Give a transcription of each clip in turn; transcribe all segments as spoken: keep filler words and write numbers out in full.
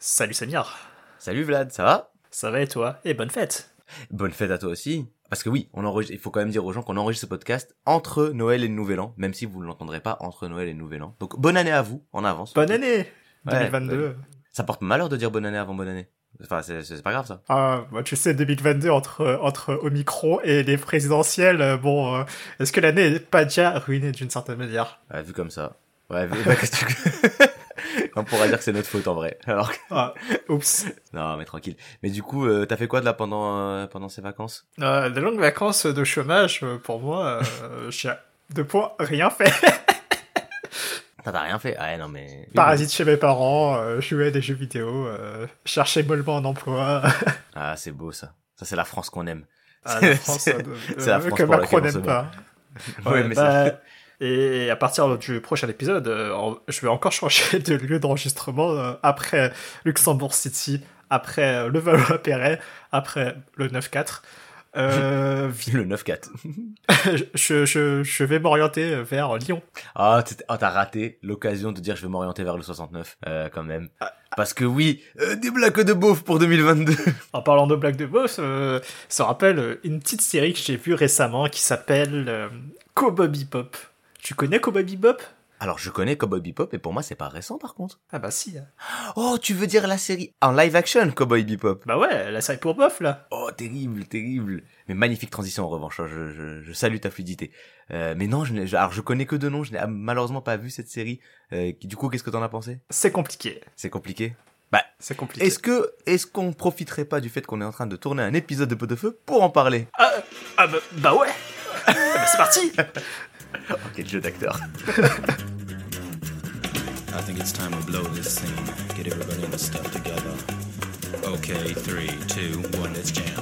Salut Samir. Salut Vlad, ça va? Ça va et toi? Et bonne fête. Bonne fête à toi aussi. Parce que oui, on enregistre, il faut quand même dire aux gens qu'on enregistre ce podcast entre Noël et le Nouvel An, même si vous ne l'entendrez pas entre Noël et le Nouvel An. Donc bonne année à vous, en avance. Bonne année Ouais, deux mille vingt-deux. ouais. Ça porte malheur de dire bonne année avant bonne année. Enfin, c'est, c'est pas grave ça. Ah, bah, tu sais, deux mille vingt-deux, entre, entre Omicron et les présidentielles, euh, bon, euh, est-ce que l'année n'est pas déjà ruinée d'une certaine manière? Ouais, vu comme ça. Ouais, vu, bah, qu'est-ce que tu... On pourra dire que c'est notre faute en vrai. Alors que... Ah, oups. Non, mais tranquille. Mais du coup, euh, t'as fait quoi de là pendant, euh, pendant ces vacances? Euh, des longues vacances de chômage, euh, pour moi, euh, j'ai deux points, rien fait. T'as t'as rien fait? Ah ouais, non mais... Parasite chez mes parents, euh, jouer à des jeux vidéo, euh, chercher mollement un emploi. Ah, c'est beau ça. Ça, c'est la France qu'on aime. Ah, C'est- la France, c'est- euh, de- c'est la euh, France que pour Macron laquelle on se n'aime bat. pas. Ouais, Ouais, mais bah, ça... et à partir du prochain épisode, euh, en- je vais encore changer de lieu d'enregistrement euh, après Luxembourg City, après euh, Levallois-Perret, après le neuf quatre. Euh, Le neuf quatre. je, je, je vais m'orienter vers Lyon. Ah, t'es- ah, t'as raté l'occasion de dire je vais m'orienter vers le soixante-neuf, euh, quand même. Parce que oui, euh, des blagues de beauf pour deux mille vingt-deux. En parlant de blagues de boss, euh, ça rappelle euh, une petite série que j'ai vue récemment qui s'appelle euh, Cowboy Bebop. Tu connais Cowboy Bebop? Alors, je connais Cowboy Bebop, et pour moi, c'est pas récent, par contre. Ah bah si. hein. Oh, tu veux dire la série en live action, Cowboy Bebop? Bah ouais, la série pour bof là. Oh, terrible, terrible. Mais magnifique transition, en revanche. hein, Je, je, je salue ta fluidité. Euh, mais non, je n'ai, je- alors, je connais que deux noms. Je n'ai malheureusement pas vu cette série. Euh, qui- du coup, qu'est-ce que t'en as pensé? C'est compliqué. C'est compliqué. Bah, C'est compliqué. est-ce que, est-ce qu'on profiterait pas du fait qu'on est en train de tourner un épisode de Pot de Feu pour en parler? Ah, ah bah, bah ouais. Ah bah c'est parti. Oh, quel jeu d'acteur. I think it's time we blow this scene. Get everybody in the stuff together. Okay, three, two, one, let's jam.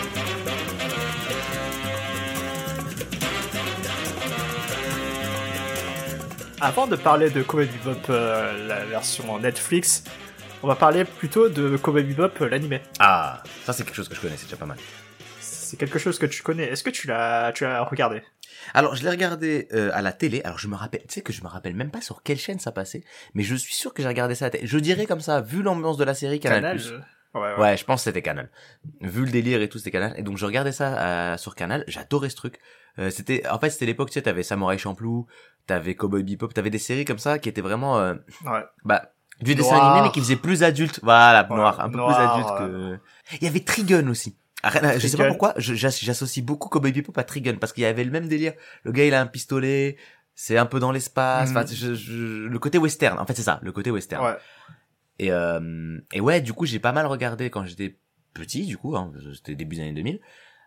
Avant de parler de Cowboy Bebop, euh, la version Netflix, on va parler plutôt de Cowboy Bebop, euh, l'animé. Ah, ça c'est quelque chose que je connais, c'est déjà pas mal. C'est quelque chose que tu connais. Est-ce que tu l'as, tu l'as regardé? Alors, je l'ai regardé euh, à la télé. Alors, je me rappelle, tu sais que je me rappelle même pas sur quelle chaîne ça passait, mais je suis sûr que j'ai regardé ça à la télé. Je dirais comme ça, vu l'ambiance de la série, Canal+. Canal. Plus. euh, Ouais, ouais. Ouais, je pense que c'était Canal. Vu le délire et tout, c'était Canal. Et donc, je regardais ça euh, sur Canal. J'adorais ce truc. Euh, c'était, en fait, c'était l'époque, tu sais, t'avais Samurai Champloo, t'avais Cowboy Bebop, t'avais des séries comme ça qui étaient vraiment, euh, Ouais. bah, du dessin Noir. animé mais qui faisait plus adulte. Voilà, Ouais, noir, un peu noir, plus adulte que. Il y avait Trigun aussi. Ah, je sais pas Trigun. pourquoi, je- j'as- j'associe beaucoup Cowboy Bebop à Trigun parce qu'il y avait le même délire. Le gars, il a un pistolet, c'est un peu dans l'espace. Mhm. Enfin, je- je- le côté western. En fait, c'est ça, le côté western. Ouais. Et euh, et ouais, du coup, j'ai pas mal regardé quand j'étais petit, du coup, hein, c'était début des années deux mille.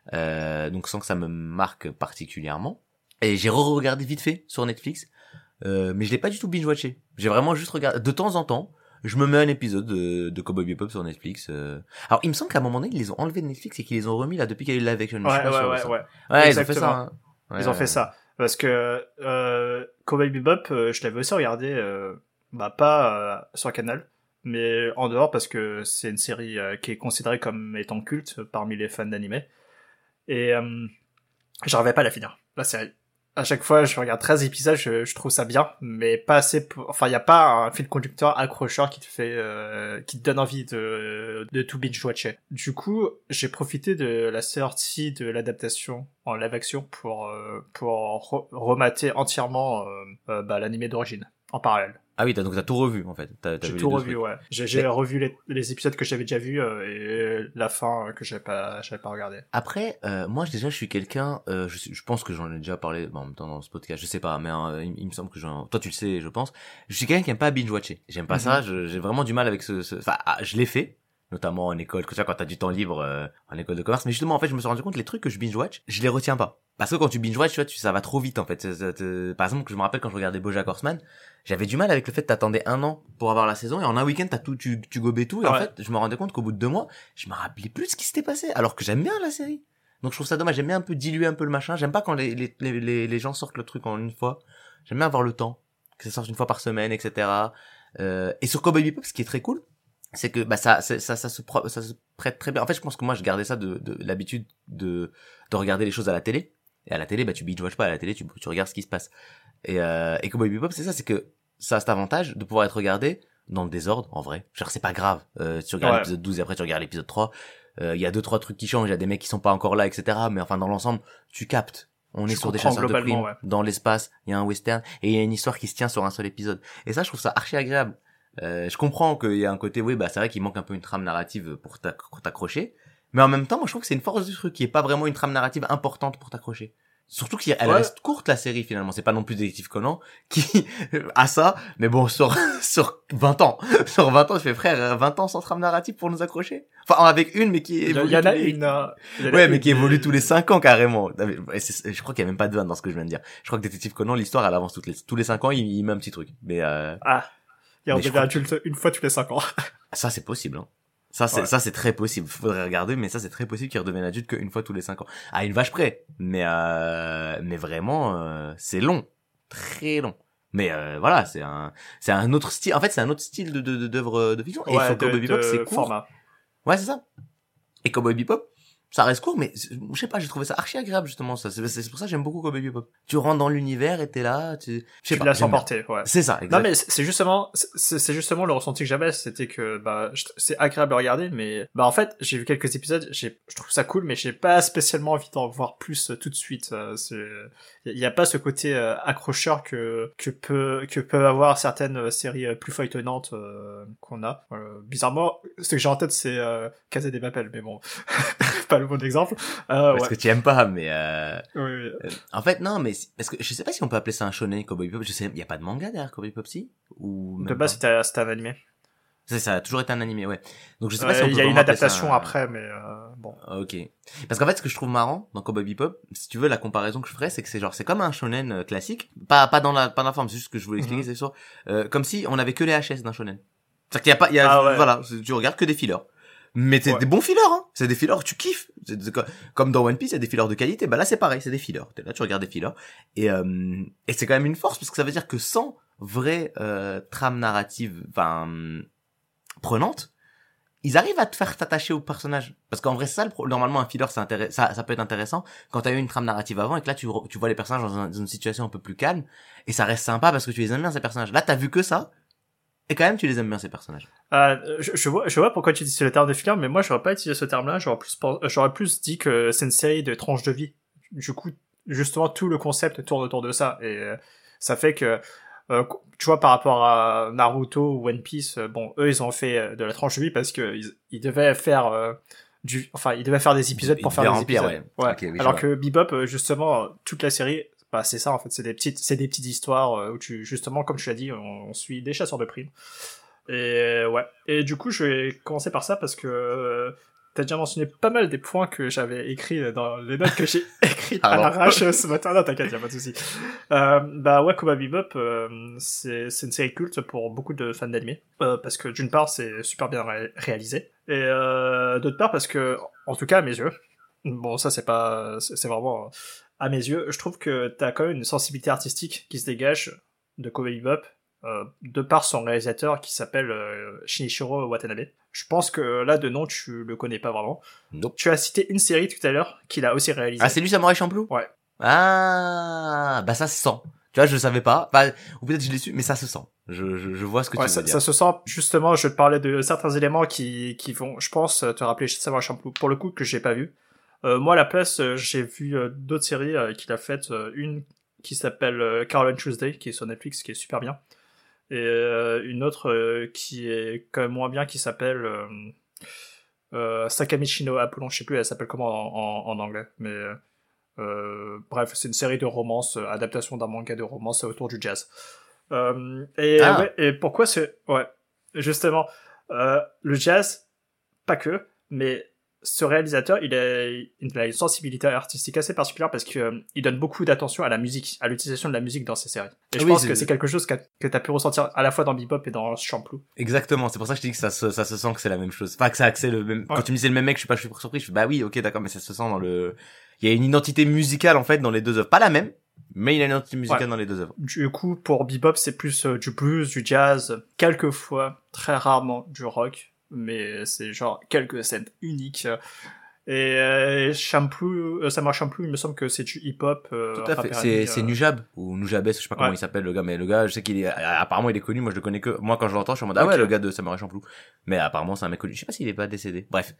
Euh, donc sans que ça me marque particulièrement. Et j'ai re-regardé vite fait sur Netflix, euh, mais je l'ai pas du tout binge-watché. J'ai vraiment juste regardé de temps en temps. Je me mets un épisode de, de Cowboy Bebop sur Netflix. euh. Alors, il me semble qu'à un moment donné, ils les ont enlevés de Netflix et qu'ils les ont remis là depuis qu'il y a eu le live action. Je suis Ouais, pas ouais, sûr de ouais, ça. ouais. Ouais, ils ont fait Exactement. ça. hein. Ouais, Ils ont ouais. fait ça. Parce que euh, Cowboy Bebop, euh, je l'avais aussi regardé, euh, bah pas euh, sur Canal, mais en dehors parce que c'est une série euh, qui est considérée comme étant culte parmi les fans d'anime. Et euh, j'arrivais pas à la finir, la série. À chaque fois, je regarde treize épisodes, je, je trouve ça bien, mais pas assez pour... Enfin, il y a pas un fil conducteur accrocheur qui te fait... Euh, qui te donne envie de, de tout binge-watcher. Du coup, j'ai profité de la sortie de l'adaptation en live-action pour, euh, pour re- remater entièrement euh, euh, bah, l'animé d'origine, en parallèle. Ah oui, t'as, donc t'as tout revu en fait. T'as, t'as J'ai vu les tout deux revu, trucs. ouais. J'ai, j'ai Mais- revu les, les épisodes que j'avais déjà vus euh, et la fin euh, que j'avais pas, j'avais pas regardé. Après, euh, moi déjà je suis quelqu'un, euh, je, suis- je pense que j'en ai déjà parlé bon, en même temps dans ce podcast, je sais pas, mais euh, il, il me semble que j'en, toi tu le sais, je pense. Je suis quelqu'un qui aime pas binge watcher. J'aime pas Mhm. ça. je- j'ai vraiment du mal avec ce, ce... enfin, ah, je l'ai fait, notamment en école, que ça quand t'as du temps libre euh, en école de commerce. Mais justement, en fait, je me suis rendu compte que les trucs que je binge watch, je les retiens pas. Parce que quand tu binge watch, tu vois, tu, ça va trop vite en fait. C'est- c'est- c'est- Par exemple, que je me rappelle quand je regardais BoJack Horseman, j'avais du mal avec le fait que t'attendais un an pour avoir la saison et en un week-end t'as tout, tu, tu gobais tout et en Ouais. fait, je me rendais compte qu'au bout de deux mois, je me rappelais plus de ce qui s'était passé. Alors que j'aime bien la série. Donc je trouve ça dommage. J'aime bien un peu diluer un peu le machin. J'aime pas quand les les les les, les gens sortent le truc en une fois. J'aime bien avoir le temps, que ça sorte une fois par semaine, et cetera. Euh, et sur Cowboy Bebop, ce qui est très cool, c'est que bah ça ça ça, ça se pro- ça se prête très bien. En fait, je pense que moi je gardais ça de, de l'habitude de de regarder les choses à la télé. Et à la télé, bah tu binge watch pas à la télé, tu tu regardes ce qui se passe. Et euh, et Cowboy Bebop, c'est ça, c'est que ça a cet avantage de pouvoir être regardé dans le désordre, en vrai. Genre, c'est pas grave. Euh, tu regardes Ouais. l'épisode douze et après tu regardes l'épisode trois. Il euh, y a deux, trois trucs qui changent. Il y a des mecs qui sont pas encore là, et cetera. Mais enfin, dans l'ensemble, tu captes. On Je est sur des comprends chasseurs de globalement, primes. ouais. Dans l'espace, il y a un western. Et il y a une histoire qui se tient sur un seul épisode. Et ça, je trouve ça archi agréable. Euh, je comprends qu'il y a un côté, oui, bah, c'est vrai qu'il manque un peu une trame narrative pour t'ac- pour t'accrocher. Mais en même temps, moi, je trouve que c'est une force du truc, qui est pas vraiment une trame narrative importante pour t'accrocher. Surtout qu'elle Ouais. reste courte, la série, finalement. C'est pas non plus Détective Conan qui a ça. Mais bon, sur, sur vingt ans. Sur vingt ans, je fais frère, vingt ans sans trame narrative pour nous accrocher. Enfin, avec une, mais qui Il y, évolue. il y en a tous les- une. euh, il y en a Ouais, une, mais qui évolue tous les cinq ans, carrément. Non, mais, ouais, c'est- Je crois qu'il y a même pas de vanne dans ce que je viens de dire. Je crois que Détective Conan, l'histoire, elle avance toutes les, tous les cinq ans, il, il met un petit truc. Mais, euh, Ah, il Mais je redevient crois adulte une fois tous les cinq ans. ça, c'est possible, hein. Ça, c'est, Ouais. ça, c'est très possible. Faudrait regarder, mais ça, c'est très possible qu'il redevienne adulte qu'une fois tous les cinq ans. À une vache près. Mais, euh, mais vraiment, euh, c'est long. Très long. Mais, euh, voilà, c'est un, c'est un autre style. En fait, c'est un autre style de, de, de, d'œuvre de fiction. Et Ouais, sur de, Cowboy Bebop, de c'est court. format. Ouais, c'est ça. Et Cowboy Bebop, ça reste court, mais c'est- je sais pas, j'ai trouvé ça archi agréable, justement, ça. C'est, c'est pour ça que j'aime beaucoup Cowboy Bebop. Tu rentres dans l'univers et t'es là, tu, je sais Tu pas. te laisses j'aime bien. emporter, ouais. C'est ça, Non exact. mais c'est c'est justement c'est c'est justement le ressenti que j'avais, c'était que bah je- c'est agréable à regarder, mais bah en fait j'ai vu quelques épisodes, j'ai je trouve ça cool, mais j'ai pas spécialement envie d'en voir plus euh, tout de suite. Euh, c'est il y, a pas ce côté euh, accrocheur que que peut que peuvent avoir certaines euh, séries euh, plus feuilletonnantes euh, qu'on a. Euh, bizarrement, ce que j'ai en tête c'est euh, Casa de Papel, mais bon, pas le bon exemple. Euh, Parce ouais. que tu aimes pas, mais euh... Oui, oui. euh, en fait, non, mais c'est- parce que je sais pas si on peut appeler ça un shonen Cowboy Bebop. Je sais, il y a pas de manga derrière Cowboy Bebop, si? Ou De même base pas. c'était c'était un animé. C'est ça, a toujours été un animé, ouais. Donc je sais Euh, pas si on peut Il y a une vraiment appeler ça adaptation un- après, mais euh, bon. Ok. Parce qu'en fait, ce que je trouve marrant dans Cowboy Bebop, si tu veux, la comparaison que je ferais, c'est que c'est genre, c'est comme un shonen euh, classique. Pas, pas dans la, pas dans la forme, c'est juste ce que je voulais expliquer, Mhm. c'est sûr. Euh, comme si on avait que les H S d'un shonen. C'est-à-dire qu'il y a pas, il y a, Ah ouais. voilà, c'est- tu regardes que des fillers. Mais c'est Ouais. des bons fillers, hein. C'est des fillers, tu kiffes. C'est, c'est co- comme dans One Piece, il y a des fillers de qualité. Bah là, c'est pareil, c'est des fillers. T'es là, tu regardes des fillers. Et, euh, et c'est quand même une force, parce que ça veut dire que sans vraie, euh, trame narrative, enfin, hum, prenante, ils arrivent à te faire t'attacher au personnage. Parce qu'en vrai, c'est ça, le pro- normalement, un filler, c'est intéress- ça, ça peut être intéressant quand t'as eu une trame narrative avant et que là, tu, re- tu vois les personnages dans, un- dans une situation un peu plus calme et ça reste sympa parce que tu les aimes bien, ces personnages. Là, t'as vu que ça et quand même, tu les aimes bien, ces personnages. Euh, je, je vois, je vois pourquoi tu dis le terme de filler, mais moi j'aurais pas utilisé ce terme-là. J'aurais plus, pen- j'aurais plus dit que c'est une série de tranches de vie. Du coup, justement, tout le concept tourne autour de ça, et euh, ça fait que, euh, tu vois, par rapport à Naruto ou One Piece, euh, bon, eux ils ont fait euh, de la tranche de vie parce que ils, ils devaient faire euh, du, enfin, ils devaient faire des épisodes Ils pour devaient faire des remplir, épisodes. ouais. Ok, oui, je Alors vois. que Bebop, euh, justement, euh, toute la série. Bah, c'est ça, en fait. C'est des petites, c'est des petites histoires euh, où tu, justement, comme tu l'as dit, on, on suit des chasseurs de primes. Et euh, ouais. Et du coup, je vais commencer par ça parce que euh, t'as déjà mentionné pas mal des points que j'avais écrits dans les notes que j'ai écrites à Alors. l'arrache euh, ce matin. Non, t'inquiète, y a pas de souci. Euh, bah ouais, Cowboy Bebop, euh, c'est c'est une série culte pour beaucoup de fans d'anime euh, parce que d'une part, c'est super bien ré- réalisé et euh, d'autre part parce que, en tout cas à mes yeux, bon ça c'est pas, c'est c'est vraiment euh, à mes yeux, je trouve que t'as quand même une sensibilité artistique qui se dégage de Cowboy Bebop. Euh, de par son réalisateur qui s'appelle euh, Shinichiro Watanabe. Je pense que là, de nom, tu le connais pas vraiment. Nope. Tu as cité une série tout à l'heure qu'il a aussi réalisée. Ah, c'est lui, Samurai Champloo? Ouais. Ah, bah ça se sent. Tu vois, je le savais pas. Bah, ou peut-être je l'ai su, mais ça se sent. Je, je, je vois ce que Ouais, tu ça, veux dire. ça se sent. Justement, je te parlais de certains éléments qui, qui vont, je pense, te rappeler Samurai Champloo. Pour le coup, que j'ai pas vu. Euh, moi, à la place, euh, j'ai vu euh, d'autres séries euh, qu'il a faites. Euh, une qui s'appelle euh, Carol and Tuesday, qui est sur Netflix, qui est super bien. Et euh, une autre euh, qui est quand même moins bien, qui s'appelle euh, euh, Sakamichi no Apollon, je sais plus, elle s'appelle comment en, en, en anglais, mais euh, bref, c'est une série de romances, euh, adaptation d'un manga de romance autour du jazz. Euh, et, Ah. ouais, et pourquoi c'est... Ouais, justement, euh, le jazz, pas que, mais ce réalisateur, il a, il a une sensibilité artistique assez particulière parce que euh, il donne beaucoup d'attention à la musique, à l'utilisation de la musique dans ses séries. Et je Oui, pense c'est- que c'est quelque chose qu'a- que t'as pu ressentir à la fois dans Bebop et dans Champloo. Exactement, c'est pour ça que je te dis que ça se, ça se sent que c'est la même chose. Enfin, que ça, que c'est le même, Ouais. quand tu me disais le même mec, je suis pas, je suis pas surpris, je fais, bah oui, ok, d'accord, mais ça se sent dans le, il y a une identité musicale, en fait, dans les deux œuvres. Pas la même, mais il y a une identité musicale Ouais. dans les deux œuvres. Du coup, pour Bebop, c'est plus euh, du blues, du jazz, quelquefois, très rarement, du rock, mais c'est genre quelques scènes uniques. Et euh, Champloo, euh, Samurai Champloo, il me semble que c'est du hip-hop. Euh, Tout à fait. rap C'est, R and B, c'est euh, Nujab ou Nujabes, je sais pas comment Ouais. il s'appelle le gars, mais le gars, je sais qu'il est, apparemment il est connu. Moi je le connais que, moi quand je l'entends, je suis en mode ah ouais, Ok. le gars de Samurai Champloo. Mais apparemment c'est un mec connu. Je sais pas s'il est pas décédé. Bref.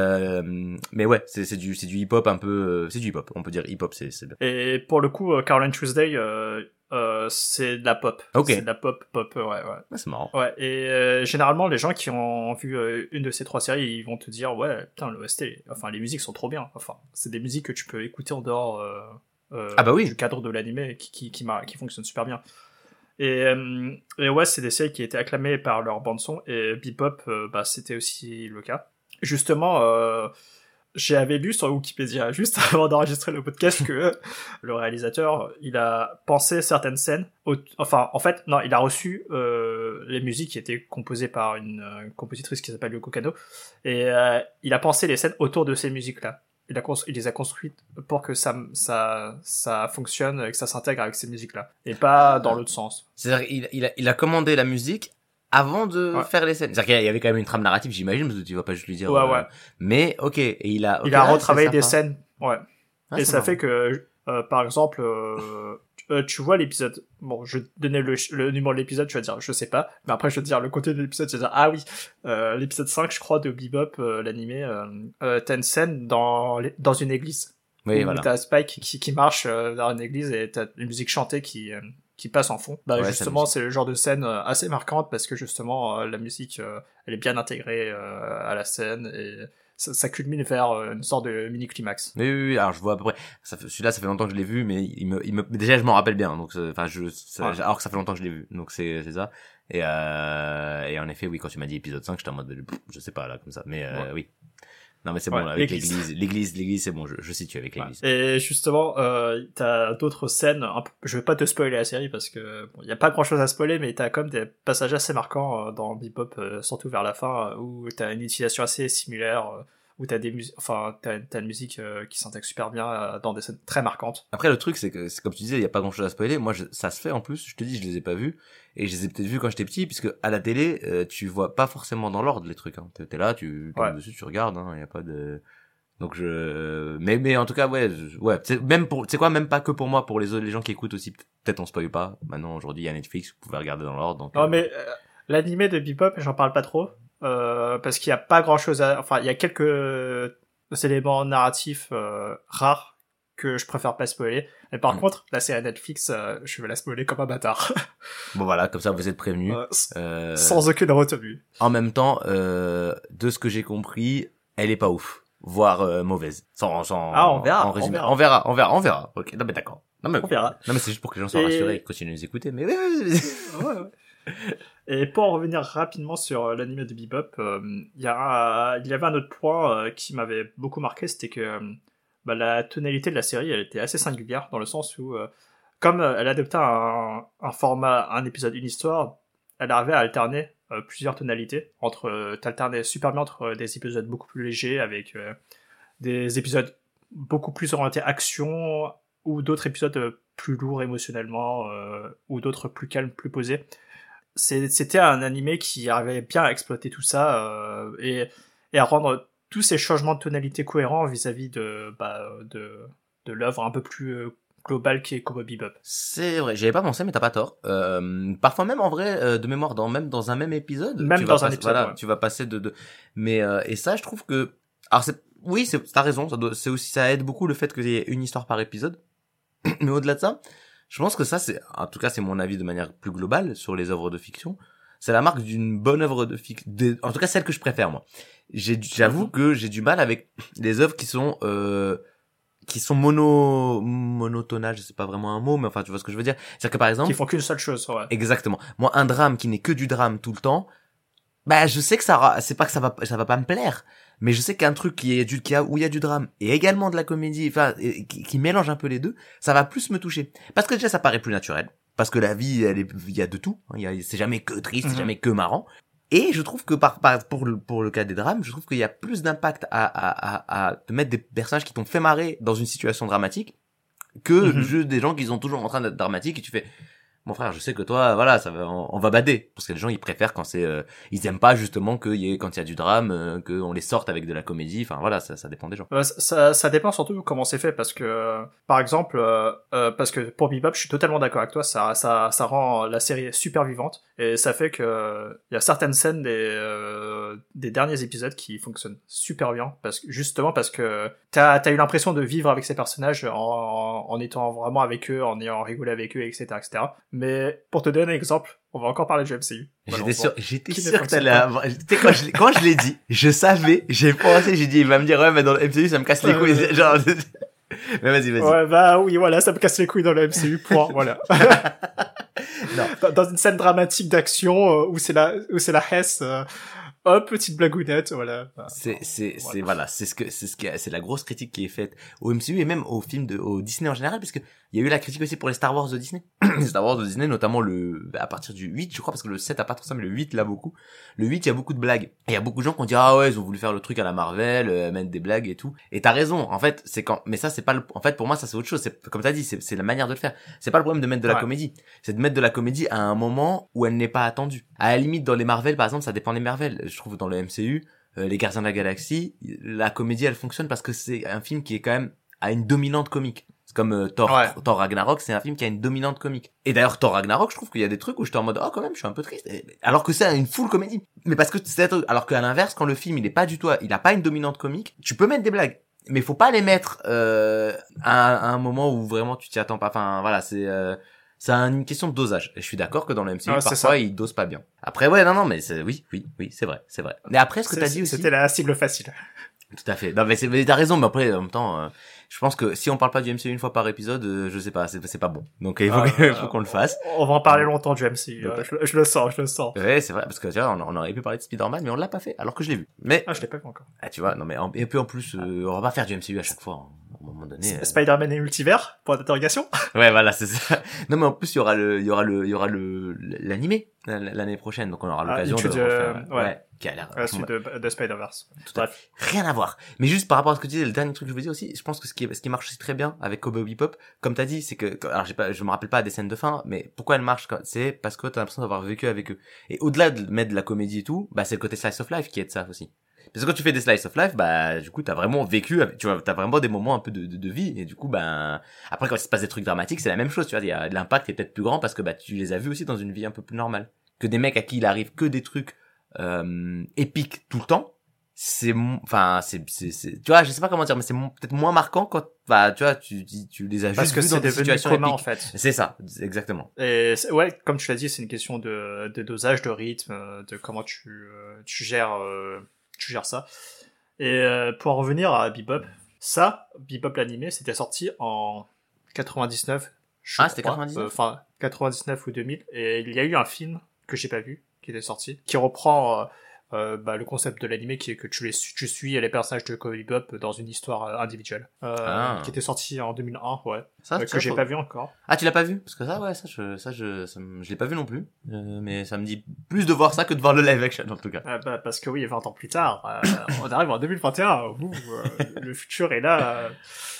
Euh, mais ouais, c'est, c'est du, c'est du hip-hop un peu, euh, c'est du hip-hop. On peut dire hip-hop, c'est, c'est bien. Et pour le coup, euh, Caroline Tuesday, euh, euh, c'est de la pop. Ok. C'est de la pop, pop, euh, ouais, ouais. Ah, c'est marrant. Ouais, et euh, généralement, les gens qui ont vu euh, une de ces trois séries, ils vont te dire, ouais, putain, l'O S T, enfin, les musiques sont trop bien. Enfin, c'est des musiques que tu peux écouter en dehors euh, euh, Ah bah oui. du cadre de l'anime qui, qui, qui, mar- qui fonctionne super bien. Et, euh, et ouais, c'est des séries qui étaient acclamées par leur bande-son, et Bebop, euh, bah, c'était aussi le cas. Justement, euh, j'avais lu sur Wikipédia, juste avant d'enregistrer le podcast, que le réalisateur, il a pensé certaines scènes, au- enfin, en fait, non, il a reçu euh, les musiques qui étaient composées par une euh, compositrice qui s'appelle Yoko Kanno, et euh, il a pensé les scènes autour de ces musiques-là. Il, a cons- il les a construites pour que ça, ça, ça fonctionne et que ça s'intègre avec ces musiques-là, et pas dans l'autre sens. C'est-à-dire qu'il il a, il a commandé la musique avant de Ouais. faire les scènes. C'est-à-dire qu'il y avait quand même une trame narrative, j'imagine, parce que tu vas pas juste lui dire. Ouais, euh, ouais. Mais ok, et il a. Il ok, a ah, retravaillé c'est des sympa. scènes, ouais. Ah, et c'est ça marrant. fait que, euh, par exemple, euh, tu, euh, tu vois l'épisode. Bon, je vais te donner le, le numéro de l'épisode, tu vas dire, je sais pas. Mais après, je vais te dire le contenu de l'épisode, tu vas dire, ah oui, euh, l'épisode cinq, je crois, de Bebop, euh, l'animé, euh, euh, t'as une scène dans, les- dans une église. Oui, où voilà. t'as Spike qui, qui marche euh, vers une église et t'as une musique chantée qui, euh, qui passe en fond. Bah, Ouais, ça justement, me- c'est le genre de scène euh, assez marquante parce que justement, euh, la musique, euh, elle est bien intégrée euh, à la scène et ça, ça culmine vers euh, une sorte de mini-climax. Oui, oui, oui, alors je vois à peu près. Ça fait, celui-là, ça fait longtemps que je l'ai vu, mais il me, il me, déjà je m'en rappelle bien. Donc, c'est- enfin, je, ça- Ouais. alors que ça fait longtemps que je l'ai vu. Donc c'est, c'est ça. Et, euh, et en effet, oui, quand tu m'as dit épisode cinq, j'étais en mode, pff, je sais pas là, comme ça. Mais euh, Ouais. oui. Non, mais c'est Ouais, bon, là, avec l'église. l'église, l'église, l'église, c'est bon. Je, je situe avec l'église. Et justement, euh, t'as d'autres scènes. Un peu- je vais pas te spoiler la série parce que bon, y a pas grand-chose à spoiler, mais t'as comme des passages assez marquants euh, dans Bebop, euh, surtout vers la fin, euh, où t'as une utilisation assez similaire, euh, où t'as des musiques, enfin t'as, t'as une musique euh, qui s'intègre super bien euh, dans des scènes très marquantes. Après, le truc, c'est que, c'est comme tu disais, il y a pas grand chose à spoiler. Moi, je, ça se fait en plus. Je te dis, je les ai pas vus. Et je les ai peut-être vus quand j'étais petit, puisque à la télé, euh, tu vois pas forcément dans l'ordre les trucs, hein. T'es, t'es là, tu tombes Ouais. dessus, tu regardes, hein. Il y a pas de, donc je, mais, mais en tout cas, ouais, je- ouais, c'est même pour, c'est quoi, même pas que pour moi, pour les autres, les gens qui écoutent aussi, peut-être on spoil pas. Maintenant, aujourd'hui, il y a Netflix, vous pouvez regarder dans l'ordre, donc. Non euh, mais euh, l'animé de Bebop, j'en parle pas trop euh, parce qu'il y a pas grand-chose à, enfin il y a quelques éléments narratifs euh, rares que je préfère pas spoiler. Mais par Mm. contre, la série Netflix, euh, je vais la spoiler comme un bâtard. Bon voilà, comme ça, vous êtes prévenus. Euh, s- Euh, Sans aucune retenue. En même temps, euh, de ce que j'ai compris, elle est pas ouf, voire euh, mauvaise. Sans, sans. Ah, on verra, En on résumé, verra. on verra, on verra, on verra. Ok, non mais d'accord. Non mais, On verra. non mais c'est juste pour que les gens soient Et- rassurés et continuent de nous écouter. Mais oui, oui, oui. Ouais, ouais. Et pour en revenir rapidement sur euh, l'anime de Bebop, euh, il y, a un- il y avait un autre point euh, qui m'avait beaucoup marqué, c'était que euh, bah, la tonalité de la série, elle était assez singulière, dans le sens où, euh, comme euh, elle adoptait un, un format, un épisode, une histoire, elle arrivait à alterner euh, plusieurs tonalités, entre, euh, t'alternais super bien entre euh, des épisodes beaucoup plus légers, avec euh, des épisodes beaucoup plus orientés action, ou d'autres épisodes euh, plus lourds émotionnellement, euh, ou d'autres plus calmes, plus posés. C'est- C'était un animé qui arrivait bien à exploiter tout ça euh, et, et à rendre tous ces changements de tonalité cohérents vis-à-vis de, bah, de, de l'œuvre un peu plus euh, globale qui est Cowboy Bebop. C'est vrai, j'y avais pas pensé, mais t'as pas tort. Euh, parfois même en vrai, euh, de mémoire, dans même dans un même épisode, Même tu dans vas un passer- épisode, voilà, ouais. tu vas passer de, de... mais euh, et ça, je trouve que, alors c'est, oui, c'est, t'as raison, ça doit, c'est aussi, ça aide beaucoup le fait qu'il y ait une histoire par épisode. Mais au-delà de ça, je pense que ça, c'est, en tout cas, c'est mon avis de manière plus globale sur les œuvres de fiction. C'est la marque d'une bonne œuvre de fiction, en tout cas celle que je préfère moi. J'ai, j'avoue que j'ai du mal avec les œuvres qui sont euh, qui sont mono monotonales, c'est pas vraiment un mot, mais enfin tu vois ce que je veux dire. C'est-à-dire que par exemple, Qui font qu'une seule chose, ouais. exactement. Moi, un drame qui n'est que du drame tout le temps, bah je sais que ça, ra- c'est pas que ça va, ça va pas me plaire, mais je sais qu'un truc qui est du, qui a, où il y a du drame et également de la comédie, enfin et- qui, qui mélange un peu les deux, ça va plus me toucher. Parce que déjà ça paraît plus naturel, parce que la vie, elle est, il y a de tout, hein, il y a, c'est jamais que triste, Mhm. c'est jamais que marrant. Et je trouve que par, par pour le pour le cas des drames, je trouve qu'il y a plus d'impact à à à, à te mettre des personnages qui t'ont fait marrer dans une situation dramatique que Mhm. juste des gens qui sont toujours en train d'être dramatiques et tu fais mon frère, je sais que toi, voilà, ça va, on, on va bader. Parce que les gens, ils préfèrent quand c'est, euh, ils aiment pas justement qu'il y ait, quand il y a du drame, euh, qu'on les sorte avec de la comédie. Enfin, voilà, ça, ça dépend des gens. Euh, ça, ça dépend surtout comment c'est fait, parce que, euh, par exemple, euh, euh, parce que pour Bebop, je suis totalement d'accord avec toi, ça, ça, ça rend la série super vivante, et ça fait que euh, il y a certaines scènes des, euh, des derniers épisodes qui fonctionnent super bien, parce que justement parce que t'as, t'as eu l'impression de vivre avec ces personnages en, en, en étant vraiment avec eux, en ayant rigolé avec eux, et cetera, et cetera. Mais pour te donner un exemple, on va encore parler du M C U. J'étais sûr, j'étais Qui ne sûr que fonctionne t'allais pas. avoir, tu sais, quand je, l'ai- quand je l'ai dit, je savais, j'ai pensé, j'ai dit, il va me dire, ouais, mais dans le M C U, ça me casse les Euh, couilles, genre, mais vas-y, vas-y. Ouais, bah oui, voilà, ça me casse les couilles dans le M C U, point, voilà. Non. Dans, dans une scène dramatique d'action, euh, où c'est la, où c'est la Hess, euh, hop, petite blagounette, voilà. Bah, C'est, c'est, voilà. c'est, voilà, c'est ce que, c'est ce qui, c'est la grosse critique qui est faite au M C U et même au film de, au Disney en général, parce que il y a eu la critique aussi pour les Star Wars de Disney. Les Star Wars de Disney, notamment le, à partir du huit, je crois, parce que le sept a pas trop ça, mais le huit, là, beaucoup. Le huit, il y a beaucoup de blagues. Et il y a beaucoup de gens qui ont dit, ah ouais, ils ont voulu faire le truc à la Marvel, euh, mettre des blagues et tout. Et t'as raison, en fait, c'est quand, mais ça, c'est pas le, en fait, pour moi, ça, c'est autre chose. C'est, comme t'as dit, c'est, c'est la manière de le faire. C'est pas le problème de mettre de la Ouais. comédie. C'est de mettre de la comédie à un moment où elle n'est pas attendue. À la limite, dans les Marvel, par exemple, ça dépend des Marvel. Je trouve dans le M C U, euh, les Gardiens de la Galaxie, la comédie, elle fonctionne parce que c'est un film qui est quand même à une dominante comique. C'est comme euh, Thor, Ouais. Thor Ragnarok, c'est un film qui a une dominante comique. Et d'ailleurs, Thor Ragnarok, je trouve qu'il y a des trucs où j'étais en mode, oh, quand même, je suis un peu triste. Et- alors que c'est une full comédie. Mais parce que c'est, alors qu'à l'inverse, quand le film, il est pas du tout, il a pas une dominante comique, tu peux mettre des blagues. Mais faut pas les mettre, euh, à, à un moment où vraiment tu t'y attends pas. Enfin, voilà, c'est, euh, c'est une question de dosage. Et je suis d'accord que dans le M C U, Ouais, c'est parfois, ça. ils dosent pas bien. Après, ouais, non, non, mais c'est, oui, oui, oui, c'est vrai, c'est vrai. Mais après, ce que C'est- t'as dit aussi. C'était la cible facile. Tout à fait. Non, mais c'est, mais t'as raison, mais après, en même temps, euh, je pense que si on parle pas du M C U une fois par épisode, euh, je sais pas, c'est, c'est pas bon. Donc, il faut, Ah, que- il euh, faut qu'on le fasse. On va en parler longtemps du M C U, Donc, euh, je, je le sens, je le sens. Ouais, c'est vrai, parce que, tu vois, on, on aurait pu parler de Spider-Man, mais on l'a pas fait, alors que je l'ai vu. Mais, Ah, je l'ai pas vu encore. ah, tu vois, non, mais, en- et puis en plus, euh, on va pas faire du M C U à chaque fois, hein. À un moment donné. euh, Spider-Man et Multivers, point d'interrogation. Ouais, voilà, c'est ça. Non, mais en plus, il y aura le, il y aura le, il y aura le, l'animé, l'année prochaine, donc on aura Ah, l'occasion Into de the- refaire, ouais. ouais, qui a l'air, Euh, celui de, de Spider-Verse. Tout à Bref. rien à voir. Mais juste par rapport à ce que tu disais, le dernier truc que je voulais dire aussi, je pense que ce qui, est, ce qui marche aussi très bien avec Cowboy Bebop, comme t'as dit, c'est que, alors j'ai pas, je me rappelle pas des scènes de fin, mais pourquoi elles marchent, quand- c'est parce que t'as l'impression d'avoir vécu avec eux. Et au-delà de mettre de la comédie et tout, bah c'est le côté slice of life qui aide ça aussi. Parce que quand tu fais des slice of life, bah du coup t'as vraiment vécu, avec, tu vois, t'as vraiment des moments un peu de, de, de vie, et du coup bah après quand il se passe des trucs dramatiques, c'est la même chose, tu vois, il y a l'impact est peut-être plus grand parce que bah tu les as vus aussi dans une vie un peu plus normale. Que des mecs à qui il arrive que des trucs euh, épiques tout le temps. C'est enfin c'est c'est c'est tu vois je sais pas comment dire mais c'est mo- peut-être moins marquant quand bah tu vois tu tu, tu les as Parce juste que vus dans c'est des devenu situations commun, en épiques. fait. C'est ça exactement. Et c'est- ouais, comme tu l'as dit, c'est une question de, de dosage, de rythme, euh, de comment tu, euh, tu gères, euh, tu gères ça. Et euh, pour en revenir à Bebop, ça, Bebop l'animé, c'était sorti en quatre-vingt-dix-neuf, je Ah, c'était crois. quatre-vingt-dix-neuf? Euh, Enfin, quatre-vingt-dix-neuf ou deux mille. Et il y a eu un film que j'ai pas vu, qui était sorti, qui reprend euh, euh, bah, le concept de l'animé, qui est que tu, les, tu suis les personnages de Cowboy Bebop dans une histoire euh, individuelle, euh, Ah. qui était sorti en deux mille un, ouais, Ça, euh, ça, que j'ai faut- pas vu encore. Ah tu l'as pas vu parce que ça ouais ça je ça je ça me- je l'ai pas vu non plus euh, mais ça me dit plus de voir ça que de voir le live action en tout cas. Ah bah, parce que oui, vingt ans plus tard, euh, on arrive en deux mille vingt et un, ouh, euh, le futur est là. euh.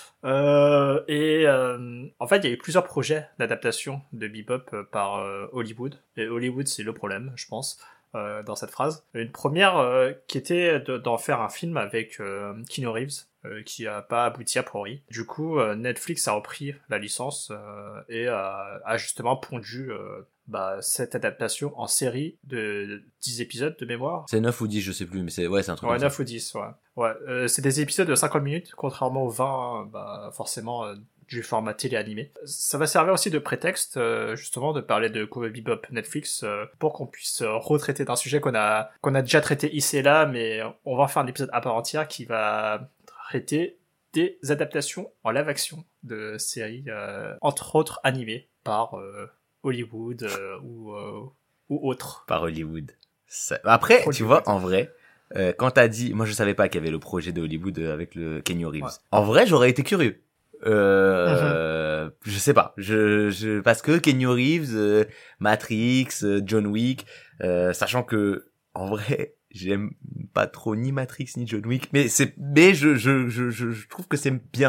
Euh, et euh, en fait, il y a eu plusieurs projets d'adaptation de Bebop euh, par euh, Hollywood. Et Hollywood, c'est le problème, je pense, euh, dans cette phrase. Une première euh, qui était de- d'en faire un film avec euh, Keanu Reeves, euh, qui a pas abouti à priori. Du coup, euh, Netflix a repris la licence euh, et a, a justement pondu euh, bah, cette adaptation en série de dix épisodes de mémoire. C'est neuf ou dix je sais plus mais c'est ouais c'est un truc Ouais, comme ça. neuf ou dix, ouais. Ouais, euh, c'est des épisodes de cinquante minutes, contrairement aux vingt, bah, forcément, euh, du format télé-animé. Ça va servir aussi de prétexte, euh, justement, de parler de Cowboy Bebop Netflix, euh, pour qu'on puisse euh, retraiter d'un sujet qu'on a, qu'on a déjà traité ici et là, mais on va faire un épisode à part entière qui va traiter des adaptations en live-action de séries, euh, entre autres animées, par euh, Hollywood euh, ou, euh, ou autres. Par Hollywood. Ça- Après tu Hollywood. vois en vrai euh, quand t'as dit moi je savais pas qu'il y avait le projet de Hollywood euh, avec le Keanu Reeves. En vrai j'aurais été curieux. Euh, je sais pas, je, je parce que Keanu Reeves, euh, Matrix, euh, John Wick, euh, sachant que en vrai j'aime pas trop ni Matrix ni John Wick, mais c'est mais je je je je, je trouve que c'est bien fait.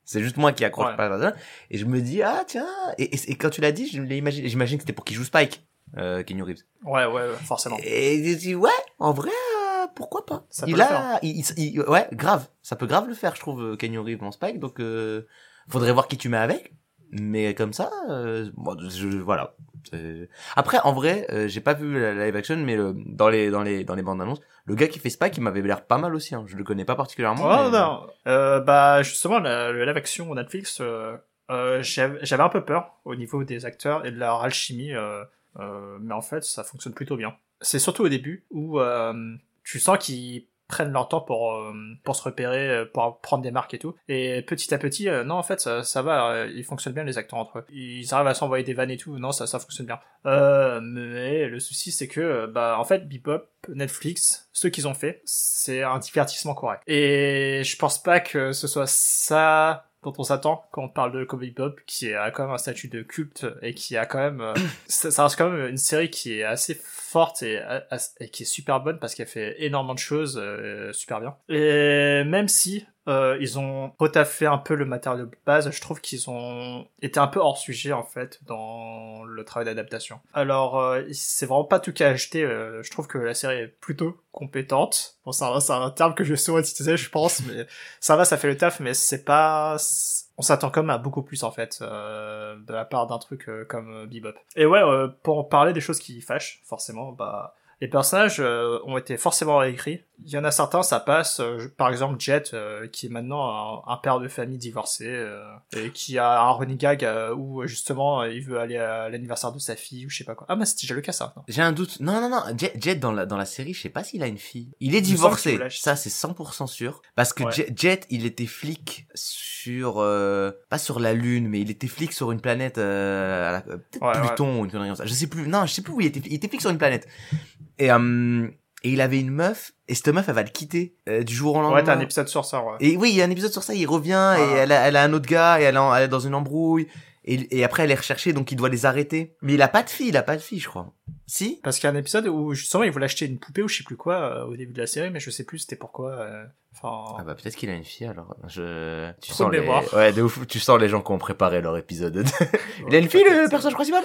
C'est juste moi qui accroche Ouais. pas à ça. Et je me dis, ah, tiens. Et, et, et quand tu l'as dit, je l'ai imaginé, j'imagine que c'était pour qu'il joue Spike, euh, Keanu Reeves. Ouais, ouais, ouais, forcément. Et je dis, ouais, en vrai, euh, pourquoi pas? Ça il peut le a, faire. il, il- il- ouais, grave. Ça peut grave le faire, je trouve, euh, Keanu Reeves en Spike. Donc, euh, faudrait voir qui tu mets avec. Mais comme ça, euh, bon, je, voilà. Euh, Après, en vrai, euh, j'ai pas vu la live action, mais le, dans les dans les dans les bandes annonces, le gars qui fait Spike, il m'avait l'air pas mal aussi. Hein. Je le connais pas particulièrement. Oh, mais... non. Euh, bah, justement, la, le live action Netflix, euh, euh, j'avais j'avais un peu peur au niveau des acteurs et de leur alchimie, euh, euh, mais en fait, ça fonctionne plutôt bien. C'est surtout au début où euh, tu sens qu'ils prennent leur temps pour euh, pour se repérer, pour prendre des marques et tout. Et petit à petit, euh, non, en fait, ça, ça va, euh, ils fonctionnent bien les acteurs entre eux. Ils arrivent à s'envoyer des vannes et tout. Non, ça, ça fonctionne bien. Euh, mais le souci, c'est que, bah, en fait, Bebop, Netflix, ce qu'ils ont fait, c'est un divertissement correct. Et je pense pas que ce soit ça dont on s'attend quand on parle de Cowboy Bebop, qui a quand même un statut de culte et qui a quand même, euh, ça, ça reste quand même une série qui est assez forte et, et qui est super bonne parce qu'elle fait énormément de choses euh, super bien. Et même si euh, ils ont retaffé un peu le matériau de base, je trouve qu'ils ont été un peu hors sujet en fait dans le travail d'adaptation. Alors euh, c'est vraiment pas tout qu'à acheter, euh, je trouve que la série est plutôt compétente. Bon, c'est un, c'est un terme que je vais souvent utiliser, je pense, mais ça va, ça fait le taf, mais c'est pas... On s'attend quand même à beaucoup plus, en fait, euh, de la part d'un truc euh, comme euh, Bebop. Et ouais, euh, pour parler des choses qui fâchent, forcément, bah... Les personnages euh, ont été forcément réécrits. Il y en a certains, ça passe. Euh, par exemple, Jet, euh, qui est maintenant un, un père de famille divorcé, euh, et qui a un running gag euh, où justement il veut aller à l'anniversaire de sa fille ou je sais pas quoi. Ah, mais c'était déjà le cas, ça. Non. J'ai un doute. Non, non, non. Jet, Jet dans la dans la série, je sais pas s'il a une fille. Il est Il me semble divorcé. qu'il l'a- Ça, c'est cent pour cent sûr. Parce que Ouais. Jet, Jet, il était flic sur euh, pas sur la Lune, mais il était flic sur une planète, euh, à la- peut-être Ouais, Pluton ou une connerie comme ça. Je sais plus. Non, je sais plus où il était. Il était flic sur une planète. Et euh, et il avait une meuf. Et cette meuf, elle va le quitter euh, du jour au lendemain. Ouais, t'as un épisode sur ça, ouais. Et oui, il y a un épisode sur ça. Il revient et Voilà. elle a, elle a un autre gars et elle, en- elle est dans une embrouille. Et, et après, elle est recherchée, donc il doit les arrêter. Mais il a pas de fille, il a pas de fille, je crois. Si? Parce qu'il y a un épisode où justement il voulait acheter une poupée ou je sais plus quoi euh, au début de la série, mais je sais plus c'était pourquoi. euh, Enfin, Ah bah peut-être qu'il a une fille alors. Je. Tu Trop sens de les. mémoire. Ouais, de ouf. Tu sens les gens qui ont préparé leur épisode. Il a une fille, le personnage principal.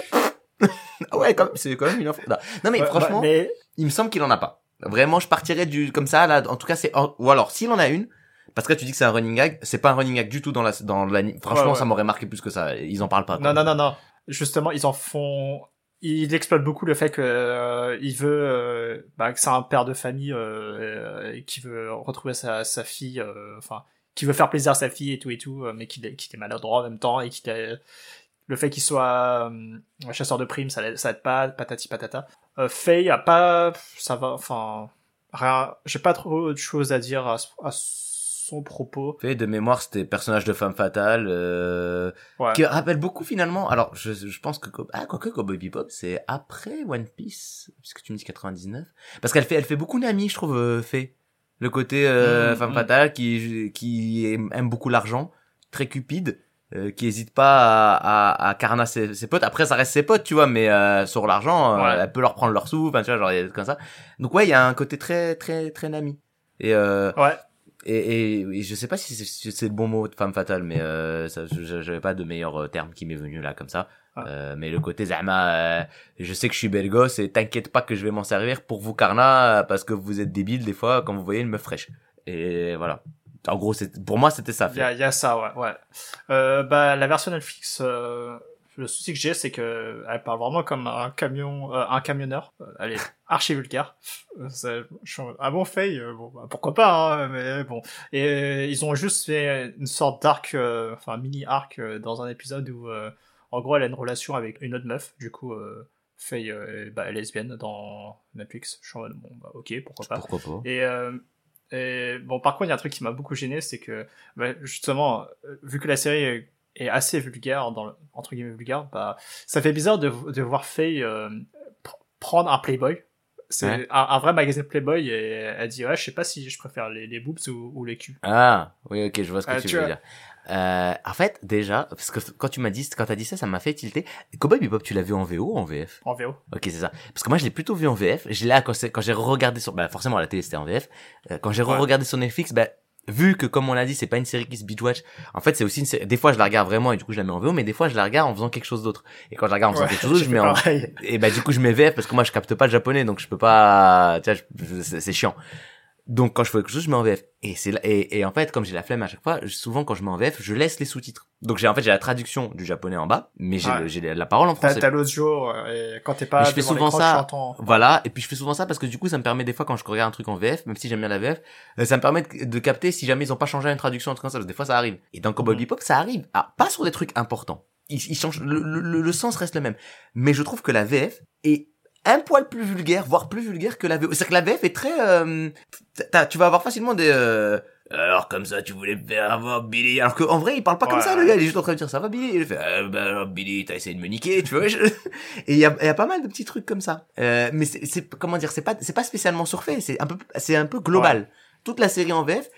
Ah ouais, comme c'est quand même une info. Non, non mais Ouais, franchement, bah, mais il me semble qu'il en a pas. Vraiment, je partirais du comme ça là. En tout cas, c'est ou alors s'il en a une. Parce que là, tu dis que c'est un running gag, c'est pas un running gag du tout dans la dans l'anime. Franchement, Ouais, ouais. ça m'aurait marqué plus que ça. Ils en parlent pas. quoi. non, non, non, non. Justement, ils en font. Il exploite beaucoup le fait que euh, il veut, euh, bah, que c'est un père de famille euh, et qui veut retrouver sa sa fille, euh, enfin, qui veut faire plaisir à sa fille et tout et tout, euh, mais qu'il est qu'il est maladroit en même temps et qu'il est le fait qu'il soit euh, un chasseur de primes, ça l'aide, ça aide pas, patati patata. Euh, Faye a pas, ça va, enfin, rien, j'ai pas trop de choses à dire à, à son propos. Fait de mémoire, c'était personnage de femme fatale, euh, Ouais. qui rappelle beaucoup finalement. Alors, je, je pense que ah quoique Cowboy Bebop, c'est après One Piece, puisque tu me dis quatre-vingt-dix-neuf, parce qu'elle fait elle fait beaucoup Nami, je trouve. Euh, fait le côté euh, Mmh, femme mmh. fatale qui qui aime, aime beaucoup l'argent, très cupide. Euh, qui hésite pas à, à, à carnasser ses, ses potes. Après, ça reste ses potes, tu vois, mais euh, sur l'argent, euh, Ouais. elle peut leur prendre leur sous, enfin, tu vois, genre, il y a des trucs comme ça. Donc ouais, il y a un côté très, très, très Nami. Et, euh, Ouais. et, et, et je sais pas si c'est, si c'est le bon mot de femme fatale, mais euh, ça, je- j'avais pas de meilleur euh, terme qui m'est venu là, comme ça. Ah. Euh, mais le côté Zama, euh, je sais que je suis bel gosse et t'inquiète pas que je vais m'en servir pour vous, Carna, parce que vous êtes débiles des fois quand vous voyez une meuf fraîche. Et voilà. En gros, c'est pour moi, c'était ça. Il y a, il y a ça, ouais, ouais. Euh, bah, la version Netflix, euh, le souci que j'ai, c'est que elle parle vraiment comme un camion, euh, un camionneur. Euh, Elle est archi vulgaire. Euh, c'est- je suis un bon fail, euh, bon, bah, pourquoi pas, hein, mais bon. Et euh, ils ont juste fait une sorte d'arc, euh, enfin, mini arc euh, dans un épisode où, euh, en gros, elle a une relation avec une autre meuf. Du coup, euh, Faye, euh, bah, elle est lesbienne dans Netflix. Je suis en mode, bon, bah, ok, pourquoi pas. Pourquoi pas? Et, euh, et bon, par contre, il y a un truc qui m'a beaucoup gêné, c'est que bah, justement, euh, vu que la série est, est assez vulgaire, dans le, entre guillemets vulgaire, bah, ça fait bizarre de, de voir Faye euh, pr- prendre un Playboy. C'est Ouais. un, un vrai magazine Playboy et elle dit ouais, je sais pas si je préfère les, les boobs ou, ou les culs. Ah, oui, ok, je vois ce que Euh, tu, tu veux vois. dire. Euh, en fait, déjà, parce que quand tu m'as dit, quand t'as dit ça, ça m'a fait tilter. Cowboy Bebop, tu l'as vu en V O ou en V F? En V O. Ok, c'est ça. Parce que moi, je l'ai plutôt vu en V F. Je l'ai, quand, c'est- quand j'ai regardé sur, bah, forcément, à la télé, c'était en V F. Euh, quand j'ai Ouais. regardé sur Netflix, bah, vu que, comme on l'a dit, c'est pas une série qui se binge-watch, en fait, c'est aussi une série, des fois, je la regarde vraiment et du coup, je la mets en V O, mais des fois, je la regarde en faisant quelque chose d'autre. Et quand je la regarde en faisant Ouais, quelque chose d'autre, je mets en, pareil. et bah, du coup, je mets V F parce que moi, je capte pas le japonais, donc je peux pas, tu vois, je- je- c'est, c'est chiant. Donc, quand je fais quelque chose, je mets en V F. Et c'est là, et, et en fait, comme j'ai la flemme à chaque fois, je- souvent, quand je mets en V F, je laisse les sous-titres. Donc, j'ai, en fait, j'ai la traduction du japonais en bas, mais j'ai, Ouais. le- j'ai la parole en T'as, français. t'as l'audio, euh, et quand t'es Mais pas je fais devant souvent l'écran, ça. tu entends. Voilà, et puis je fais souvent ça parce que du coup ça me permet des fois quand je regarde un truc en V F, même si j'aime bien la V F, euh, ça me permet de, de capter si jamais ils ont pas changé une traduction, un truc comme ça, parce que des fois ça arrive. Et dans Cowboy Mhm. Bebop ça arrive, ah, pas sur des trucs importants. Ils, ils changent, le, le, le sens reste le même. Mais je trouve que la V F est un poil plus vulgaire, voire plus vulgaire que la V O. C'est-à-dire que la V F est très, euh, t'as- tu vas avoir facilement des, euh, alors comme ça tu voulais me faire avoir Billy, alors qu'en vrai il parle pas comme Ouais. ça le gars, il est juste en train de dire ça va Billy, il fait euh, bah, alors, Billy t'as essayé de me niquer, tu vois. je- Et il y a, il y a pas mal de petits trucs comme ça. Euh, mais c'est, c'est comment dire, c'est pas c'est pas spécialement surfait, c'est un peu c'est un peu global. Ouais. Toute la série en V F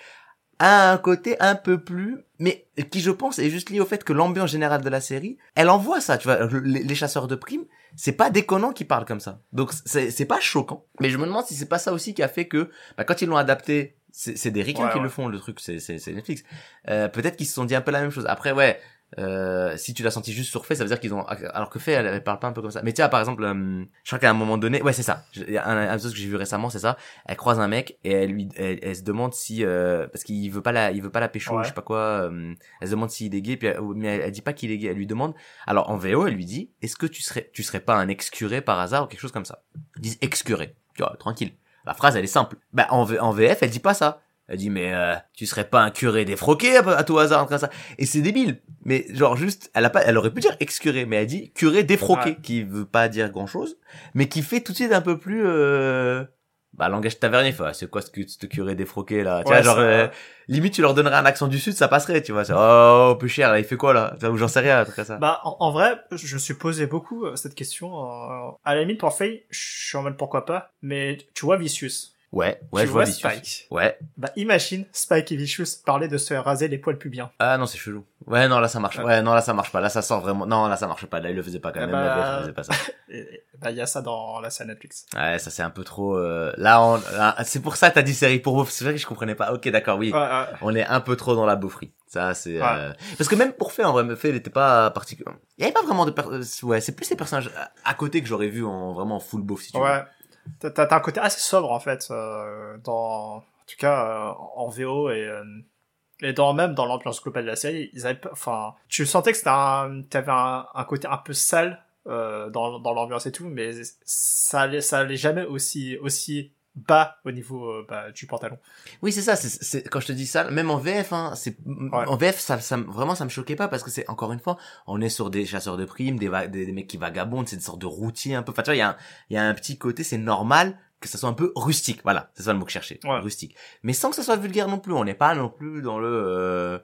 a un côté un peu plus, mais qui je pense est juste lié au fait que l'ambiance générale de la série, elle envoie ça, tu vois, les, les chasseurs de primes, c'est pas déconnant qu'ils parlent comme ça. Donc c'est c'est pas choquant. Mais je me demande si c'est pas ça aussi qui a fait que bah, quand ils l'ont adapté, c'est c'est des ricains Ouais, qui ouais. le font le truc, c'est c'est c'est Netflix. Euh, peut-être qu'ils se sont dit un peu la même chose. Après ouais, euh, si tu l'as senti juste surfait, ça veut dire qu'ils ont, alors que fait, elle, elle parle pas un peu comme ça. Mais tiens, par exemple, euh, je crois qu'à un moment donné, ouais, c'est ça. Il y a un, un épisode que j'ai vu récemment, c'est ça. Elle croise un mec et elle lui, elle, elle se demande si, euh, parce qu'il veut pas la, il veut pas la pécho, Ouais. je sais pas quoi. Euh, elle se demande s'il est gay, puis elle, mais elle, elle dit pas qu'il est gay. Elle lui demande. Alors en V O, elle lui dit, est-ce que tu serais, tu serais pas un ex-curé par hasard ou quelque chose comme ça. Ils disent ex-curé. Tu vois, tranquille. La phrase, elle est simple. Bah en, v, en V F, elle dit pas ça. Elle dit mais euh, tu serais pas un curé défroqué à, à tout hasard comme ça. Et c'est débile. Mais genre juste, elle a pas, elle aurait pu dire ex-curé, mais elle dit curé défroqué, Ouais. qui veut pas dire grand chose, mais qui fait tout de suite un peu plus euh, bah langage tavernier. Enfin, c'est quoi ce, que- ce curé défroqué là? Tu Ouais, vois genre ça- euh, limite tu leur donnerais un accent du sud, ça passerait, tu vois. C'est, oh peu cher là, il fait quoi là? Ou j'en sais rien, un truc comme ça. Bah, en, en vrai, je me suis posé beaucoup euh, cette question. euh, à la limite, pour Faye, je suis en mode pourquoi pas. Mais tu vois Vicious. Ouais, ouais, tu je vois vois Vicious. Spike. Ouais. Bah, imagine Spike et Vicious parler de se raser les poils pubiens. Ah non, c'est chelou. Ouais, non, là ça marche. Ouais. Ouais, non, là ça marche pas. Là ça sort vraiment. Non, là ça marche pas. Là il le faisait pas quand Ah même. bah, Même la V F, elle faisait pas ça. Et, et- bah, il y a ça dans la série Netflix. Ouais, ça c'est un peu trop. Euh... Là, on... là, c'est pour ça que t'as dit série pour beauf. C'est vrai que je comprenais pas. Ok, d'accord, oui. Ouais, ouais. On est un peu trop dans la beaufrie. Ça, c'est. Ouais. Euh... Parce que même pour faire, en vrai, me fait, il était pas particulier. Il y avait pas vraiment de. Per... euh, Ouais, c'est plus les personnages à à côté que j'aurais vu en vraiment full beauf si tu veux. Ouais. T'as, t'as t'as un côté assez sobre, en fait, euh, dans, en tout cas, euh, en V O et, euh, et dans, même dans l'ambiance globale de la série, ils avaient pas, enfin, tu sentais que c'était un, t'avais un, un côté un peu sale, euh, dans, dans l'ambiance et tout, mais ça allait, ça allait jamais aussi, aussi bas au niveau, euh, bah, du pantalon. Oui, c'est ça. C'est, c'est quand je te dis ça, même en V F, hein, c'est Ouais. en V F, ça, ça, me- vraiment, ça me choquait pas parce que c'est encore une fois, on est sur des chasseurs de primes, des, va- des, des mecs qui vagabondent, c'est une sorte de routier un peu. Enfin, tu vois, il y a, un, il y a un petit côté, c'est normal que ça soit un peu rustique. Voilà, c'est ça le mot que je cherchais, Ouais. rustique. Mais sans que ça soit vulgaire non plus. On n'est pas non plus dans le. Euh,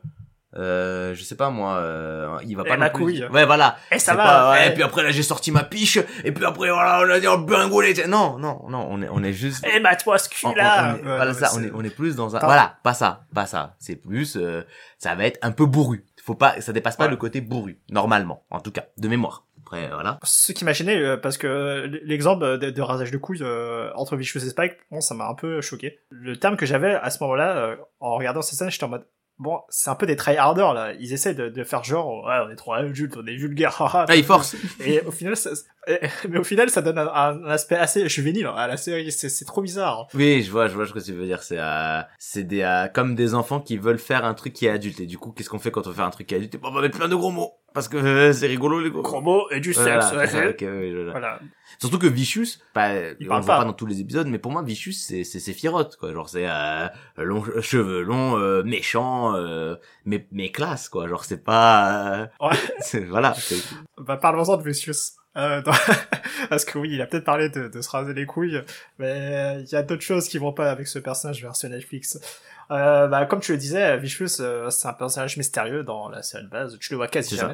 euh, je sais pas moi, euh, il va Et pas ma non plus. couille. Ouais, voilà. Et ça C'est va, pas, ouais, ouais. Et puis après là, j'ai sorti ma piche. Et puis après, voilà, on a dit oh, bingoulé. Non, non, non. On est, on est juste. Eh, bah, toi, ce On- on- cul-là! on est- Ouais, voilà ouais, ça, c'est- on est, on est plus dans un, Attends. voilà, pas ça, pas ça. C'est plus, euh, ça va être un peu bourru. Faut pas, ça dépasse pas Ouais. le côté bourru, normalement, en tout cas, de mémoire. Après, voilà. Ce qui m'a gêné, euh, parce que euh, l'exemple de, de rasage de couilles euh, entre Vicious et Spike, bon, ça m'a un peu choqué. Le terme que j'avais à ce moment-là, euh, en regardant ces scènes, j'étais en mode, bon, c'est un peu des tryharders, là. Ils essaient de, de faire genre, ouais, on est trop adultes, on est vulgaires, haha. Ah, il force. Et au final, ça, et- mais au final, ça donne un, un aspect assez juvénile à la série. C'est, c'est trop bizarre. Oui, je vois, je vois ce que tu veux dire. C'est, euh, c'est des, euh, comme des enfants qui veulent faire un truc qui est adulte. Et du coup, qu'est-ce qu'on fait quand on veut faire un truc qui est adulte? Bon, on va mettre plein de gros mots. Parce que euh, c'est rigolo, les gros Gros mots et du Voilà, sexe. Ouais. c'est ça, ok, oui, voilà. Voilà. Surtout que Vicious, bah, Il on parle le voit pas. pas dans tous les épisodes, mais pour moi, Vicious, c'est, c'est, c'est Fierotte, quoi. Genre, c'est, euh, long, cheveux longs, euh, méchant, euh, mais, mais classe, quoi. Genre, c'est pas, euh, Ouais. c'est, voilà. C'est... Bah, parlons-en de Vicious. Euh, dans- Parce que oui, il a peut-être parlé de, de se raser les couilles, mais il y a d'autres choses qui vont pas avec ce personnage version Netflix. Euh, bah, comme tu le disais, Vicious, euh, c'est un personnage mystérieux dans la série de base. Tu le vois quasi C'est ça. jamais.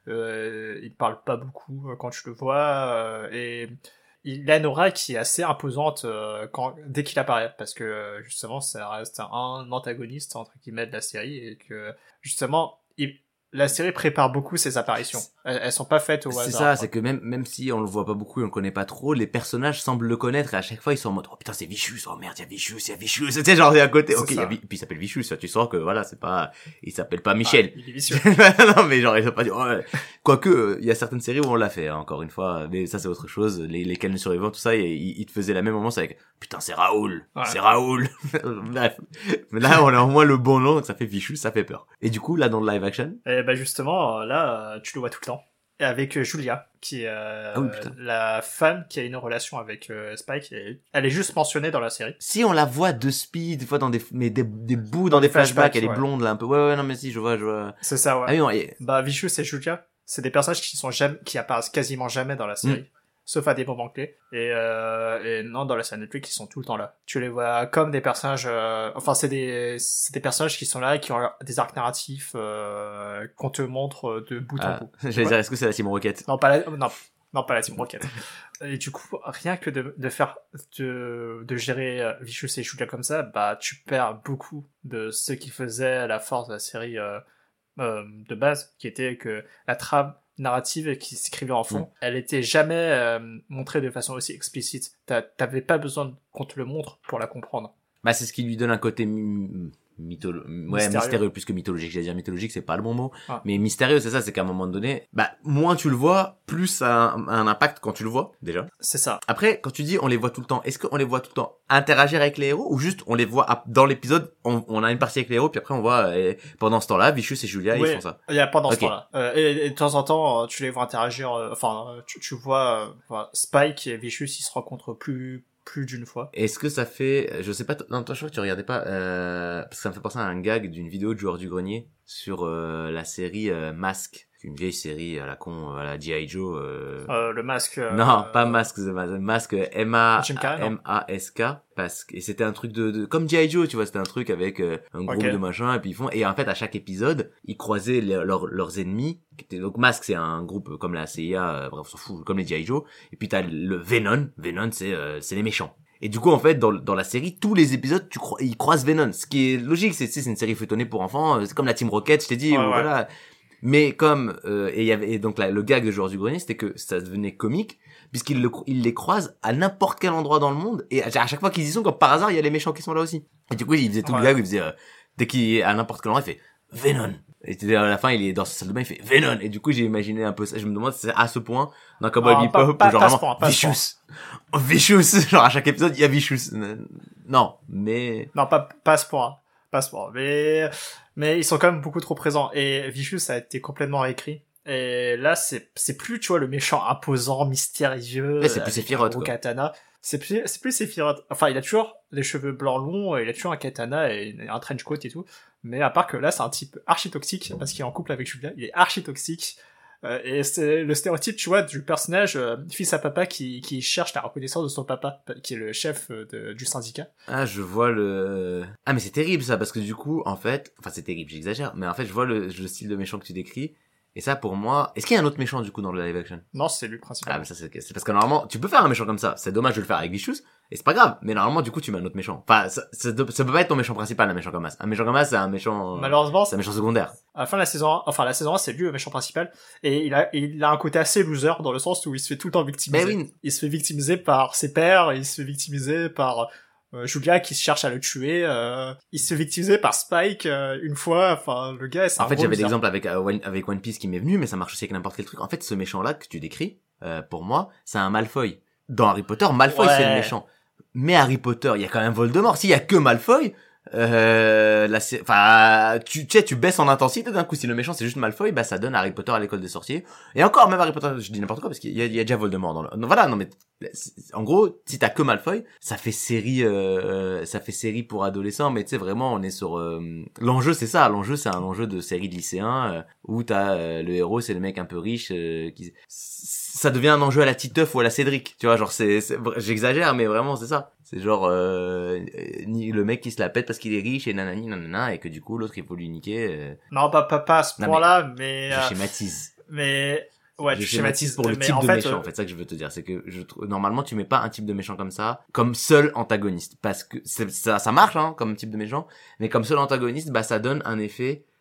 Euh, il parle pas beaucoup euh, quand tu le vois, euh, et il a une aura qui est assez imposante euh, quand, dès qu'il apparaît, parce que euh, justement, ça reste un antagoniste entre guillemets de la série, et que justement, il, la série prépare beaucoup ses apparitions. Elles, elles sont pas faites au hasard. C'est ça, c'est que même même si on le voit pas beaucoup et on le connaît pas trop, les personnages semblent le connaître et à chaque fois ils sont en mode oh putain c'est Vicious, oh merde il y a Vicious, il y a Vicious, tu sais genre il est à côté, ok, il y a, puis il s'appelle Vicious, tu sens que voilà c'est pas, il s'appelle pas Michel. Ah, il est vicieux. Non mais genre ils ont pas dit oh, ouais. Quoique il y a certaines séries où on l'a fait hein, encore une fois, mais ça c'est autre chose. Les les Canons survivants tout ça, ils il te faisaient la même ambiance avec putain c'est Raoul, ouais. c'est Raoul. Bref, mais là on a au moins le bon nom donc ça fait Vicious, ça fait peur. Et du coup là dans le live action. Et bah justement, là, tu le vois tout le temps. Et avec Julia, qui est euh, ah oui, la femme qui a une relation avec euh, Spike. Et elle est juste mentionnée dans la série. Si on la voit de speed, des fois dans des, mais des, des bouts dans, dans des flashbacks, flashbacks, elle est ouais. blonde là un peu. Ouais ouais non mais si je vois je vois. C'est ça ouais. Ah oui non. Et... Bah Vicious et Julia, c'est des personnages qui sont jamais, qui apparaissent quasiment jamais dans la série. Mm. Sauf à des moments clés. Et, euh, et non, dans la série Netflix, ils sont tout le temps là. Tu les vois comme des personnages, euh, enfin, c'est des, c'est des personnages qui sont là et qui ont des arcs narratifs, euh, qu'on te montre de bout ah, en bout. J'allais dire, est-ce que c'est la Team Rocket? Non, pas la, non, non, pas la Team Rocket. Et du coup, rien que de, de faire, de, de gérer Vicious et Julia comme ça, bah, tu perds beaucoup de ce qui faisait la force de la série, euh, euh, de base, qui était que la trame narrative qui s'écrivait en fond, mmh. elle était jamais euh, montrée de façon aussi explicite. T'avais pas besoin qu'on te le montre pour la comprendre. Bah c'est ce qui lui donne un côté mi- mytholo- ouais, mystérieux. mystérieux plus que mythologique. J'allais dire mythologique, c'est pas le bon mot, ah. mais mystérieux c'est ça, c'est qu'à un moment donné, bah moins tu le vois, plus ça a un, un impact quand tu le vois déjà. C'est ça. Après quand tu dis on les voit tout le temps, est-ce qu'on les voit tout le temps interagir avec les héros ou juste on les voit à, dans l'épisode, on, on a une partie avec les héros puis après on voit et pendant ce temps-là, Vicious et Julia oui, ils font ça. Il y a pendant okay. ce temps-là. Euh, et, et de temps en temps tu les vois interagir. Euh, enfin tu, tu vois euh, Spike et Vicious ils se rencontrent plus plus d'une fois. Est-ce que ça fait, je sais pas, t- non toi je crois que tu regardais pas, euh, parce que ça me fait penser à un gag d'une vidéo de Joueur du Grenier sur euh, la série euh, Mask, une vieille série à la con, à la G I. Joe. Euh... Euh, le Masque. Euh, non, euh, pas Mask, Mask M A M A S K, parce que et c'était un truc de, de comme G I. Joe, tu vois, c'était un truc avec euh, un groupe okay. de machin et puis ils font et en fait à chaque épisode ils croisaient les, leurs leurs ennemis. Qui étaient, donc Mask c'est un groupe comme la C I A, euh, bref on s'en fout, comme les G I. Joe. Et puis t'as le Venom, Venom c'est euh, c'est les méchants. Et du coup, en fait, dans, dans la série, tous les épisodes, tu crois, ils croisent Venom. Ce qui est logique, c'est, c'est une série feuilletonnée pour enfants. C'est comme la Team Rocket, je t'ai dit, ouais, voilà. Ouais. Mais comme, euh, et il y avait, et donc là, le gag de Joueur du Grenier, c'était que ça devenait comique, puisqu'ils le, ils les croisent à n'importe quel endroit dans le monde. Et à, à chaque fois qu'ils y sont, comme par hasard, il y a les méchants qui sont là aussi. Et du coup, il faisait tout ouais. le gag, il faisait, euh, dès qu'il est à n'importe quel endroit, il fait Venom. Et à la fin, il est dans sa salle de bain, il fait Venom. Et du coup, j'ai imaginé un peu ça. Je me demande si c'est à ce point, dans Cowboy oh, Bebop, pas, genre pas, vraiment, pas Vicious. Oh, Vicious. Genre, à chaque épisode, il y a Vicious. Non, mais... Non, pas, pas à ce point. Pas à ce point. Mais, mais ils sont quand même beaucoup trop présents. Et Vicious, ça a été complètement réécrit. Et là, c'est, c'est plus, tu vois, le méchant imposant, mystérieux. Ouais, c'est plus Sephiroth, quoi. Katana. C'est plus, c'est plus Sephiroth. Enfin, il a toujours les cheveux blancs longs, il a toujours un katana et un trench coat et tout. Mais à part que là, c'est un type archi toxique, parce qu'il est en couple avec Julia, il est archi toxique. Euh, et c'est le stéréotype, tu vois, du personnage euh, fils à papa qui, qui cherche la reconnaissance de son papa, qui est le chef de, du syndicat. Ah, je vois le... Ah, mais c'est terrible ça, parce que du coup, en fait... Enfin, c'est terrible, j'exagère, mais en fait, je vois le, le style de méchant que tu décris. Et ça, pour moi... Est-ce qu'il y a un autre méchant, du coup, dans le live action? Non, c'est lui, principalement. Ah, mais ça, c'est, c'est parce que normalement, tu peux faire un méchant comme ça. C'est dommage de le faire avec Vicious. Et c'est pas grave. Mais normalement, du coup, tu mets un autre méchant. Enfin, ça, ça, ça peut pas être ton méchant principal, un méchant comme ça. Un méchant comme ça, c'est un méchant... Malheureusement, c'est un méchant secondaire. À la fin de la saison un, enfin, la saison un, c'est lui le méchant principal. Et il a, il a un côté assez loser, dans le sens où il se fait tout le temps victimiser. Mais oui. Il se fait victimiser par ses pairs, il se fait victimiser par... Euh, Julia qui se cherche à le tuer, euh, il se fait victimiser par Spike euh, une fois, enfin le gars c'est un En fait gros j'avais loser. l'exemple avec, euh, avec One Piece qui m'est venu, mais ça marche aussi avec n'importe quel truc. En fait ce méchant là que tu décris, euh, pour moi c'est un Malfoy. Dans Harry Potter, Malfoy ouais. c'est le méchant. Mais Harry Potter, il y a quand même Voldemort. S'il y a que Malfoy, euh, là c'est, enfin, tu, tu sais, tu baisses en intensité d'un coup. Si le méchant c'est juste Malfoy, bah ça donne Harry Potter à l'école des sorciers. Et encore, même Harry Potter, je dis n'importe quoi parce qu'il y a, il y a déjà Voldemort dans le, non, voilà, non mais, en gros, si t'as que Malfoy, ça fait série, euh, ça fait série pour adolescents, mais tu sais vraiment, on est sur, euh, l'enjeu c'est ça, l'enjeu c'est un enjeu de série de lycéens, euh, où t'as, euh, le héros c'est le mec un peu riche, euh, qui, ça devient un enjeu à la Titeuf ou à la Cédric, tu vois, genre c'est, c'est j'exagère, mais vraiment c'est ça. C'est genre euh, le mec qui se la pète parce qu'il est riche et nanani nanana et que du coup l'autre il faut lui niquer. Euh... Non, pas pas pas à ce point-là, mais, mais je euh, schématise. Mais ouais, je tu schématises pour le mais type en de fait, méchant. euh... En fait, c'est ça que je veux te dire, c'est que je trouve normalement tu mets pas un type de méchant comme ça comme seul antagoniste parce que c'est, ça ça marche hein comme type de méchant, mais comme seul antagoniste, bah ça donne un effet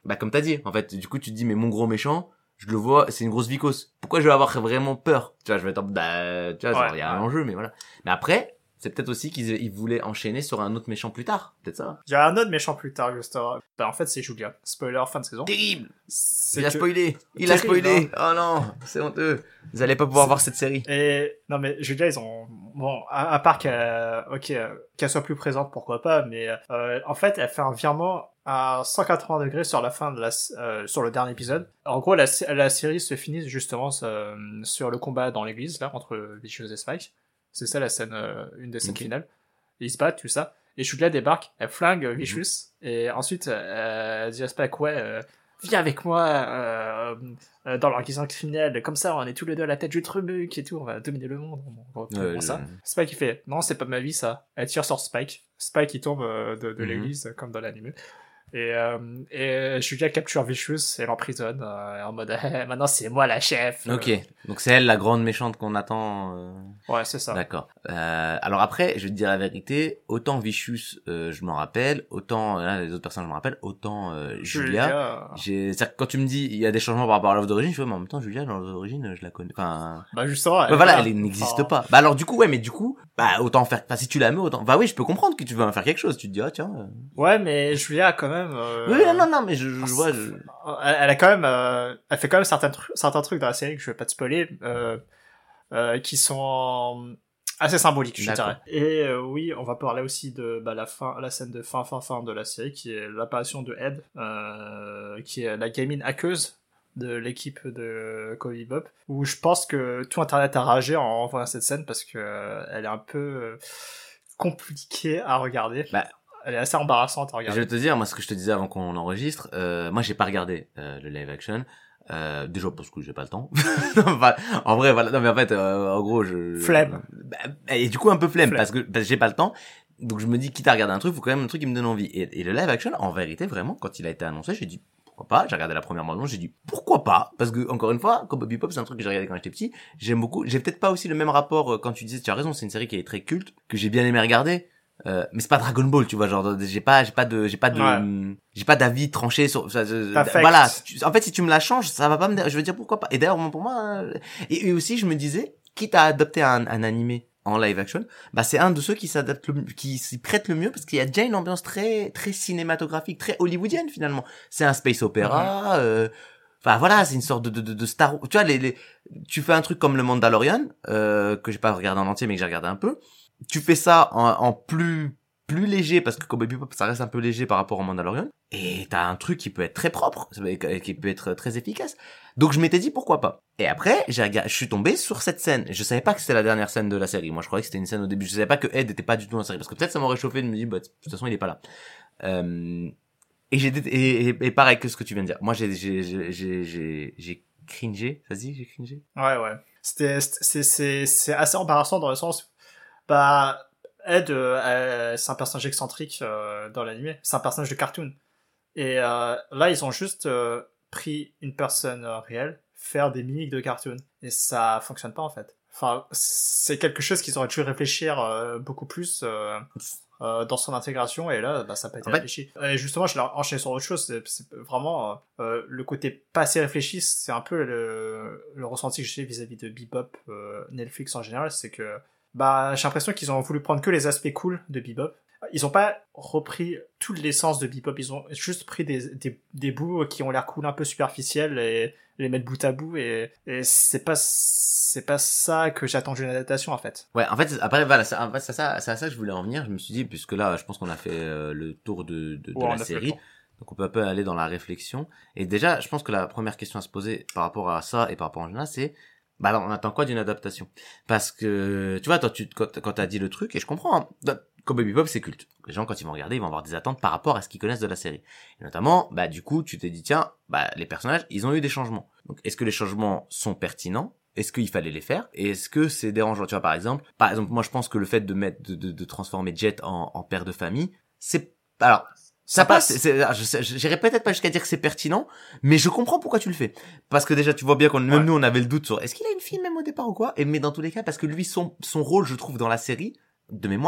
Bah, comme t'as dit, en fait, du coup, tu te dis, mais mon gros méchant, je le vois, c'est une grosse vicose. Pourquoi je vais avoir vraiment peur? Tu vois, je vais être en, bah, tu vois, genre, il Ouais, y a un ouais. enjeu, mais voilà. Mais après, c'est peut-être aussi qu'ils ils voulaient enchaîner sur un autre méchant plus tard. Peut-être ça. Il y a un autre méchant plus tard, justement. Bah, en fait, c'est Julia. Spoiler, fin de saison. Terrible! C'est Il a que- spoilé! Il a Terrible, spoilé! Oh non! C'est honteux! Vous allez pas pouvoir C'est- voir cette série. Et non mais Julia ils ont bon à, à part qu'elle ok euh, qu'elle soit plus présente pourquoi pas mais euh, en fait elle fait un virement à cent quatre-vingts degrés sur la fin de la euh, sur le dernier épisode. En gros la, la série se finit justement euh, sur le combat dans l'église là entre Vicious et Spike. C'est ça la scène euh, une des scènes Ok. finales. Et ils se battent tout ça et Julia débarque, elle flingue Mhm. Vicious et ensuite euh, elle dit à Spike ouais euh, viens avec moi euh, euh, dans l'organisation criminelle, comme ça on est tous les deux à la tête du truc et tout, on va dominer le monde. On va Ouais, faire ça. je- Spike il fait non c'est pas ma vie ça. Elle tire sur Spike. Spike il tombe euh, de, de Mhm. l'église comme dans l'anime. Et, euh, et Julia capture Vicious et l'emprisonne euh, en mode eh, maintenant c'est moi la chef. Ok. Donc c'est elle la grande méchante qu'on attend. euh, Euh, ouais c'est ça. D'accord. Euh, alors après, je vais te dire la vérité, autant Vicious, euh, je m'en rappelle, autant euh, là, les autres personnes, je m'en rappelle, autant euh, Julia. J'ai, c'est-à-dire que quand tu me dis il y a des changements par rapport à l'œuvre d'origine, je fais mais en même temps Julia dans l'œuvre d'origine, je la connais. Enfin, bah justement. ouais, elle voilà, est là. elle n'existe Enfin, pas. Bah alors du coup ouais, mais du coup, bah autant en faire. Enfin si tu la mets, autant. Bah oui, je peux comprendre que tu veux en faire quelque chose. Tu te dis ah tiens. euh, Ouais mais Julia a quand même. Euh, Oui non non non, mais je, je, je vois. Je... Elle, elle a quand même, euh, elle fait quand même certains trucs, certains trucs dans la série que je vais pas te spoiler, euh, euh, qui sont assez symboliques, je D'accord. dirais. Et euh, oui, on va parler aussi de bah, la fin, la scène de fin, fin, fin de la série, qui est l'apparition de Ed, euh, qui est la gamine hackeuse de l'équipe de Cowboy Bebop, où je pense que tout Internet a ragé en voyant cette scène parce que euh, elle est un peu euh, compliquée à regarder. Bah, elle est assez embarrassante à Je regarder. vais te dire, moi, ce que je te disais avant qu'on enregistre, euh, moi, j'ai pas regardé euh, le live action. Euh, déjà parce que j'ai pas le temps. Non, enfin, en vrai, voilà. Non, mais en fait, euh, en gros, je... Flemme. Bah, et du coup, un peu flemme, Flemme. parce que parce que j'ai pas le temps. Donc, je me dis, quitte à regarder un truc, faut quand même un truc qui me donne envie. Et, et le live action, en vérité, vraiment, quand il a été annoncé, j'ai dit, pourquoi pas. J'ai regardé la première bande, j'ai dit, pourquoi pas. Parce que, encore une fois, Cowboy Bebop, c'est un truc que j'ai regardé quand j'étais petit. J'aime beaucoup. J'ai peut-être pas aussi le même rapport, euh, quand tu disais, tu as raison, c'est une série qui est très culte, que j'ai bien aimé regarder. Euh, mais c'est pas Dragon Ball, tu vois, genre j'ai pas j'ai pas de j'ai pas de Ouais. j'ai pas d'avis tranché sur ça, je- T'affectes. voilà, si tu- en fait si tu me la changes, ça va pas me je veux dire pourquoi pas. Et d'ailleurs pour moi euh, et, et aussi je me disais quitte à adopter un, un animé en live action, bah c'est un de ceux qui s'adapte le qui s'y prête le mieux parce qu'il y a déjà une ambiance très très cinématographique, très hollywoodienne finalement. C'est un space opéra euh, Enfin voilà, c'est une sorte de, de, de, de Star. Tu vois, les, les, tu fais un truc comme le Mandalorian, euh, que j'ai pas regardé en entier mais que j'ai regardé un peu. Tu fais ça en, en plus plus léger parce que Cowboy Bebop ça reste un peu léger par rapport au Mandalorian et t'as un truc qui peut être très propre, qui peut être très efficace. Donc je m'étais dit pourquoi pas. Et après j'ai regardé, je suis tombé sur cette scène. Je savais pas que c'était la dernière scène de la série. Moi je croyais que c'était une scène au début. Je savais pas que Ed était pas du tout dans la série parce que peut-être ça m'aurait chauffé de me dire bah de toute façon il est pas là. Euh, et j'ai et, et, et pareil que ce que tu viens de dire. Moi j'ai j'ai j'ai j'ai j'ai, j'ai cringé. Ça se dit j'ai cringé. Ouais, ouais. C'était, c'est, c'est, c'est assez embarrassant dans le sens, bah, Ed, euh, euh, c'est un personnage excentrique euh, dans l'anime. C'est un personnage de cartoon. Et euh, là, ils ont juste euh, pris une personne euh, réelle, faire des mimiques de cartoon. Et ça fonctionne pas, en fait. Enfin, c'est quelque chose qu'ils auraient dû réfléchir euh, beaucoup plus euh, euh, dans son intégration. Et là, bah, ça n'a pas été En fait- réfléchi. Et justement, je l'ai enchaîné sur autre chose. C'est, c'est vraiment euh, le côté pas assez réfléchi. C'est un peu le, le ressenti que j'ai vis-à-vis de Bebop, euh, Netflix en général. C'est que bah, j'ai l'impression qu'ils ont voulu prendre que les aspects cool de Bebop. Ils ont pas repris toute l'essence de Bebop, ils ont juste pris des, des, des bouts qui ont l'air cool, un peu superficiels, et les mettre bout à bout, et, et c'est pas, c'est pas ça que j'attends d'une adaptation, en fait. Ouais, en fait, après, voilà, c'est, en fait, c'est ça, c'est à ça que je voulais en venir. Je me suis dit, puisque là, je pense qu'on a fait euh, le tour de, de, de Ouais, on la a fait le série. tour. Donc, on peut un peu aller dans la réflexion. Et déjà, je pense que la première question à se poser par rapport à ça et par rapport à Angela, c'est, bah, alors, on attend quoi d'une adaptation? Parce que, tu vois, toi, tu, quand, quand t'as dit le truc, et je comprends, hein, Cowboy Bebop, c'est culte. Les gens, quand ils vont regarder, ils vont avoir des attentes par rapport à ce qu'ils connaissent de la série. Et notamment, bah, du coup, tu t'es dit, tiens, bah, les personnages, ils ont eu des changements. Donc, est-ce que les changements sont pertinents? Est-ce qu'il fallait les faire? Et est-ce que c'est dérangeant? Tu vois, par exemple, par exemple, moi, je pense que le fait de mettre, de, de, de transformer Jet en, en père de famille, c'est, alors, ça, ça passe, passe. C'est, c'est, je, j'irais peut-être pas jusqu'à dire que c'est pertinent, mais je comprends pourquoi tu le fais. Parce que déjà, tu vois bien qu'on, même ouais. nous, on avait le doute sur, est-ce qu'il a une fille même au départ ou quoi? Et, mais dans tous les cas, parce que lui, son, son rôle, je trouve, dans la série, de mémoire,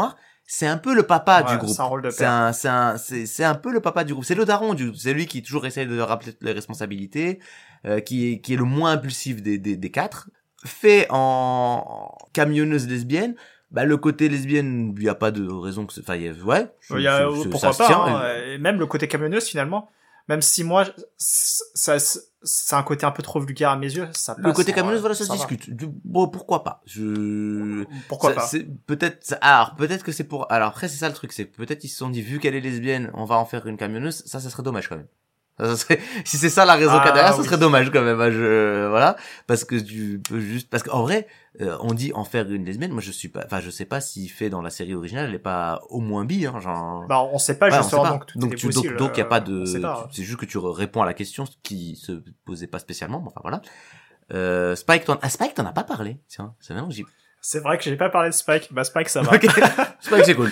c'est un peu le papa Ouais, du groupe. c'est un rôle de C'est père. un, c'est un, c'est, c'est un peu le papa du groupe. C'est le daron du, c'est lui qui toujours essaye de rappeler les responsabilités, euh, qui est, qui est le moins impulsif des, des, des quatre. Fait en camionneuse lesbienne, bah, le côté lesbienne, il y a pas de raison que c'est, enfin, il y a, ouais. Il y a, c'est- c'est- pourquoi ça se pas, tient, hein, et même le côté camionneuse, finalement, même si moi, ça, c'est un côté un peu trop vulgaire à mes yeux, ça passe. Le côté hein, camionneuse, voilà, ça se va. discute. Du- Bon, pourquoi pas? Je... Pourquoi ça, pas c'est peut-être, ça- alors, peut-être que c'est pour, alors après, c'est ça le truc, c'est que peut-être ils se sont dit, vu qu'elle est lesbienne, on va en faire une camionneuse, ça, ça serait dommage quand même. Ça, ça serait, si c'est ça la raison Ah, qu'il y a derrière, ça oui. serait dommage quand même, hein, je, voilà. Parce que tu peux juste, parce qu'en vrai, euh, on dit en faire une lesbienne, moi je suis pas, enfin, je sais pas s'il fait dans la série originale, elle est pas au moins bi, hein, genre. Bah, on sait pas, Ouais, on sait justement, pas. donc tout donc est tu, possible. donc, donc y a pas euh, de, on sait pas. c'est juste que tu réponds à la question qui se posait pas spécialement, mais enfin voilà. Euh, Spike, t'en, ah, Spike, t'en as pas parlé, tiens, c'est vraiment que j'y... C'est vrai que j'ai pas parlé de Spike. Bah, Spike, ça va. Ok. Spike, c'est cool.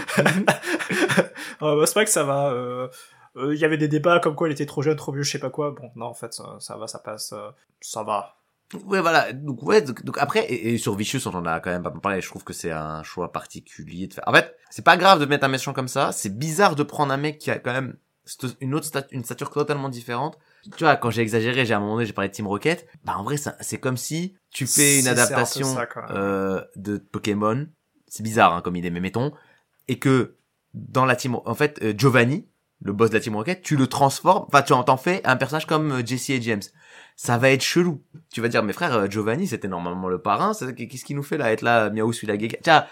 euh, bah, Spike, ça va. Euh, euh, il y avait des débats comme quoi il était trop jeune, trop vieux, je sais pas quoi. Bon, non, en fait, ça, ça va, ça passe. euh, ça va. Ouais, voilà. Donc, ouais, donc, donc après, et, et sur Vicious, on en a quand même pas parlé. Je trouve que c'est un choix particulier de faire. En fait, c'est pas grave de mettre un méchant comme ça. C'est bizarre de prendre un mec qui a quand même st- une autre stat- une stature totalement différente. Tu vois, quand j'ai exagéré, j'ai à un moment donné, j'ai parlé de Team Rocket. Bah, en vrai, ça- c'est comme si tu fais une C'est- c'est un peu adaptation ça, quand même. euh, de Pokémon. C'est bizarre, hein, comme idée, mais mettons. Et que, dans la team, en fait, euh, Giovanni, le boss de la Team Rocket, tu le transformes, enfin, tu en t'en fais un personnage comme euh, Jesse et James. Ça va être chelou. Tu vas dire, mais frère, euh, Giovanni, c'était normalement le parrain, c'est- qu'est-ce qu'il nous fait là, être là, Miaou suit la guéga. Tiens,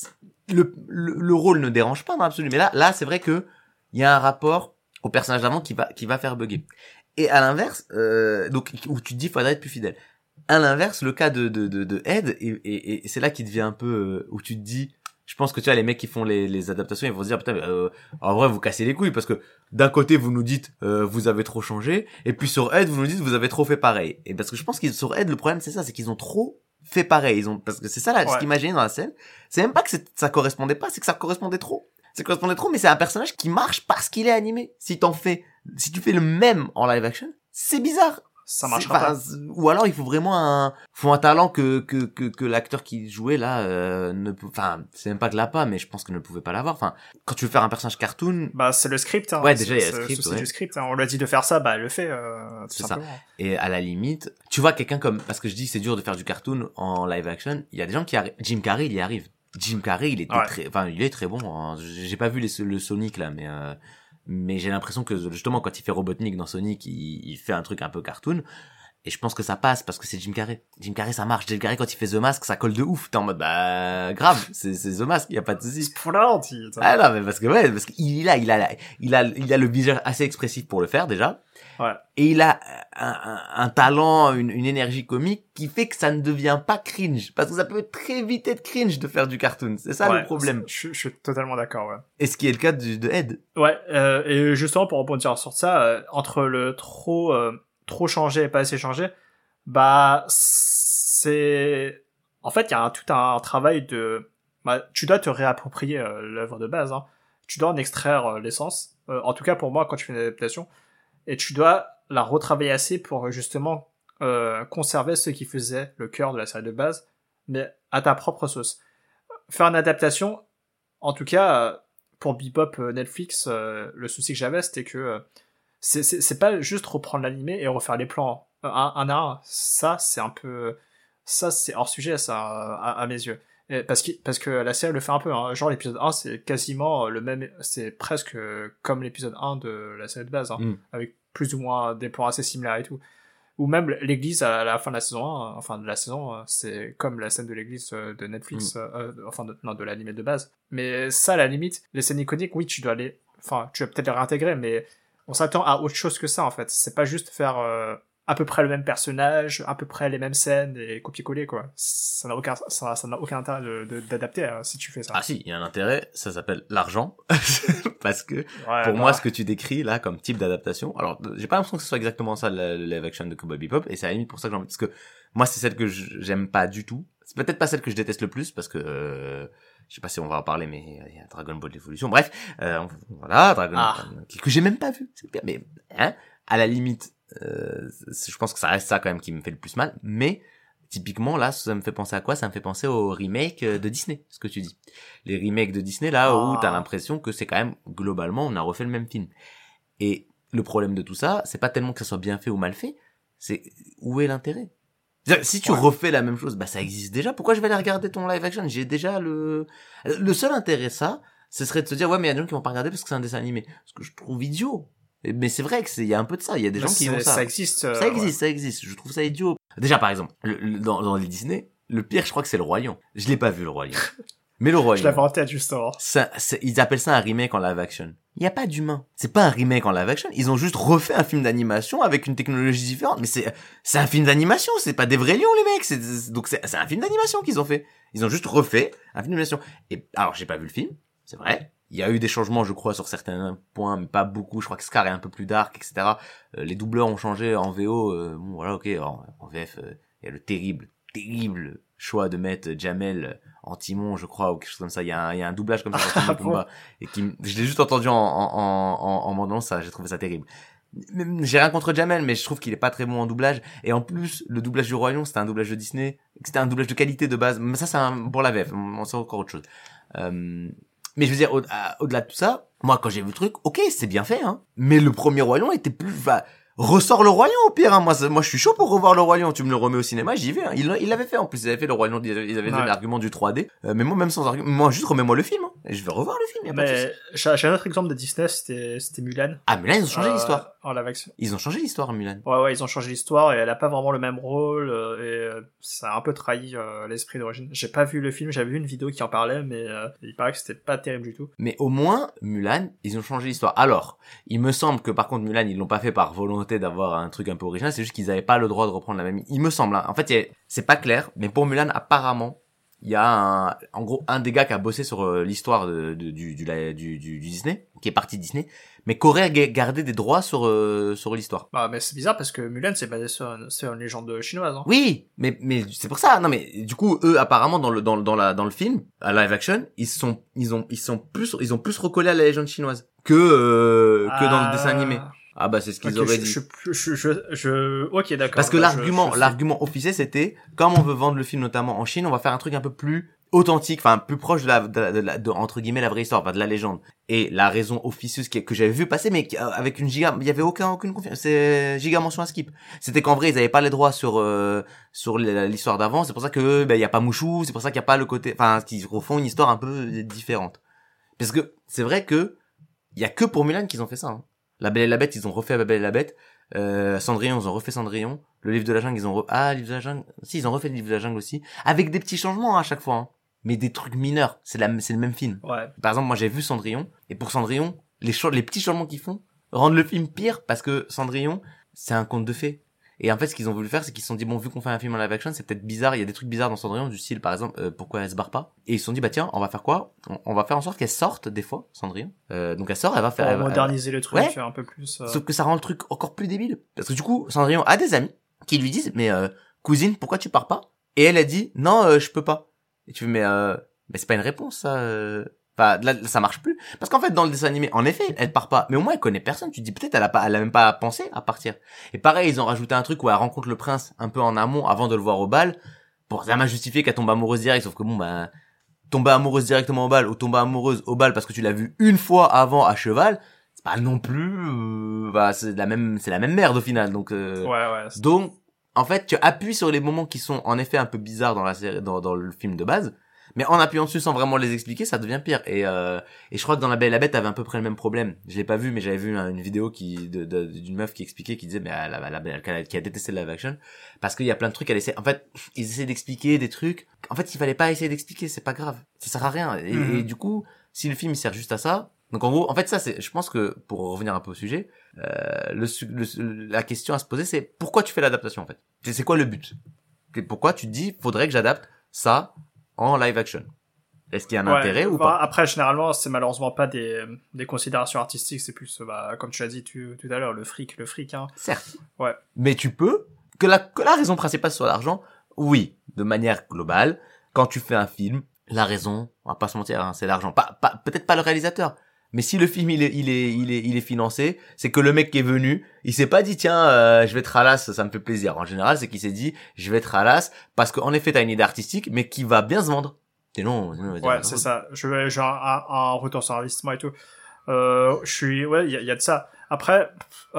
le, le, le rôle ne dérange pas dans l'absolu, mais là, là, c'est vrai que il y a un rapport au personnage d'avant qui va, qui va faire bugger. Et à l'inverse, euh, donc, où tu te dis, faudrait être plus fidèle. À l'inverse, le cas de, de, de, de Ed, et, et, et c'est là qui devient un peu, euh, où tu te dis, je pense que tu vois, les mecs qui font les, les adaptations, ils vont se dire, putain, mais, euh, en vrai, vous cassez les couilles, parce que d'un côté, vous nous dites, euh, vous avez trop changé, et puis sur Ed, vous nous dites, vous avez trop fait pareil. Et parce que je pense qu'ils, sur Ed, le problème, c'est ça, c'est qu'ils ont trop fait pareil. Ils ont, parce que c'est ça, là, Ouais. ce qu'imaginait dans la scène. C'est même pas que c'est- ça correspondait pas, c'est que ça correspondait trop. Ça correspondait trop, mais c'est un personnage qui marche parce qu'il est animé. Si t'en fais, si tu fais le même en live action, c'est bizarre. Ça C'est- marchera enfin, pas. c'est- Ou alors il faut vraiment un, faut un talent que que que, que l'acteur qui jouait là euh, ne peut, enfin c'est même pas que l'a pas, mais je pense que ne pouvait pas l'avoir. Enfin, quand tu veux faire un personnage cartoon, Bah, c'est le script, hein. Ouais, déjà, il y a C'est le le script, souci ouais. du script, hein. On lui a dit de faire ça, bah, elle le fait, euh, tout C'est ça. simplement. et à la limite, tu vois quelqu'un comme, parce que je dis que c'est dur de faire du cartoon en live action, il y a des gens qui arrivent. Jim Carrey, il y arrive. Jim Carrey, il était Ouais. très, enfin il est très bon. Hein. J'ai pas vu les, le Sonic là, mais euh, mais j'ai l'impression que justement quand il fait Robotnik dans Sonic, il, il fait un truc un peu cartoon. Et je pense que ça passe parce que c'est Jim Carrey. Jim Carrey, ça marche. Jim Carrey, quand il fait The Mask, ça colle de ouf. T'es en mode, bah, grave, c'est, c'est The Mask, y a pas de souci. Splendy. Ah non, mais parce que, ouais, parce qu'il a, il a, il a, il a le visage assez expressif pour le faire, déjà. Ouais. Et il a un, un, un talent, une, une énergie comique qui fait que ça ne devient pas cringe. Parce que ça peut très vite être cringe de faire du cartoon. C'est ça Ouais, le problème. Je, je suis totalement d'accord, ouais. Et ce qui est le cas du, de Ed. Ouais, euh, et justement, pour rebondir sur ça, euh, entre le trop, euh, trop changé et pas assez changé, bah, c'est, en fait, il y a un, tout un, travail de, bah, tu dois te réapproprier euh, l'œuvre de base, hein. Tu dois en extraire euh, l'essence. Euh, en tout cas, pour moi, quand tu fais une adaptation, et tu dois la retravailler assez pour justement euh, conserver ce qui faisait le cœur de la série de base, mais à ta propre sauce. Faire une adaptation, en tout cas, euh, pour Bebop euh, Netflix, euh, le souci que j'avais, c'était que euh, c'est, c'est, c'est pas juste reprendre l'animé et refaire les plans euh, un, un à un. Ça, c'est un peu... Ça, c'est hors sujet, ça, à, à mes yeux. Et parce, que, parce que la série le fait un peu, hein. Genre l'épisode un, c'est quasiment le même... C'est presque comme l'épisode un de la série de base, hein, Mm. avec plus ou moins des plans assez similaires et tout. Ou même l'église à la fin de la saison un, enfin de la saison, c'est comme la scène de l'église de Netflix, Mm. euh, enfin de, non, de l'anime de base. Mais ça, à la limite, les scènes iconiques, oui, tu dois les, enfin, tu vas peut-être les réintégrer, mais on s'attend à autre chose que ça, en fait. C'est pas juste faire euh, à peu près le même personnage, à peu près les mêmes scènes et copier-coller, quoi. Ça n'a aucun, ça, ça n'a aucun intérêt de, de, d'adapter euh, si tu fais ça. Ah si, il y a un intérêt, ça s'appelle l'argent. Parce que, Ouais, pour bah, moi, ce que tu décris là comme type d'adaptation, alors j'ai pas l'impression que ce soit exactement ça le, le live action de Cowboy Bebop, et c'est à la limite pour ça que j'ai envie, parce que moi c'est celle que je- j'aime pas du tout. C'est peut-être pas celle que je déteste le plus, parce que euh, je sais pas si on va en parler, mais il y a Dragon Ball Evolution. Bref, euh, voilà, Dragon Ah. Ball que j'ai même pas vu. C'est bien, mais hein, à la limite, euh, je pense que ça reste ça quand même qui me fait le plus mal. Mais Typiquement, là, ça me fait penser à quoi? Ça me fait penser au remake de Disney, ce que tu dis. Les remakes de Disney, là, Oh. où t'as l'impression que c'est quand même, globalement, on a refait le même film. Et le problème de tout ça, c'est pas tellement que ça soit bien fait ou mal fait, c'est où est l'intérêt? C'est-à-dire, si tu Ouais. refais la même chose, bah ça existe déjà. Pourquoi je vais aller regarder ton live action? J'ai déjà le... Le seul intérêt, ça, ce serait de se dire, ouais, mais il y a des gens qui vont pas regarder parce que c'est un dessin animé. Ce que je trouve idiot. Mais c'est vrai que c'est, il y a un peu de ça. Il y a des Mais gens qui c'est- ont ça. Ça existe. euh, Ça existe, ouais. ça existe. Je trouve ça idiot. Déjà, par exemple, le- le- dans, dans les Disney, le pire, je crois que c'est le Roi Lion. Je l'ai pas vu, le Roi Lion. Mais le Roi Je l'avais Lion, en tête justement. ça, c'est- ils appellent ça un remake en live action. Il y a pas d'humain. C'est pas un remake en live action. Ils ont juste refait un film d'animation avec une technologie différente. Mais c'est, c'est un film d'animation. C'est pas des vrais lions, les mecs. C'est, c'est- donc c'est, c'est un film d'animation qu'ils ont fait. Ils ont juste refait un film d'animation. Et, alors, j'ai pas vu le film. C'est vrai. Il y a eu des changements, je crois, sur certains points, mais pas beaucoup. Je crois que Scar est un peu plus dark, et cetera. Euh, les doubleurs ont changé en V O. Euh, bon, voilà, ok. En, en V F, euh, il y a le terrible, terrible choix de mettre Jamel en Timon, je crois, ou quelque chose comme ça. Il y a un, il y a un doublage comme ça dans Timon et Pumba, et qui, m- je l'ai juste entendu en, en, en, en, en m'en donnant ça. J'ai trouvé ça terrible. Même- J'ai rien contre Jamel, mais je trouve qu'il est pas très bon en doublage. Et en plus, le doublage du Roi Lion, c'était un doublage de Disney. C'était un doublage de qualité de base. Mais ça, c'est un, pour la V F. On sait encore autre chose. Euh, mais je veux dire, au, à- au-delà de tout ça, moi, quand j'ai vu le truc, ok, c'est bien fait, hein. Mais le premier Roi Lion était plus, bah, ressort le Roi Lion au pire, hein. Moi, ça- moi, je suis chaud pour revoir le Roi Lion. Tu me le remets au cinéma, j'y vais, hein. Il, il l'avait fait, en plus. Ils avaient fait le Roi Lion, ils avaient, ils avaient donné Ouais. l'argument du trois D. Euh, mais moi, même sans argument, moi, juste remets-moi le film, hein. Et je vais revoir le film, y a pas de souci. Mais j'ai j'ai un autre exemple de Disney, c'était c'était Mulan. Ah, Mulan, ils ont changé Euh, l'histoire. En live action. Ils ont changé l'histoire, Mulan. Ouais, ouais, ils ont changé l'histoire et elle a pas vraiment le même rôle euh, et euh, ça a un peu trahi euh, l'esprit d'origine. J'ai pas vu le film, j'avais vu une vidéo qui en parlait, mais euh, il paraît que c'était pas terrible du tout. Mais au moins, Mulan, ils ont changé l'histoire. Alors, il me semble que par contre, Mulan, ils l'ont pas fait par volonté d'avoir un truc un peu original, c'est juste qu'ils avaient pas le droit de reprendre la même... Il me semble, hein. En fait, il y a- c'est pas clair, mais pour Mulan, apparemment, il y a un, en gros, un des gars qui a bossé sur euh, l'histoire de, de- du, du, la- du, du, du Disney, qui est parti de Disney, mais qui aurait ga- gardé des droits sur, euh, sur l'histoire. Bah, mais c'est bizarre parce que Mulan c'est basé sur une, sur une légende chinoise. Hein. Oui, mais mais c'est pour ça. Non, mais du coup, eux, apparemment, dans le dans le dans la dans le film, à live action, ils sont ils ont ils sont plus ils ont plus recollé à la légende chinoise que euh, que dans le dessin animé. Ah bah c'est ce qu'ils Ok, auraient je, dit. je, je, je, je, ok, d'accord. Parce que bah, je- l'argument je sais. l'argument officiel c'était, comme on veut vendre le film notamment en Chine, on va faire un truc un peu plus authentique, enfin plus proche de la, de, la- de, la- de- entre guillemets la vraie histoire, enfin de la légende. Et la raison officieuse qui- que j'avais vu passer, mais qui- euh, avec une giga, il y avait aucun aucune confiance, c'est giga mention à skip. C'était qu'en vrai ils avaient pas les droits sur euh, sur l- l'histoire d'avant, c'est pour ça que ben il y a pas Mouchou, c'est pour ça qu'il y a pas le côté, enfin qu'ils refont une histoire un peu différente. Parce que c'est vrai que il y a que pour Mulan qu'ils ont fait ça. Hein. La Belle et la Bête, ils ont refait La Belle et la Bête. Euh, Cendrillon, ils ont refait Cendrillon. Le Livre de la Jungle, ils ont re... ah, le Livre de la Jungle. Si, ils ont refait le Livre de la Jungle aussi, avec des petits changements hein, à chaque fois. Hein. Mais des trucs mineurs. C'est la, c'est le même film. Ouais. Par exemple, moi j'ai vu Cendrillon, et pour Cendrillon, les cho- les petits changements qu'ils font rendent le film pire parce que Cendrillon, c'est un conte de fées. Et en fait, ce qu'ils ont voulu faire, c'est qu'ils se sont dit bon, vu qu'on fait un film en live action, c'est peut-être bizarre. Il y a des trucs bizarres dans Cendrillon, du style par exemple, euh, pourquoi elle se barre pas. Et ils se sont dit bah tiens, on va faire quoi on, on va faire en sorte qu'elle sorte des fois, Cendrillon. Euh, donc elle sort, elle va faire. Pour elle va- elle va- moderniser le truc Ouais. un peu plus. euh, Sauf que ça rend le truc encore plus débile. Parce que du coup, Cendrillon a des amis qui lui disent, mais euh, cousine, pourquoi tu pars pas? Et elle a dit, non, euh, je peux pas. Et tu fais, mais euh, mais c'est pas une réponse, ça. euh. Enfin, là, ça marche plus. Parce qu'en fait, dans le dessin animé, en effet, elle part pas. Mais au moins, elle connaît personne. Tu te dis, peut-être, elle a pas, elle a même pas pensé à partir. Et pareil, ils ont rajouté un truc où elle rencontre le prince un peu en amont avant de le voir au bal. Pour vraiment justifier qu'elle tombe amoureuse direct. Sauf que bon, bah, tomber amoureuse directement au bal ou tomber amoureuse au bal parce que tu l'as vu une fois avant à cheval, c'est pas non plus, euh, bah, c'est la même, c'est la même merde au final. Donc, euh, Ouais, ouais. c'est- donc, en fait, tu appuies sur les moments qui sont en effet un peu bizarres dans la série, dans, dans le film de base, mais en appuyant dessus sans vraiment les expliquer, ça devient pire. Et, euh, et je crois que dans La Belle et la Bête, t'avais à peu près le même problème. Je l'ai pas vu, mais j'avais vu hein, une vidéo qui, de, de- d'une meuf qui expliquait, qui disait, mais elle, elle, elle, elle- qui a détesté le live action, parce qu'il y a plein de trucs, elle essaie, en fait, ils essaient d'expliquer des trucs. En fait, il fallait pas essayer d'expliquer, c'est pas grave. Ça sert à rien. Et, Mhm. et du coup, si le film il sert juste à ça, donc en gros, en fait, ça, c'est, je pense que, pour revenir un peu au sujet, euh, le, su- le- la question à se poser, c'est pourquoi tu fais l'adaptation, en fait? C'est c'est quoi le but? Que- Pourquoi tu te dis, faudrait que j'adapte ça en live action? Est-ce qu'il y a un Ouais, intérêt ou bah, pas? Après, généralement, c'est malheureusement pas des, des considérations artistiques, c'est plus, bah, comme tu l'as dit tu, tout à l'heure, le fric, le fric, hein. Certes. Ouais. Mais tu peux, que la, que la raison principale soit l'argent, oui, de manière globale, quand tu fais un film, la raison, on va pas se mentir, hein, c'est l'argent. Pas, pas, peut-être pas le réalisateur, Mais si le film il est il est il est il est financé, c'est que le mec qui est venu, il s'est pas dit tiens euh, je vais être à l'as, ça me fait plaisir. En général, c'est qu'il s'est dit je vais être à l'as parce qu'en effet t'as une idée artistique, mais qui va bien se vendre. Et non, non Ouais, c'est ça. Je vais j'ai un, un, un retour sur investissement et tout. Euh, je suis ouais, il y a, y a de ça. Après,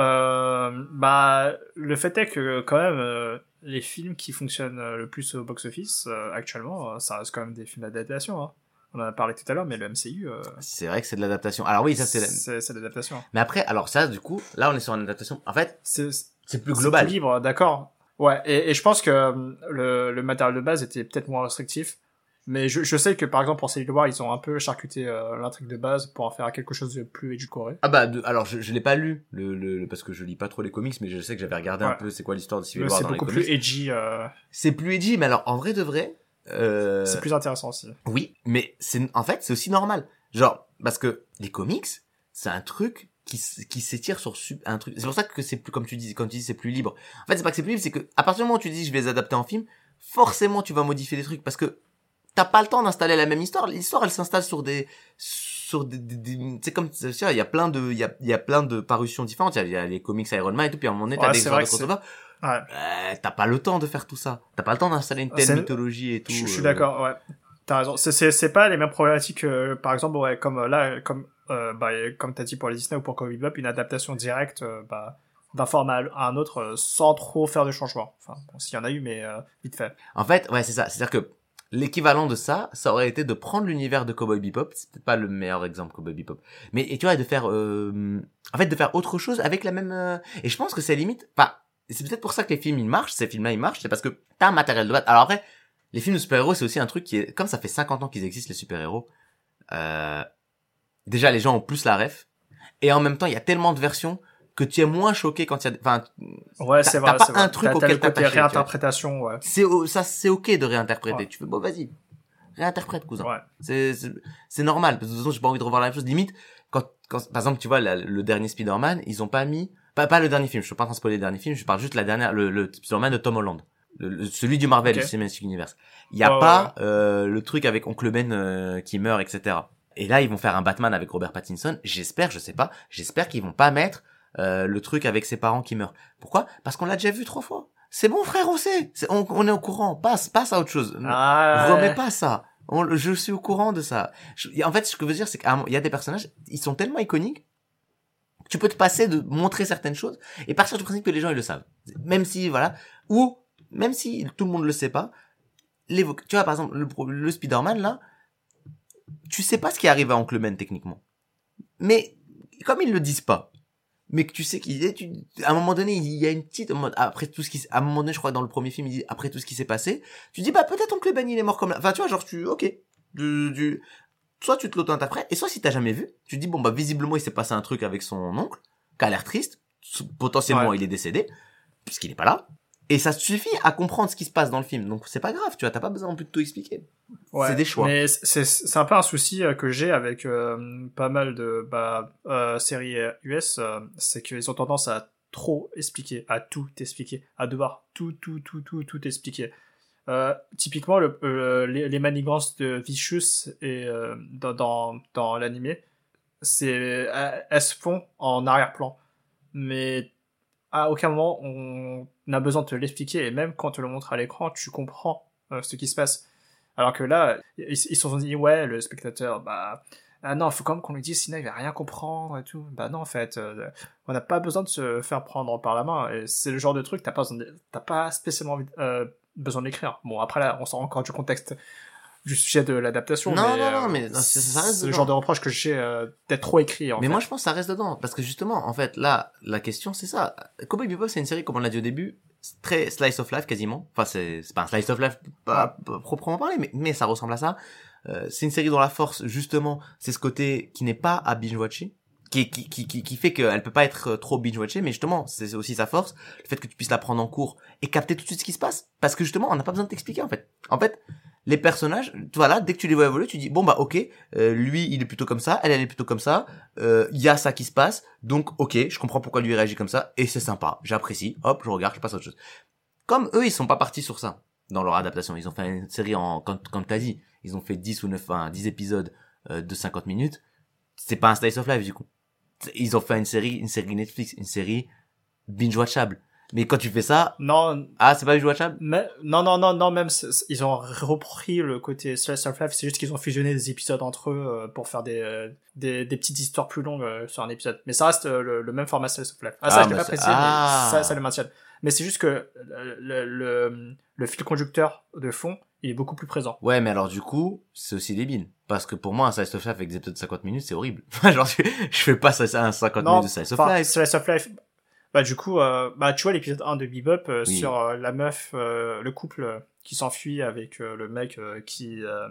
euh, bah le fait est que quand même euh, les films qui fonctionnent le plus au box-office euh, actuellement, euh, ça reste quand même des films d'adaptation. Hein. On en a parlé tout à l'heure, mais le M C U. Euh, c'est vrai que c'est de l'adaptation. Alors oui, ça c'est. C'est, c'est de l'adaptation. Mais après, alors ça, du coup, là on est sur une adaptation. En fait, c'est c'est plus global. C'est plus libre, d'accord. Ouais, et, et je pense que euh, le, le matériel de base était peut-être moins restrictif. Mais je, je sais que par exemple pour Civil War, ils ont un peu charcuté euh, l'intrigue de base pour en faire quelque chose de plus édulcoré. Ah bah de, alors je, je l'ai pas lu le, le, le parce que je lis pas trop les comics, mais je sais que j'avais regardé ouais. un peu c'est quoi l'histoire de Civil War dans les comics. C'est beaucoup plus edgy. Euh... C'est plus edgy, mais alors en vrai de vrai. Euh... C'est plus intéressant aussi. Oui, mais c'est en fait c'est aussi normal. Genre parce que les comics, c'est un truc qui qui s'étire sur un truc. C'est pour ça que c'est plus comme tu dis quand tu dis c'est plus libre. En fait, c'est pas que c'est plus libre, c'est que à partir du moment où tu dis je vais les adapter en film, forcément tu vas modifier des trucs parce que t'as pas le temps d'installer la même histoire. L'histoire elle s'installe sur des sur des, des, des c'est comme il y a plein de il y a il y a plein de parutions différentes. Il y a, il y a les comics Iron Man et tout, puis à un moment donné t'as ouais, des histoires de crossover. Ouais. Euh, t'as pas le temps de faire tout ça. T'as pas le temps d'installer une telle c'est... mythologie et tout. Je, je suis euh... d'accord, ouais. T'as raison. C'est, c'est, c'est pas les mêmes problématiques, euh, par exemple, ouais, comme là, comme, euh, bah, comme t'as dit pour les Disney ou pour Cowboy Bebop, une adaptation directe, euh, bah, d'un format à un autre, euh, sans trop faire de changements. Enfin, bon, s'il y en a eu, mais, euh, vite fait. En fait, ouais, c'est ça. C'est-à-dire que, l'équivalent de ça, ça aurait été de prendre l'univers de Cowboy Bebop. C'est peut-être pas le meilleur exemple, Cowboy Bebop. Mais, et tu vois, de faire, euh, en fait, de faire autre chose avec la même, euh... et je pense que c'est limite, enfin, c'est peut-être pour ça que les films, ils marchent, ces films-là, ils marchent, c'est parce que t'as un matériel de base. Alors après, les films de super-héros, c'est aussi un truc qui est, comme ça fait cinquante ans qu'ils existent, les super-héros, euh, déjà, les gens ont plus la ref, et en même temps, il y a tellement de versions que tu es moins choqué quand il y a, enfin, ouais, c'est vrai, t'as pas c'est un vrai. truc t'as, auquel t'as t'attacher. Réinterprétation, ouais. C'est, ça, c'est ok de réinterpréter. Ouais. Tu fais, bon, vas-y. Réinterprète, cousin. Ouais. C'est, c'est, c'est normal. Parce que de toute façon, j'ai pas envie de revoir la même chose. Limite, quand, quand, par exemple, tu vois, la, le dernier Spider-Man, ils ont pas mis, pas, pas le dernier film. Je suis pas en train de spoiler le dernier film. Je parle juste de la dernière, le, le Spider-Man de Tom Holland. Le, le, celui du Marvel, okay. Du Cinematic Universe. Il y a oh, pas, ouais. euh, le truc avec Oncle Ben, euh, qui meurt, et cetera. Et là, ils vont faire un Batman avec Robert Pattinson. J'espère, je sais pas, j'espère qu'ils vont pas mettre, euh, le truc avec ses parents qui meurent. Pourquoi? Parce qu'on l'a déjà vu trois fois. C'est bon, frère, on sait. C'est, on, on est au courant. Passe, passe à autre chose. Ah, remets ouais. pas ça. On, je suis au courant de ça. Je, en fait, ce que je veux dire, c'est qu'il y a des personnages, ils sont tellement iconiques, que tu peux te passer de montrer certaines choses, et partir du principe que les gens, ils le savent. Même si, voilà, ou, même si tout le monde le sait pas, l'évoque. Tu vois, par exemple, le, le Spider-Man, là, tu sais pas ce qui arrive à Oncle Ben, techniquement. Mais, comme ils le disent pas, mais que tu sais qu'il est, tu, à un moment donné, il y a une petite, après tout ce qui, à un moment donné, je crois, dans le premier film, il dit, après tout ce qui s'est passé, tu dis, bah, peut-être Oncle Ben, il est mort comme là. Enfin, tu vois, genre, tu, ok. Du, du, soit tu te l'auto-interprètes, et soit si t'as jamais vu, tu dis, bon, bah, visiblement, il s'est passé un truc avec son oncle, qui a l'air triste, potentiellement, ouais. Il est décédé, puisqu'il est pas là. Et ça suffit à comprendre ce qui se passe dans le film. Donc, c'est pas grave, tu vois, t'as pas besoin non plus de tout expliquer. Ouais, c'est des choix. Mais c'est, c'est un peu un souci que j'ai avec euh, pas mal de bah, euh, séries U S, euh, c'est qu'ils ont tendance à trop expliquer, à tout expliquer, à devoir tout, tout, tout, tout, tout expliquer. Euh, typiquement, le, euh, les, les manigances de Vicious et, euh, dans, dans, dans l'animé, c'est, elles se font en arrière-plan. Mais à aucun moment on a besoin de te l'expliquer, et même quand on te le montre à l'écran, tu comprends euh, ce qui se passe. Alors que là, ils se sont dit, ouais, le spectateur, bah, ah non, il faut quand même qu'on lui dise, sinon il va rien comprendre et tout. Bah non, en fait, euh, on n'a pas besoin de se faire prendre par la main, et c'est le genre de truc, t'as pas, besoin de, t'as pas spécialement envie, euh, besoin d'écrire. Bon, après là, on sort encore du contexte du sujet de l'adaptation. Non, mais, non, non, euh, mais ça, ça reste c'est le genre de reproche que j'ai euh, d'être trop écrit. En mais fait. moi, je pense que ça reste dedans, parce que justement, en fait, là, la question, c'est ça. Cowboy Bebop, c'est une série, comme on l'a dit au début, très slice of life quasiment. Enfin, c'est, c'est pas un slice of life pas, pas proprement parlé, mais, mais ça ressemble à ça. Euh, c'est une série dont la force, justement, c'est ce côté qui n'est pas à binge-watcher, qui, qui, qui, qui, qui fait qu'elle peut pas être trop binge-watchée, mais justement, c'est aussi sa force, le fait que tu puisses la prendre en cours et capter tout de suite ce qui se passe. Parce que justement, on n'a pas besoin de t'expliquer, en fait. En fait, les personnages, voilà, dès que tu les vois évoluer, tu dis, bon bah ok, euh, lui il est plutôt comme ça, elle elle est plutôt comme ça, il euh, y a ça qui se passe, donc ok, je comprends pourquoi lui il réagit comme ça, et c'est sympa, j'apprécie, hop, je regarde, je passe à autre chose. Comme eux, ils sont pas partis sur ça, dans leur adaptation, ils ont fait une série en, comme, comme t'as dit, ils ont fait dix ou neuf, enfin, dix épisodes euh, de cinquante minutes, c'est pas un slice of life du coup. Ils ont fait une série, une série Netflix, une série binge-watchable. Mais quand tu fais ça, Non, ah, c'est pas binge-watchable? mais, non, non, non, non, même, c'est- c'est- ils ont repris le côté slice of life, c'est juste qu'ils ont fusionné des épisodes entre eux euh, pour faire des, euh, des, des petites histoires plus longues euh, sur un épisode. Mais ça reste euh, le, le même format slice of life. Ah, ça, Ah, je l'ai mais pas c'est- précisé, ah. mais ça, ça le maintient. Mais c'est juste que le, le, le, le fil conducteur de fond, il est beaucoup plus présent. Ouais, mais alors du coup, c'est aussi débile. Parce que pour moi, un slice of life avec des épisodes de cinquante minutes, c'est horrible. Genre, je, je fais pas ça, un cinquante minutes de slice of enfin, life. slice of life. Bah, du coup, euh, bah, tu vois l'épisode un de Bebop euh, Oui. sur euh, la meuf, euh, le couple euh, qui s'enfuit avec euh, le mec euh, qui, euh,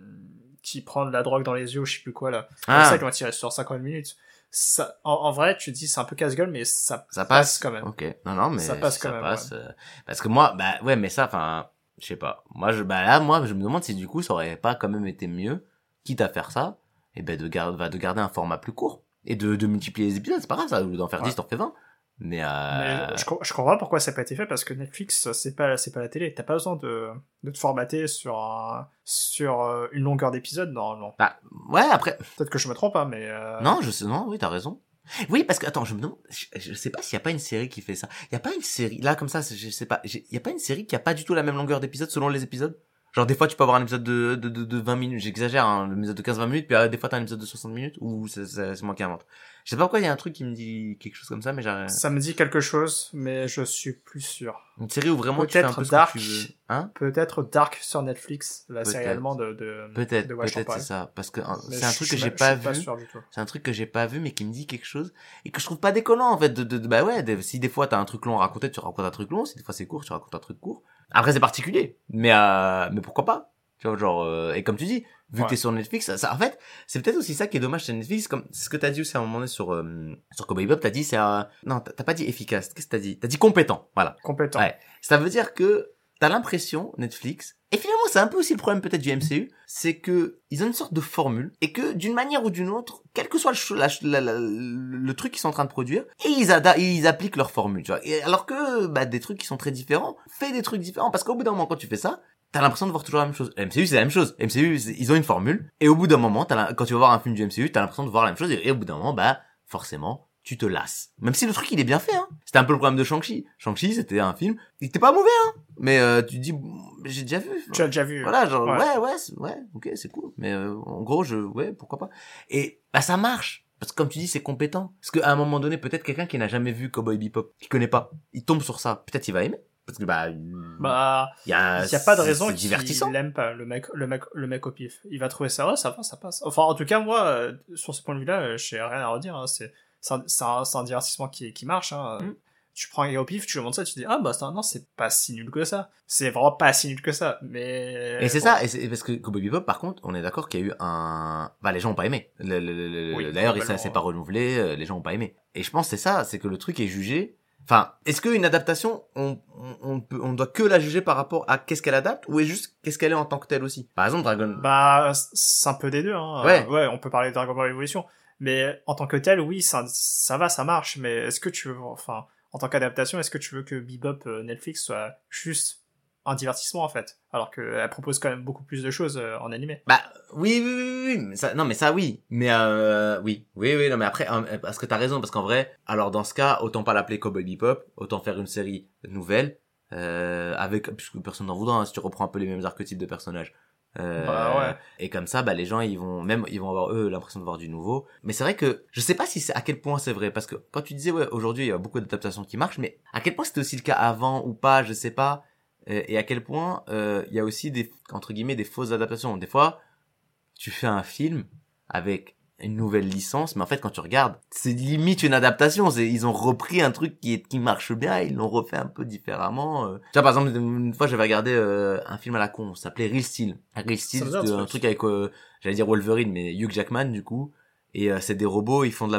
qui prend de la drogue dans les yeux ou je sais plus quoi là. Ah. C'est ça qu'ils vont tirer sur cinquante minutes. Ça, en, en vrai, tu te dis c'est un peu casse-gueule, mais ça, Ça passe. quand même. Ok. Non, non, mais Ça passe quand même, passe, euh, parce que moi, bah, ouais, mais ça, enfin, je sais pas. Moi, je, bah, là, moi, je me demande si du coup, ça aurait pas quand même été mieux, quitte à faire ça, et ben, de garder, va de garder un format plus court. Et de, de multiplier les épisodes, c'est pas grave, ça, au lieu d'en faire Ouais. dix, t'en fais vingt. Mais, euh... Mais je, co- je comprends pas pourquoi ça n'a pas été fait parce que Netflix c'est pas c'est pas la télé. T'as pas besoin de, de te formater sur un, sur euh, une longueur d'épisode normalement. bah, ouais, après, Peut-être que je me trompe pas, mais euh... non, je sais, non, oui, t'as raison. Oui, parce que, attends, je me demande, je, je sais pas s'il y a pas une série qui fait ça. Il y a pas une série, là, comme ça, c'est- je sais pas, j'ai- il y a pas une série qui a pas du tout la même longueur d'épisode selon les épisodes? Genre, des fois, tu peux avoir un épisode de, de, de, de vingt minutes, j'exagère, hein, un épisode de quinze vingt minutes, puis euh, des fois, t'as un épisode de soixante minutes, ou c'est, c'est, c'est moi qui invente. Je sais pas pourquoi il y a un truc qui me dit quelque chose comme ça, mais j'ai Ça me dit quelque chose, mais je suis plus sûr. une série où vraiment tu fais un Peut-être peu ce Dark. que tu veux. Hein? Peut-être Dark sur Netflix, la série Peut-être. allemande de, de, Peut-être, de Watch peut-être Empire. c'est ça. Parce que hein, Mais c'est un je truc suis que j'ai même- pas je suis pas vu. sûr du tout. C'est un truc que j'ai pas vu, mais qui me dit quelque chose. Et que je trouve pas déconnant, en fait. De, de, de- bah ouais, de- si des fois t'as un truc long à raconter, tu racontes un truc long. Si des fois c'est court, tu racontes un truc court. Après, c'est particulier. Mais, euh, mais pourquoi pas? Tu vois, genre, euh, et comme tu dis, vu Ouais. que t'es sur Netflix, ça, ça- en fait, c'est peut-être aussi ça qui est dommage chez Netflix, comme, c'est ce que t'as dit aussi à un moment donné sur, euh, sur Cowboy Bebop, t'as dit, c'est, euh, non, t'as t'as pas dit efficace. Qu'est-ce que t'as dit? T'as dit compétent. Voilà. Compétent. Ouais. Ça veut dire que t'as l'impression, Netflix, et finalement c'est un peu aussi le problème peut-être du M C U, c'est que ils ont une sorte de formule, et que d'une manière ou d'une autre, quel que soit le, ch- la, ch- la- la- le truc qu'ils sont en train de produire, et ils, ada- ils appliquent leur formule, tu vois. Et alors que bah, des trucs qui sont très différents, fais des trucs différents, parce qu'au bout d'un moment quand tu fais ça, t'as l'impression de voir toujours la même chose. M C U c'est la même chose. M C U c'est- ils ont une formule, et au bout d'un moment, t'as la- quand tu vas voir un film du M C U, t'as l'impression de voir la même chose, et, et au bout d'un moment, bah forcément, tu te lasses. Même si le truc il est bien fait, hein. C'était un peu le problème de Shang-Chi. Shang-Chi c'était un film, il était pas mauvais, hein. Mais euh, tu te dis, j'ai déjà vu. Tu as déjà vu. Voilà, genre, Ouais. ouais, ouais, c'est- ouais, ok, c'est cool. Mais euh, en gros, je, ouais, pourquoi pas. Et bah ça marche. Parce que comme tu dis, c'est compétent. Parce qu'à un moment donné, peut-être quelqu'un qui n'a jamais vu Cowboy Bebop, qui connaît pas, il tombe sur ça. Peut-être il va aimer. Parce que bah, Bah, il y a, il n'y a pas de c'est- raison c'est qu'il divertissant. l'aime pas, le mec, le mec, le mec au pif. Il va trouver ça, ouais, ça va, ça passe. Enfin, en tout cas, moi, euh, sur ce point de vue-là, euh, j'ai rien à redire, hein. C'est, c'est un, c'est un, c'est un divertissement qui, qui marche, hein. Mm. Tu prends un gars au pif, tu lui montres ça, tu te dis, ah, bah, c'est un- non, c'est pas si nul que ça. C'est vraiment pas si nul que ça, mais... Et c'est bon. ça, et c'est parce que Cowboy Bebop, par contre, on est d'accord qu'il y a eu un, bah, les gens ont pas aimé. Le, le, le, le- Oui, d'ailleurs, ça globalement, s'est pas renouvelé, euh, les gens ont pas aimé. Et je pense que c'est ça, c'est que le truc est jugé. Enfin, est-ce qu'une adaptation, on, on, on peut, on doit que la juger par rapport à qu'est-ce qu'elle adapte, ou est juste qu'est-ce qu'elle est en tant que telle aussi? Par exemple, Dragon, Bah, c'est un peu des deux, hein. Ouais. Euh, ouais, on peut parler de Dragon Ball Evolution. Mais en tant que tel, oui, ça, ça va, ça marche. Mais est-ce que tu veux, enfin, en tant qu'adaptation, est-ce que tu veux que Bebop euh, Netflix soit juste un divertissement, en fait? Alors qu'elle propose quand même beaucoup plus de choses euh, en animé. Bah oui oui oui oui, mais ça, non mais ça oui, mais euh, oui oui oui non mais après euh, parce que t'as raison parce qu'en vrai alors dans ce cas autant pas l'appeler Cowboy Bebop, autant faire une série nouvelle euh, avec puisque personne n'en voudra hein, si tu reprends un peu les mêmes archétypes de personnages. Euh, Bah ouais. Et comme ça, bah les gens ils vont même ils vont avoir eux l'impression de voir du nouveau. Mais c'est vrai que je sais pas si c'est à quel point c'est vrai parce que quand tu disais ouais aujourd'hui il y a beaucoup d'adaptations qui marchent, mais à quel point c'était aussi le cas avant ou pas, je sais pas. Euh, et à quel point euh, il y a aussi des entre guillemets des fausses adaptations. Des fois tu fais un film avec une nouvelle licence, mais en fait quand tu regardes c'est limite une adaptation. C'est ils ont repris un truc qui est qui marche bien, ils l'ont refait un peu différemment. Euh. Tu vois par exemple une fois j'avais regardé euh, un film à la con, ça s'appelait Real Steel. Real Steel Ça me dit un c'était un truc. truc avec euh, j'allais dire Wolverine mais Hugh Jackman du coup et euh, c'est des robots ils font de la boxe.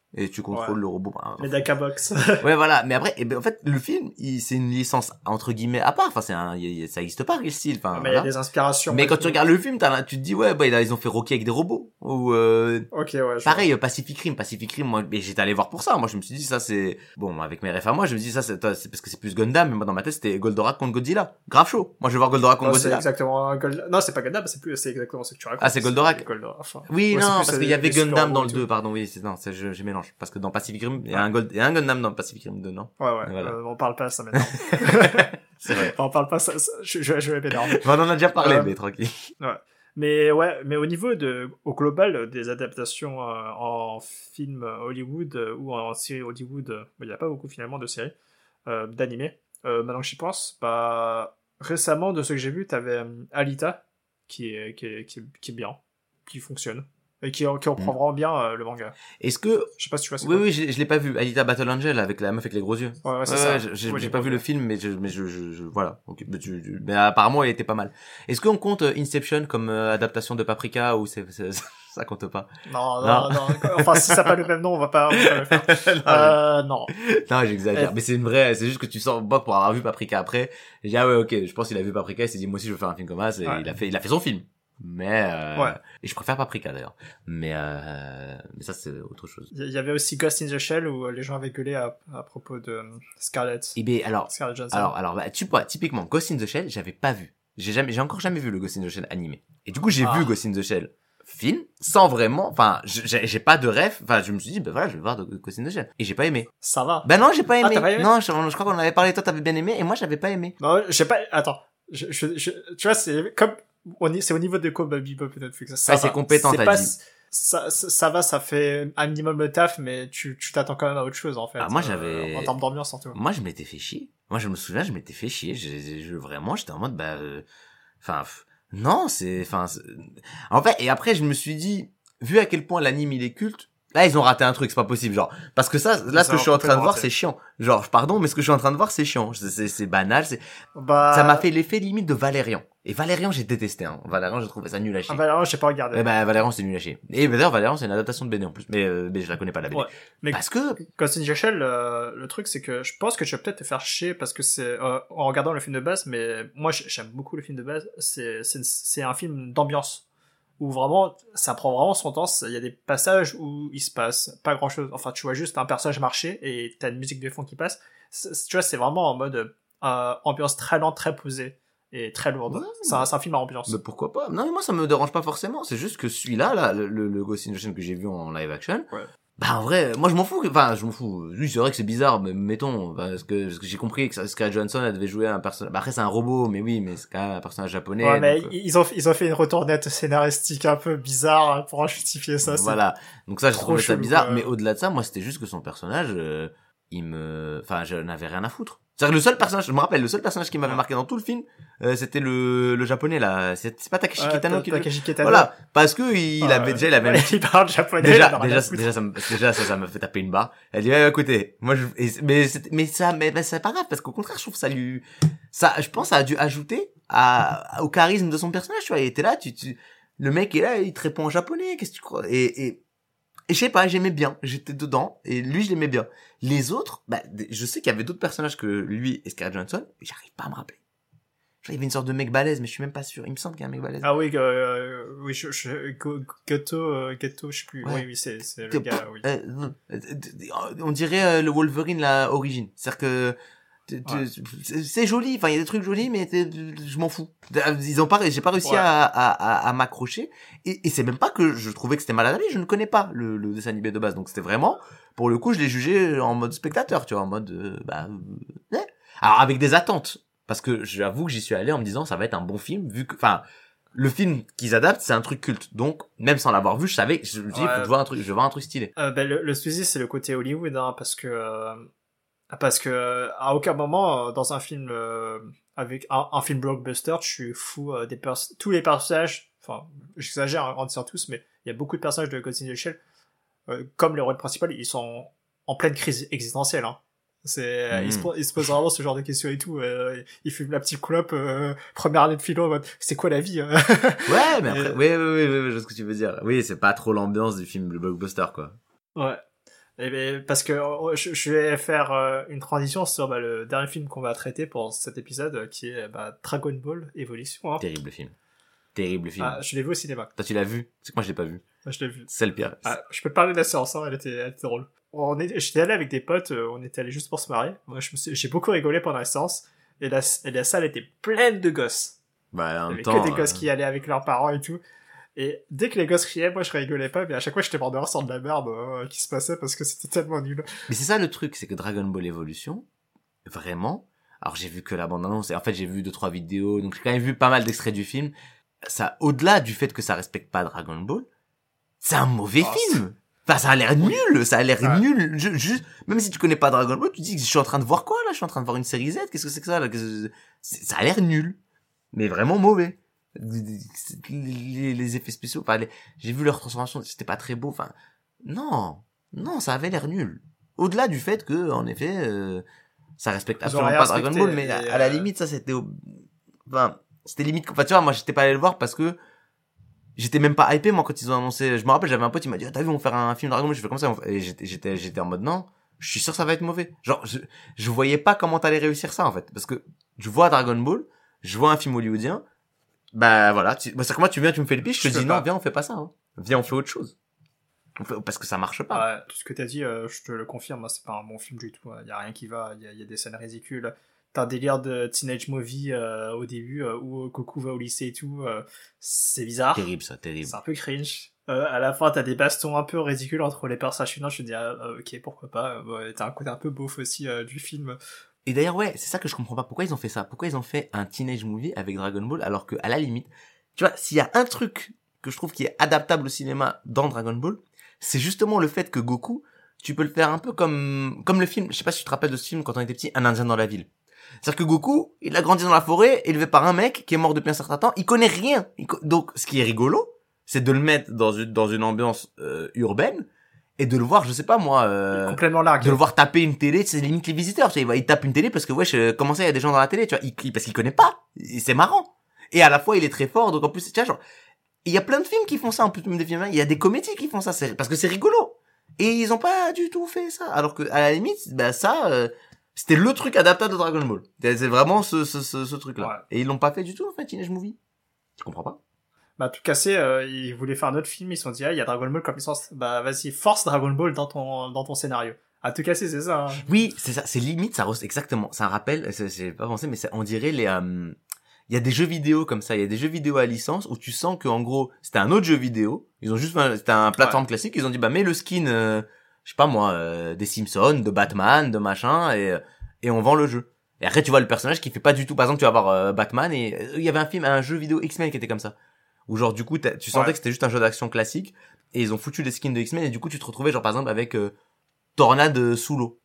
et tu contrôles Ouais. le robot. Bah, Les Dakabox. ouais, voilà. Mais après, eh ben, en fait, le film, il, c'est une licence entre guillemets à part. Enfin, c'est un, il- ça existe pas, quel style. Enfin, Mais il y a voilà. des inspirations. Mais ouais. quand tu regardes le film, t'as, tu te dis ouais, bah là, ils ont fait Rocky avec des robots. Ou euh, Ok, ouais. je pareil, euh, Pacific Rim, Pacific Rim. Moi, mais j'étais allé voir pour ça. Moi, je me suis dit ça, c'est bon avec mes refs à moi. Je me dis ça, c'est, c'est parce que c'est plus Gundam. Mais moi, dans ma tête, c'était Goldorak contre Godzilla. Grave chaud. Moi, je vais voir Goldorak contre Non, c'est Godzilla. exactement Gold... Non, c'est pas Gundam, c'est plus, c'est exactement ce que tu racontes. Ah, c'est Goldorak. Goldorak. Enfin, Oui, ouais, c'est non, plus, parce euh, qu'il y avait des super Gundam dans robots le et deux, tout. pardon, oui, c'est, non, c'est, je, je mélange. Parce que dans Pacific Rim, il y a un Gold, il y a un Gundam dans Pacific Rim deux, non? Ouais, ouais. Voilà. Euh, on parle pas de ça maintenant. C'est vrai. on parle pas ça. ça- Je, je, je vais m'énerver. On en a déjà parlé, Euh, mais tranquille. Mais ouais, mais au niveau de, au global, euh, des adaptations euh, en film Hollywood euh, ou en série Hollywood, euh, il n'y a pas beaucoup finalement de séries euh, d'animés. Euh, maintenant que j'y pense, bah récemment de ce que j'ai vu, t'avais euh, Alita qui est qui est, qui est qui est bien, qui fonctionne et qui qui reprend Mm. vraiment bien euh, le manga. Est-ce que, Je sais pas si tu vois. c'est oui, quoi. oui, je, je l'ai pas vu. Alita Battle Angel avec la meuf avec les gros yeux. Ouais, ouais, c'est Ouais, ça. ouais, j'ai, j'ai Ouais, j'ai les pas gros vu le yeux. film, mais je, mais je, je, je- voilà. Ok, mais, tu, tu- mais apparemment, il était pas mal. Est-ce qu'on compte euh, Inception comme euh, adaptation de Paprika ou c'est, c'est- ça compte pas? Non, Non. non, non. Enfin, si ça n'a pas le même nom, on va pas, on va pas le faire. non, Euh, non. non, j'exagère. Eh. Mais c'est une vraie, c'est juste que tu sens, moi, pour avoir vu Paprika après, j'ai dit, ah ouais, ok, je pense qu'il a vu Paprika, il s'est dit, moi aussi, je veux faire un film comme ça, et Ouais. il a fait, il a fait son film. Mais, euh, Ouais. et je préfère Paprika, d'ailleurs. Mais, euh, mais ça, c'est autre chose. Il y avait aussi Ghost in the Shell où euh, les gens avaient gueulé à, à propos de euh, Scarlett. Et bien, alors, Scarlett Johansson. alors, alors, bah, tu vois, typiquement, Ghost in the Shell, j'avais pas vu. J'ai jamais, j'ai encore jamais vu le Ghost in the Shell animé. Et du coup, j'ai Ah. vu Ghost in the Shell film, sans vraiment, enfin, j'ai, j'ai pas de rêve, enfin, je me suis dit, ben voilà, je vais voir de- Ghost in the Shell. Et j'ai pas aimé. Ça va. Ben non, j'ai pas Ah, aimé. t'as pas aimé non, je, je crois qu'on en avait parlé, toi, t'avais bien aimé, et moi, j'avais pas aimé. Non, j'ai pas. Attends. Je, je, je- tu vois, c'est comme. On est, c'est au niveau de Cowboy Bebop et Netflix. Ça Ouais, va. c'est compétent, C'est t'as pas- dit. Ça, ça, ça va, ça fait un minimum de taf, mais tu, tu t'attends quand même à autre chose, en fait. Ah, moi, euh, j'avais- en termes d'ambiance, surtout. Moi, je m'étais fait chier. Moi, je me souviens, je m'étais fait chier. Je, je- je- vraiment, j'étais en mode, bah, euh, enfin, pff, non, c'est, enfin, c'est- en fait, et après, je me suis dit, vu à quel point l'anime il est culte, là, ils ont raté un truc, c'est pas possible, genre, parce que ça, là, Ils ce que ont je suis en train de complètement voir, raté. c'est chiant. Genre, pardon, mais ce que je suis en train de voir, c'est chiant. C'est, c'est, c'est banal, c'est, Bah. ça m'a fait l'effet limite de Valérian. Et Valérian, j'ai détesté, hein. Valérian, j'ai trouvé ça nul à chier. Ah, bah, alors, j'ai pas regardé. Eh ben, Valérian, c'est nul à chier. Et d'ailleurs, Valérian, c'est une adaptation de B D en plus. Mais, euh, mais je la connais pas, la B D. Ouais. Mais Parce que, Ghost in the Shell, euh, le truc, c'est que je pense que tu vas peut-être te faire chier parce que c'est, euh, en regardant le film de base, mais moi, j'ai- j'aime beaucoup le film de base, c'est, c'est, c'est un film d'ambiance. Où vraiment, ça prend vraiment son temps, il y a des passages où il se passe pas grand chose. Enfin, tu vois juste un personnage marcher et t'as une musique de fond qui passe. C'est- tu vois, c'est vraiment en mode, euh, ambiance très lente, très posée et très lourde. Ouais, c'est, un, c'est un film à ambiance. mais pourquoi pas? Non, mais moi, ça me dérange pas forcément. C'est juste que celui-là, là, le, le, le Ghost in the Shell que j'ai vu en live action. Ouais. Bah, en vrai, moi, je m'en fous. Enfin, je m'en fous. Oui, c'est vrai que c'est bizarre, mais mettons, parce que, parce que j'ai compris que Scarlett Johansson, elle devait jouer un personnage. Bah, après, c'est un robot, mais oui, mais c'est quand même un personnage japonais. Ouais, mais donc, euh, ils ont, ils ont fait une retournette scénaristique un peu bizarre pour justifier ça. c'est- voilà. Donc ça, j'ai trop trouvé ça chelou, bizarre. quoi. Mais au-delà de ça, moi, c'était juste que son personnage, euh, il me, enfin, je n'avais rien à foutre. C'est-à-dire que le seul personnage, je me rappelle, le seul personnage qui m'avait marqué dans tout le film, euh, c'était le, le japonais, là. C'est, c'est pas Takeshi Ouais, Kitano Ta- qui le... Takeshi Kitano. Voilà. Parce que il, Ouais, avait déjà, il avait ouais, il parle japonais. il déjà, en a rien déjà, à foutre. déjà, ça me, déjà, ça, ça me fait taper une barre. Elle dit, ouais, écoutez, moi, je, et- mais, c'est- mais ça, mais, mais c'est pas grave, parce qu'au contraire, je trouve que ça lui, ça, je pense, ça a dû ajouter à, au charisme de son personnage, tu vois. Il était là, tu, tu, le mec est là, il te répond en japonais, qu'est-ce que tu crois? Et, et, et je sais pas, j'aimais bien, j'étais dedans, et lui, je l'aimais bien. Les autres, bah, je sais qu'il y avait d'autres personnages que lui et Scarlett Johansson, mais j'arrive pas à me rappeler. Je vois, il y avait une sorte de mec balèze, mais je suis même pas sûr. Il me semble qu'il y a un mec balèze. Ah oui, euh, oui, je, je, Go- Goto, euh, Goto, je sais plus. Ouais. Oui, oui, c'est, c'est le Que- gars, oui. Euh, euh, euh, on dirait euh, le Wolverine la origine, c'est-à-dire que tu- tu- Ouais. c'est c'est joli, enfin il y a des trucs jolis, mais t'es- je m'en fous. Ils ont pas, j'ai pas réussi Ouais. à, à, à, à m'accrocher, et, et c'est même pas que je trouvais que c'était mal adapté, je ne connais pas le, le dessin animé de base, donc c'était vraiment, pour le coup, je l'ai jugé en mode spectateur, tu vois, en mode, euh, bah, euh, ouais. Alors avec des attentes, parce que j'avoue que j'y suis allé en me disant ça va être un bon film, vu que, enfin. Le film qu'ils adaptent, c'est un truc culte. Donc, même sans l'avoir vu, je savais, je me dis, Ouais. faut que je vois un truc, je vais voir un truc stylé. Euh, ben, le, le souci, c'est le côté Hollywood, hein, parce que, euh, parce que, euh, à aucun moment, euh, dans un film, euh, avec un, un film blockbuster, tu fous euh, des pers- tous les personnages, enfin, j'exagère hein, en disant tous, mais il y a beaucoup de personnages de Ghost in the Shell, euh, comme les rôles principaux, ils sont en pleine crise existentielle, hein. C'est, Mhm. ils, se, po- ils se posent vraiment ce genre de questions et tout. Euh, ils fument la petite clope, euh, première année de philo, en mode, c'est quoi la vie hein Ouais, mais après, Et- oui, oui, oui, oui, je vois ce que tu veux dire. Oui, c'est pas trop l'ambiance du film le blockbuster, quoi. Ouais. Eh ben, parce que euh, je, je vais faire euh, une transition sur bah, le dernier film qu'on va traiter pour cet épisode, euh, qui est bah, Dragon Ball Evolution. Hein. Terrible film. Terrible film. Ah, je l'ai vu au cinéma. Toi, tu l'as vu? C'est que moi, je l'ai pas vu. Moi, je l'ai vu. C'est le pire. Ah, je peux te parler de la séance, hein, elle, était, elle était drôle. On est, j'étais allé avec des potes, euh, on était allé juste pour se marrer. Moi, je me suis, j'ai beaucoup rigolé pendant la séance, et la, et la salle était pleine de gosses. Bah, en Il y même avait temps. que des gosses euh, qui allaient avec leurs parents et tout. Et dès que les gosses criaient, moi je rigolais pas, mais à chaque fois j'étais mort de rire sur de la merde euh, qui se passait parce que c'était tellement nul. Mais c'est ça le truc, c'est que Dragon Ball Evolution, vraiment. Alors j'ai vu que la bande-annonce, et en fait j'ai vu deux trois vidéos, donc j'ai quand même vu pas mal d'extraits du film. Ça, au-delà du fait que ça respecte pas Dragon Ball, c'est un mauvais Oh, film. Enfin, ça a l'air nul, ça a l'air Ouais. nul. Je, juste, même si tu connais pas Dragon Ball, tu te dis que je suis en train de voir quoi là? Je suis en train de voir une série Z. Qu'est-ce que c'est que ça là? Qu'est-ce que c'est- Ça a l'air nul, mais vraiment mauvais. Les, les effets spéciaux, enfin, les- j'ai vu leur transformation, c'était pas très beau. Enfin, non, non, ça avait l'air nul. Au-delà du fait que, en effet, euh, ça respecte Ils absolument auraient pas Dragon respecté Ball, mais à, les, à la euh, limite, ça c'était, au- enfin, c'était limite. Enfin, tu vois, moi, j'étais pas allé le voir parce que j'étais même pas hypé moi quand ils ont annoncé. Je me rappelle, j'avais un pote, il m'a dit, ah, t'as vu, on va faire un film Dragon Ball. Je fais comme ça, et j'étais, j'étais, j'étais en mode non. Je suis sûr que ça va être mauvais. Genre, je, je voyais pas comment t'allais réussir ça en fait, parce que je vois Dragon Ball, je vois un film hollywoodien. Bah voilà, tu, bah, c'est que moi tu viens, tu me fais le pitch, je te Je peux dis pas. non, viens, on fait pas ça. Hein. Viens, on fait autre chose. On fait- parce que ça marche pas. Ouais, tout ce que t'as dit, euh, je te le confirme, hein, c'est pas un bon film du tout. Il y a rien qui va, il y, a- y a des scènes ridicules. T'as un délire de teenage movie euh, au début euh, où Goku va au lycée et tout. euh, c'est bizarre. Terrible ça, terrible. C'est un peu cringe. Euh, à la fin, t'as des bastons un peu ridicules entre les personnages féminins. Je te dis, ah, euh, ok, pourquoi pas. Ouais, t'as un côté un peu beauf aussi euh, du film. Et d'ailleurs, ouais, c'est ça que je comprends pas. Pourquoi ils ont fait ça? Pourquoi ils ont fait un teenage movie avec Dragon Ball alors que, à la limite, tu vois, s'il y a un truc que je trouve qui est adaptable au cinéma dans Dragon Ball, c'est justement le fait que Goku, tu peux le faire un peu comme, comme le film, je sais pas si tu te rappelles de ce film quand on était petit, Un Indien dans la ville. C'est-à-dire que Goku, il a grandi dans la forêt, élevé par un mec qui est mort depuis un certain temps, il connaît rien. Il co- Donc, ce qui est rigolo, c'est de le mettre dans une, dans une ambiance euh, urbaine et de le voir, je sais pas moi, euh, Complètement largué. de le voir taper une télé, c'est limite les visiteurs, tu sais, il, va, il tape une télé parce que wesh, euh, comment ça, il y a des gens dans la télé, tu vois, il, il- parce qu'il connaît pas, et c'est marrant. Et à la fois, il est très fort, donc en plus, tu vois, genre, il y a plein de films qui font ça, en plus même des films, il y a des comédies qui font ça, c'est, parce que c'est rigolo. Et ils ont pas du tout fait ça, alors que à la limite, bah ça, euh, c'était le truc adaptable de Dragon Ball. C'est vraiment ce, ce, ce, ce truc-là. Ouais. Et ils l'ont pas fait du tout, en fait, Teenage Movie. Je comprends pas. Bah, tout cassé, euh, ils voulaient faire un autre film, ils se sont dit, ah, il y a Dragon Ball comme licence. Bah, vas-y, force Dragon Ball dans ton, dans ton scénario. À tout casser, c'est ça. Hein. Oui, c'est ça, c'est limite, ça res- exactement, ça rappelle, c'est, j'ai pas pensé, mais c'est, on dirait les, euh, il y a des jeux vidéo comme ça, il y a des jeux vidéo à licence où tu sens que en gros, c'était un autre jeu vidéo, ils ont juste, fait un- c'était un plateforme Ouais. classique, ils ont dit bah mets le skin, euh, je sais pas moi, euh, des Simpsons, de Batman, de machin, et et on vend le jeu. Et après tu vois le personnage qui fait pas du tout, par exemple tu vas avoir euh, Batman et euh, il y avait un film, un jeu vidéo X-Men qui était comme ça, où genre du coup t'as- tu sentais Ouais. que c'était juste un jeu d'action classique et ils ont foutu des skins de X-Men et du coup tu te retrouvais genre par exemple avec euh, Tornade sous l'eau.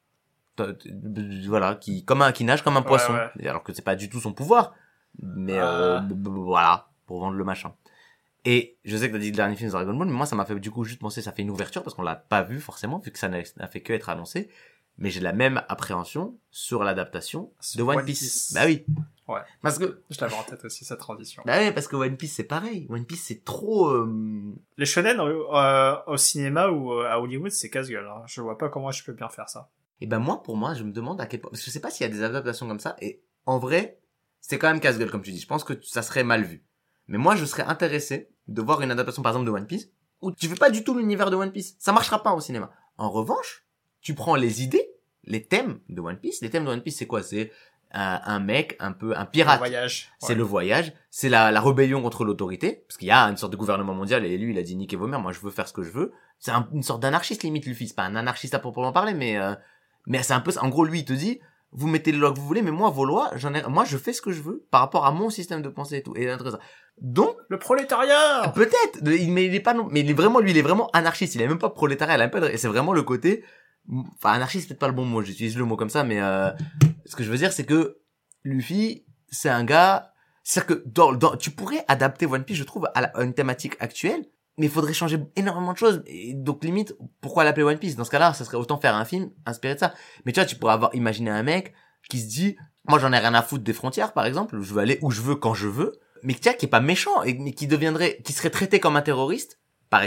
Voilà, qui comme un qui nage comme un Ouais, poisson, ouais. Et alors que c'est pas du tout son pouvoir, mais euh, Ah. b- b- voilà, pour vendre le machin. Et je sais que t'as dit le dernier film de Dragon Ball, mais moi ça m'a fait du coup juste penser, ça fait une ouverture parce qu'on l'a pas vu forcément vu que ça n'a n'a fait que être annoncé, mais j'ai la même appréhension sur l'adaptation Sur de One, One Piece. Piece. Bah oui, Ouais. parce que Je l'avais en tête aussi, cette transition. bah oui, parce que One Piece c'est pareil, One Piece c'est trop euh, Les shonen euh, au cinéma ou euh, à Hollywood, c'est casse-gueule. Hein. Je vois pas comment je peux bien faire ça. Et ben moi, pour moi, je me demande à quel point... Parce que je sais pas s'il y a des adaptations comme ça, et en vrai, c'est quand même casse-gueule, comme tu dis. Je pense que ça serait mal vu. Mais moi, je serais intéressé de voir une adaptation, par exemple, de One Piece, où tu fais pas du tout l'univers de One Piece. Ça marchera pas au cinéma. En revanche, tu prends les idées, les thèmes de One Piece. Les thèmes de One Piece, c'est quoi? C'est un, un mec, un peu, un Le pirate. voyage. C'est Ouais. le voyage, c'est la, la rébellion contre l'autorité, parce qu'il y a une sorte de gouvernement mondial, et lui, il a dit niquez vos mères, moi je veux faire ce que je veux. C'est un- une sorte d'anarchiste limite, Luffy. C'est pas un anarchiste à proprement parler, mais euh, mais c'est un peu, en gros, lui, il te dit, vous mettez les lois que vous voulez, mais moi, vos lois, j'en ai, moi, je fais ce que je veux par rapport à mon système de pensée et tout. Et ça. Donc, Le prolétariat. peut-être, il- mais il est pas non, mais il est vraiment, lui, il est vraiment anarchiste. Il est même pas prolétariat, il a même pas de- et c'est vraiment le côté, enfin, anarchiste, c'est peut-être pas le bon mot, j'utilise le mot comme ça, mais euh, ce que je veux dire, c'est que Luffy, c'est un gars, c'est-à-dire que dans, dans, tu pourrais adapter One Piece, je trouve, à, la, à une thématique actuelle, mais il faudrait changer énormément de choses. Et donc, limite, pourquoi l'appeler One Piece? Dans ce cas-là, ça serait autant faire un film inspiré de ça. Mais tu vois, tu pourrais avoir imaginé un mec qui se dit, moi, j'en ai rien à foutre des frontières, par exemple, je veux aller où je veux, quand je veux, mais tu vois, qui est pas méchant, et, mais qui deviendrait, qui serait traité comme un terroriste, par exemple,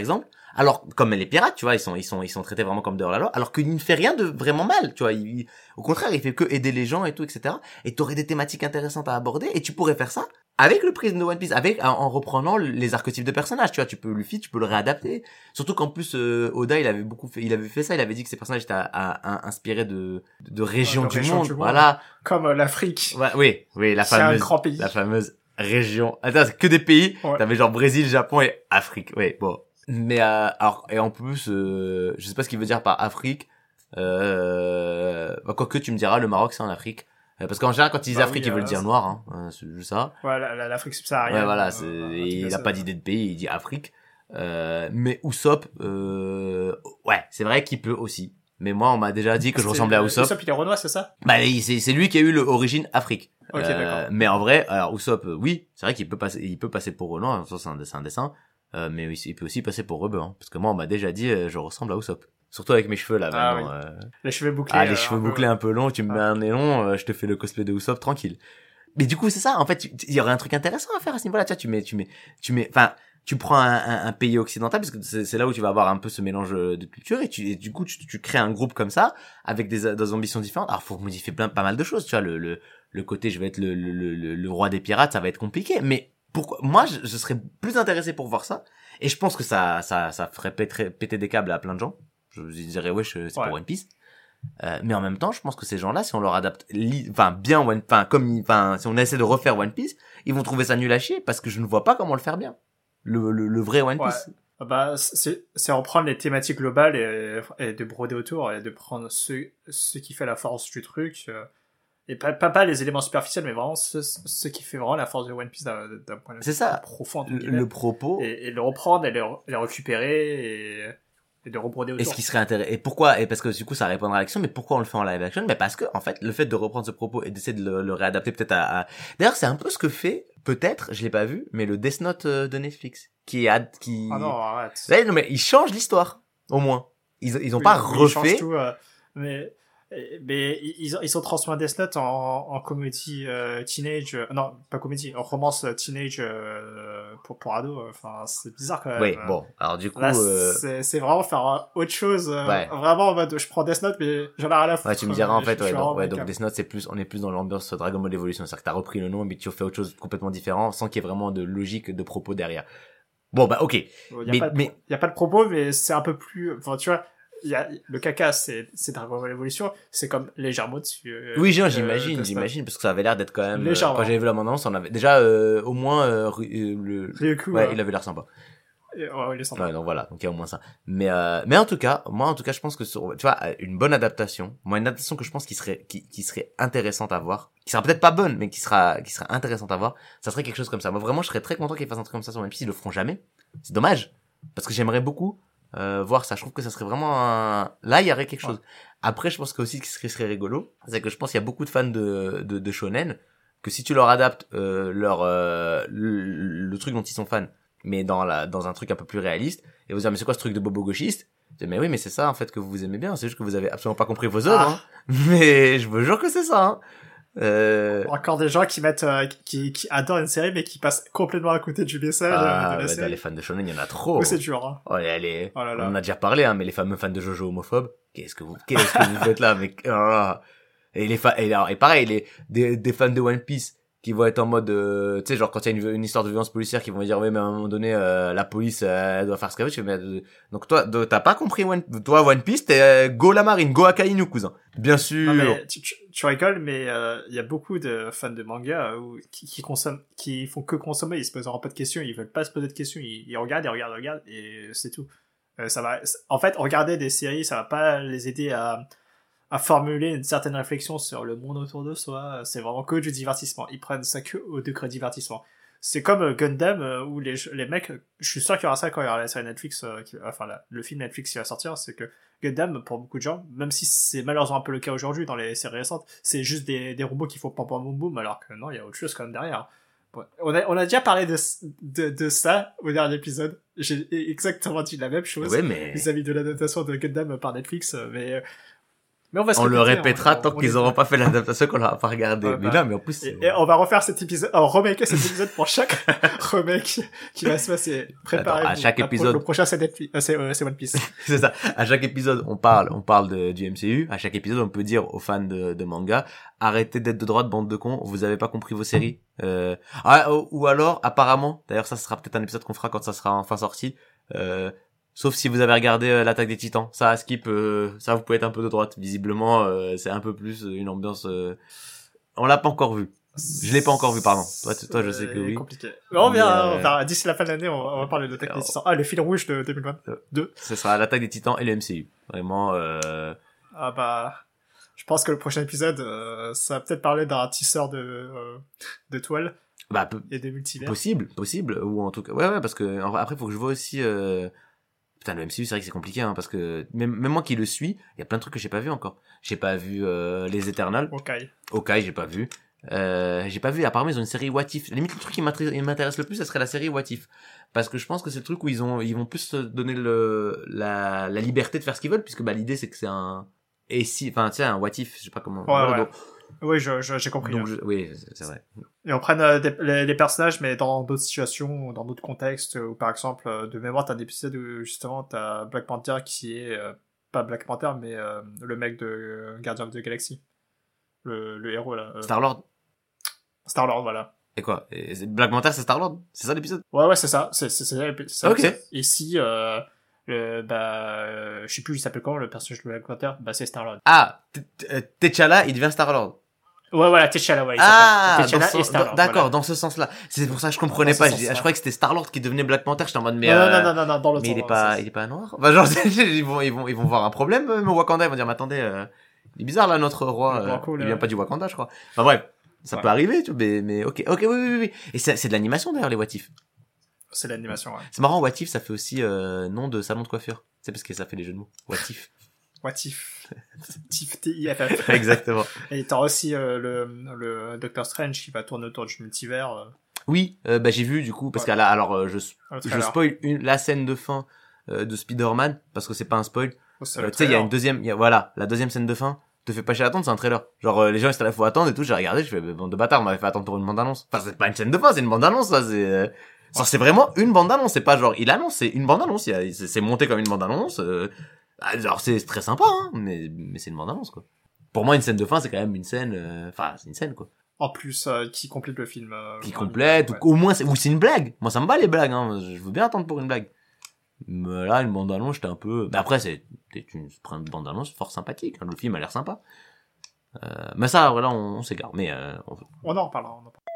Alors, comme les pirates, tu vois, ils sont, ils sont, ils sont traités vraiment comme de hors-la-loi, alors qu'il ne fait rien de vraiment mal, tu vois. Il, il- au contraire, il fait que aider les gens et tout, et cetera. Et t'aurais des thématiques intéressantes à aborder, et tu pourrais faire ça avec le prisme de One Piece, avec, en, en reprenant les archétypes de personnages, tu vois. Tu peux, Luffy, tu peux le réadapter. Surtout qu'en plus, euh, Oda, il avait beaucoup fait, il avait fait ça, il avait dit que ses personnages étaient à, à- à- inspirés de, de régions de du, régions monde, du monde. voilà. Comme euh, l'Afrique. Ouais, oui, oui, la C'est un fameuse, grand pays. la fameuse région. Attends, c'est que des pays. Ouais. T'avais genre Brésil, Japon et Afrique. Oui, bon. Mais euh, alors et en plus, euh, je sais pas ce qu'il veut dire par Afrique. Euh, bah, quoique tu me diras, le Maroc c'est en Afrique. Euh, Parce qu'en général, quand ils disent Bah Afrique, oui, ils veulent euh, dire c'est- noir. Hein. Euh, c'est juste ça. Ouais, la- la- l'Afrique subsaharienne. Ouais, voilà. euh, C'est, un truc il comme a ça. pas d'idée de pays, il dit Afrique. Euh, mais Usopp, euh, ouais, c'est vrai qu'il peut aussi. Mais moi, on m'a déjà dit que je C'était- ressemblais à Usopp. Usopp, il est renois, c'est ça? Bah, il- c'est, c'est lui qui a eu l'origine Afrique. Ok, Euh, d'accord. mais en vrai, alors Usopp, euh, oui, c'est vrai qu'il peut passer, il peut passer pour Renan, ça c'est un, c'est un dessin, euh, mais il peut aussi passer pour Rebeu, hein, parce que moi on m'a déjà dit, euh, je ressemble à Usopp, surtout avec mes cheveux là Ah maintenant. euh. Les cheveux bouclés. Ah, les euh, cheveux un peu- bouclés un peu longs, tu me mets un nez long, euh, je te fais le cosplay de Usopp tranquille. Mais du coup c'est ça, en fait, tu- il y aurait un truc intéressant à faire à ce niveau-là, tu vois, tu mets, tu mets, tu mets, enfin. Tu prends un, un, un pays occidental parce que c'est, c'est là où tu vas avoir un peu ce mélange de culture et, tu, et du coup tu, tu crées un groupe comme ça avec des, des ambitions différentes. Alors faut modifier plein pas mal de choses, tu vois, le, le, le côté je vais être le, le, le, le roi des pirates, ça va être compliqué, mais pourquoi moi je, je serais plus intéressé pour voir ça et je pense que ça ça ça ferait péter, péter des câbles à plein de gens. Je dirais ouais c'est Ouais. pour One Piece. Euh, mais en même temps, je pense que ces gens-là, si on leur adapte, li- enfin bien One, enfin comme, enfin si on essaie de refaire One Piece, ils vont trouver ça nul à chier parce que je ne vois pas comment le faire bien. Le, le, le vrai One Ouais. Piece. Ah bah, c'est, c'est reprendre les thématiques globales et, et de broder autour et de prendre ce, ce qui fait la force du truc. euh, Et pas, pas, pas les éléments superficiels, mais vraiment ce, ce qui fait vraiment la force de One Piece d'un, d'un point de vue C'est ça. profond. entre Le, guillemets. le propos. Et, et le reprendre et le, les récupérer et, et de rebroder autour. Et ce qui serait intéressant, et pourquoi, et parce que du coup ça répondra à l'action, mais pourquoi on le fait en live action? Mais parce que, en fait, le fait de reprendre ce propos et d'essayer de le, le réadapter peut-être à, à... D'ailleurs, c'est un peu ce que fait, peut-être, je l'ai pas vu, mais le Death Note euh, de Netflix. Qui est, ad- qui... Ah non, arrête. Ouais, non, mais ils changent l'histoire. Au moins. Ils, ils ont Oui, pas oui, ils changent refait. tout, euh, mais, mais ils, ont- ils sont transformés Death Note en, en comédie euh, teenage, euh, non, pas comédie, en romance euh, teenage euh, pour, pour ados. euh, Enfin, c'est bizarre quand même. Oui, euh. bon. Alors du coup, Là, euh... c'est, c'est vraiment faire euh, autre chose. euh, Ouais. Vraiment en mode, je prends Death Note, mais j'en ai rien à foutre. ouais, tu me diras euh, en fait, je- je ouais, suis donc, vraiment ouais, mec, donc hein. Death Note, c'est plus, on est plus dans l'ambiance Dragon Ball Evolution. C'est-à-dire que t'as repris le nom, mais tu fais autre chose de complètement différent, sans qu'il y ait vraiment de logique, de propos derrière. Bon, bah, ok. Il y a mais- pas de, mais- il y a pas de propos, mais c'est un peu plus, enfin, tu vois, il y a, le caca, c'est, c'est Dragon Ball Evolution, c'est comme légèrement dessus. euh, Oui, genre, euh, j'imagine, Death Note. j'imagine, parce que ça avait l'air d'être quand même, euh, Légèrement. quand j'avais vu la bande-annonce, on avait, déjà, euh, au moins, euh, Ru- euh, le, Ryoku, ouais, euh, il avait l'air sympa. et- ouais, il est sympa. Ouais, donc voilà, donc il y a au moins ça. Mais, euh, mais en tout cas, moi, en tout cas, je pense que sur, tu vois, une bonne adaptation, moi, une adaptation que je pense qui serait, qui, qui serait intéressante à voir, qui sera peut-être pas bonne, mais qui sera, qui sera intéressante à voir, ça serait quelque chose comme ça. Moi, vraiment, je serais très content qu'ils fassent un truc comme ça sur One Piece, ils le feront jamais. C'est dommage. Parce que j'aimerais beaucoup, euh, voir ça. Je trouve que ça serait vraiment un... Là, il y aurait quelque chose. Après, je pense que aussi, ce qui serait, serait rigolo, c'est que je pense qu'il y a beaucoup de fans de, de, de shonen, que si tu leur adaptes, euh, leur, euh, le, le truc dont ils sont fans, mais dans la, dans un truc un peu plus réaliste, et vous dire, mais c'est quoi ce truc de bobo gauchiste? Je dis, mais oui, mais c'est ça, en fait, que vous aimez bien, c'est juste que vous avez absolument pas compris vos œuvres, Ah. hein. Mais je vous jure que c'est ça, hein. Euh... Encore des gens qui mettent, euh, qui, qui adorent une série, mais qui passent complètement à côté du message euh, Ah, de la bah, dans série. les fans de shonen, il y en a trop. Oh, c'est dur, hein. Oh, elle est... Oh là là. On en a déjà parlé, hein, mais les fameux fans de Jojo homophobes, qu'est-ce que vous, qu'est-ce que vous faites là, mais, oh là là. Et les fans, et, alors, et pareil, les, des, des fans de One Piece, qui vont être en mode, euh, tu sais, genre, quand il y a une, une histoire de violence policière, qui vont dire, oui, mais à un moment donné, euh, la police, euh, elle doit faire ce qu'elle veut. Je fais, mais, euh, donc toi, de- t'as pas compris One, toi, One Piece, t'es, euh, go la marine, go Akainu, cousin. Bien sûr. Non, mais tu, tu, tu rigoles, mais il euh, y a beaucoup de fans de manga euh, où, qui, qui consomment, qui font que consommer, ils se poseront pas de questions, ils veulent pas se poser de questions, ils, ils regardent, ils regardent, ils regardent, et c'est tout. Euh, ça va. En fait, regarder des séries, ça va pas les aider à, à formuler une certaine réflexion sur le monde autour de soi. C'est vraiment que du divertissement. Ils prennent ça que au degré divertissement. C'est comme euh, Gundam euh, où les les mecs, je suis sûr qu'il y aura ça quand il y aura la série Netflix, euh, qui, enfin la, le film Netflix qui va sortir, c'est que Gundam, pour beaucoup de gens, même si c'est malheureusement un peu le cas aujourd'hui dans les séries récentes, c'est juste des, des robots qui font pam pam boum boum, alors que non, il y a autre chose quand même derrière. Ouais. On a, on a déjà parlé de, de, de ça au dernier épisode. J'ai exactement dit la même chose Ouais, mais... vis-à-vis de l'adaptation de Gundam par Netflix, mais Mais on va se On le répéter, répétera on- tant on qu'ils est- auront pas fait l'adaptation qu'on leur a pas regardé. Ouais, Mais bah, non, mais en plus, Et, c'est- et on va refaire cet épisode, on remaker cet épisode pour chaque remake qui va se passer. Préparez. Attends, à chaque épisode- Le prochain, c'est Netflix- euh, c'est, euh, c'est One Piece. c'est ça. À chaque épisode, on parle, on parle de, du M C U. À chaque épisode, on peut dire aux fans de, de manga, arrêtez d'être de droite, bande de cons. Vous avez pas compris vos séries. Euh, ah, ou- ou alors, apparemment, d'ailleurs, ça sera peut-être un épisode qu'on fera quand ça sera enfin sorti. Euh, sauf si vous avez regardé euh, l'attaque des Titans. Ça, à skip, euh, ça, vous pouvez être un peu de droite. Visiblement, euh, c'est un peu plus euh, une ambiance. Euh... On l'a pas encore vu. Je l'ai pas encore vu, pardon. Toi, tu- toi, je sais que C'est oui. compliqué. Mais on verra, Mais, euh, on verra. D'ici la fin de l'année, on, on va parler de Tech alors- Ah, le fil rouge de deux mille vingt-deux. Ce sera l'attaque des Titans et le M C U. Vraiment. Euh... Ah bah, je pense que le prochain épisode, euh, ça va peut-être parler d'un tisseur de, euh, de toile Bah, peu- et de multivers. possible, possible, ou en tout cas, ouais, ouais, parce que en vrai, après, faut que je vois aussi. Euh... Putain, le M C U, c'est vrai que c'est compliqué, hein, parce que même, même moi qui le suis, il y a plein de trucs que j'ai pas vu encore. J'ai pas vu euh, les Eternals, Ok. Hawkeye, j'ai pas vu. Euh, j'ai pas vu. Apparemment, ils ont une série What If. Limite, le truc qui m'intéresse il m'intéresse le plus, ça serait la série What If, parce que je pense que c'est le truc où ils ont, ils vont plus se donner le la, la liberté de faire ce qu'ils veulent, puisque bah l'idée c'est que c'est un et si, enfin, tu sais, un What If, je sais pas comment. Ouais, voilà, ouais. donc- Oui, je, je- j'ai compris. donc, hein. je- oui, c'est c'est vrai. Et on prenne euh, des- les, les personnages, mais dans d'autres situations, dans d'autres contextes, ou par exemple, euh, de mémoire, t'as un épisode où justement t'as Black Panther qui est, euh, pas Black Panther, mais euh, le mec de euh, Guardian of the Galaxy. Le, le héros, là. Euh, Star-Lord. Star-Lord, voilà. Et quoi? Et c'est- Black Panther, c'est Star-Lord? C'est ça l'épisode? Ouais, ouais, c'est ça. C'est, c'est, c'est, c'est ça, Ok. c'est- Et si, euh, le, bah, euh, je sais plus, il s'appelle comment, le personnage de Black Panther? Bah, c'est Star-Lord. Ah, T- T- euh, T'Challa, il devient Star-Lord. Ouais, voilà, T'Challa, ouais, il Ah, s'appelle. dans T'Challa ce- et Star-Lord. dans- d'accord, voilà. dans ce sens-là. C'est pour ça que je comprenais Dans ce pas. Je, sens-là. je croyais que c'était Star-Lord qui devenait Black Panther. J'étais en mode, mais, non, euh, non, non, non, non, dans l'autre mais il est sens, pas, c'est- il est pas noir. Enfin, genre, ils vont, ils vont, ils vont voir un problème, euh, au Wakanda. Ils vont dire, mais attendez, euh, il est bizarre, là, notre roi. Le euh, Wako, il là. vient pas du Wakanda, je crois. Enfin, bref. Ça Ouais. peut arriver, tu vois, mais, mais, ok, ok, oui, oui, oui, oui. Et c'est, c'est de l'animation, d'ailleurs, les What If. C'est l'animation, ouais. C'est marrant, What If, ça fait aussi, euh, nom de salon de coiffure. C'est parce que ça fait les jeux de mots. What If. What if? Tif, T I F F. Exactement. Et t'as aussi euh, le, le Doctor Strange qui va tourner autour du multivers. Euh, Oui, euh, bah, j'ai vu, du coup, parce Ouais. qu'à la, alors, euh, je, le je trailer. spoil une, la scène de fin, euh, de Spider-Man, parce que c'est pas un spoil. Oh, c'est Euh, le tu sais, il y a trailer. une deuxième, il y a, voilà, la deuxième scène de fin, te fait pas chier à attendre, c'est un trailer. Genre, euh, les gens, ils étaient là, faut attendre et tout, j'ai regardé, je fais, bah, bande de bâtards, on m'avait fait attendre pour une bande-annonce. Enfin, c'est pas une scène de fin, c'est une bande-annonce, ça, c'est, euh, genre, c'est vraiment une bande-annonce, c'est pas genre, il annonce, c'est une bande-annonce, il y a, c'est, c'est monté comme une bande-annonce, euh, ah, genre, c'est très sympa, hein, mais, mais c'est une bande-annonce, quoi. Pour moi, une scène de fin, c'est quand même une scène, euh, enfin, c'est une scène, quoi. En plus, euh, qui complète le film. Euh, Qui enfin, complète, ouais. ou au moins, c'est, ou c'est une blague. Moi, ça me va, les blagues, hein, je veux bien attendre pour une blague. Mais là, une bande-annonce, j'étais un peu, mais après, c'est, c'est une, une bande-annonce fort sympathique, hein, le film a l'air sympa. Euh, mais ça, voilà, on, on s'égare. Mais euh, on- On en reparlera, on en parlera.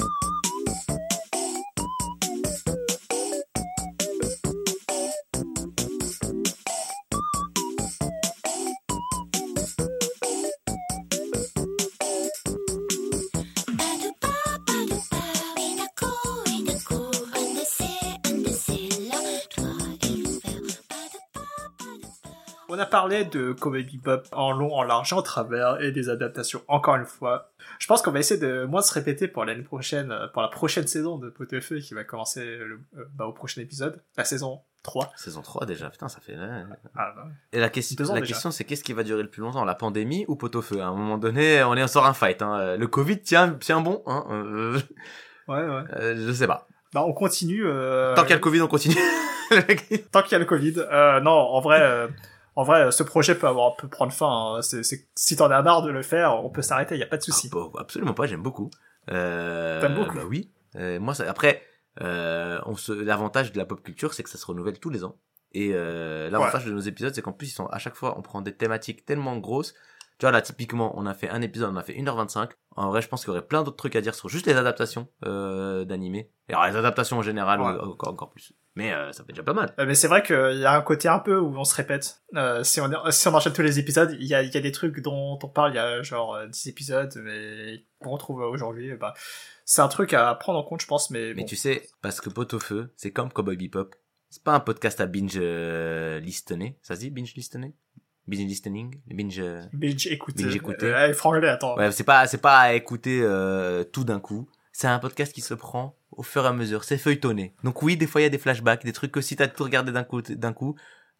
On a parlé de Cowboy Bebop en long, en large, en travers, et des adaptations, encore une fois. Je pense qu'on va essayer de moins se répéter pour l'année prochaine, euh, pour la prochaine saison de Pot au Feu, qui va commencer le- euh, bah, au prochain épisode, la saison trois. saison trois déjà, putain, ça fait... ouais. Ah, bah, Et la, question, Deux ans la déjà. question, c'est qu'est-ce qui va durer le plus longtemps, la pandémie ou pot-au-feu? À un moment donné, on est en sort un fight. Hein. Le Covid tient, tient bon. Hein. Euh, ouais, ouais. euh, je sais pas. Bah, on continue. Euh... Tant qu'il y a le Covid, on continue. Tant qu'il y a le Covid. Euh, non, en vrai, euh, en vrai, ce projet peut avoir, peut prendre fin. Hein. C'est, c'est, si t'en as marre de le faire, on peut s'arrêter. Il y a pas de souci. Ah, bah, absolument pas, j'aime beaucoup. Euh, T'aimes beaucoup? Bah oui. Euh, moi, ça, après, euh, on se, l'avantage de la pop culture, c'est que ça se renouvelle tous les ans. Et euh, l'avantage de nos épisodes, c'est qu'en plus, ils sont à chaque fois, on prend des thématiques tellement grosses. Tu vois, là, typiquement, on a fait un épisode, on a fait une heure vingt-cinq. En vrai, je pense qu'il y aurait plein d'autres trucs à dire sur juste les adaptations euh, d'animés. Et alors, les adaptations en général, Ouais. euh, encore, encore plus. Mais euh, ça fait déjà pas mal. Euh, mais c'est vrai qu'il y a un côté un peu où on se répète. Euh, si on est- si on enchaîne tous les épisodes, il y a, il y a des trucs dont on parle il y a genre euh, dix épisodes, mais qu'on retrouve aujourd'hui. Bah, c'est un truc à prendre en compte, je pense. Mais, Mais bon. tu sais, parce que Pot-au-feu, c'est comme Cowboy Bebop. C'est pas un podcast à binge euh, listener. Ça se dit binge listener? Binge listening? Binge... euh, Binge écouter. Binge écouter. Euh, allez, franglais, attends. Ouais, c'est pas, c'est pas à écouter euh, tout d'un coup. C'est un podcast qui se prend au fur et à mesure. C'est feuilletonné. Donc oui, des fois il y a des flashbacks, des trucs que si t'as tout regardé d'un coup, d'un coup,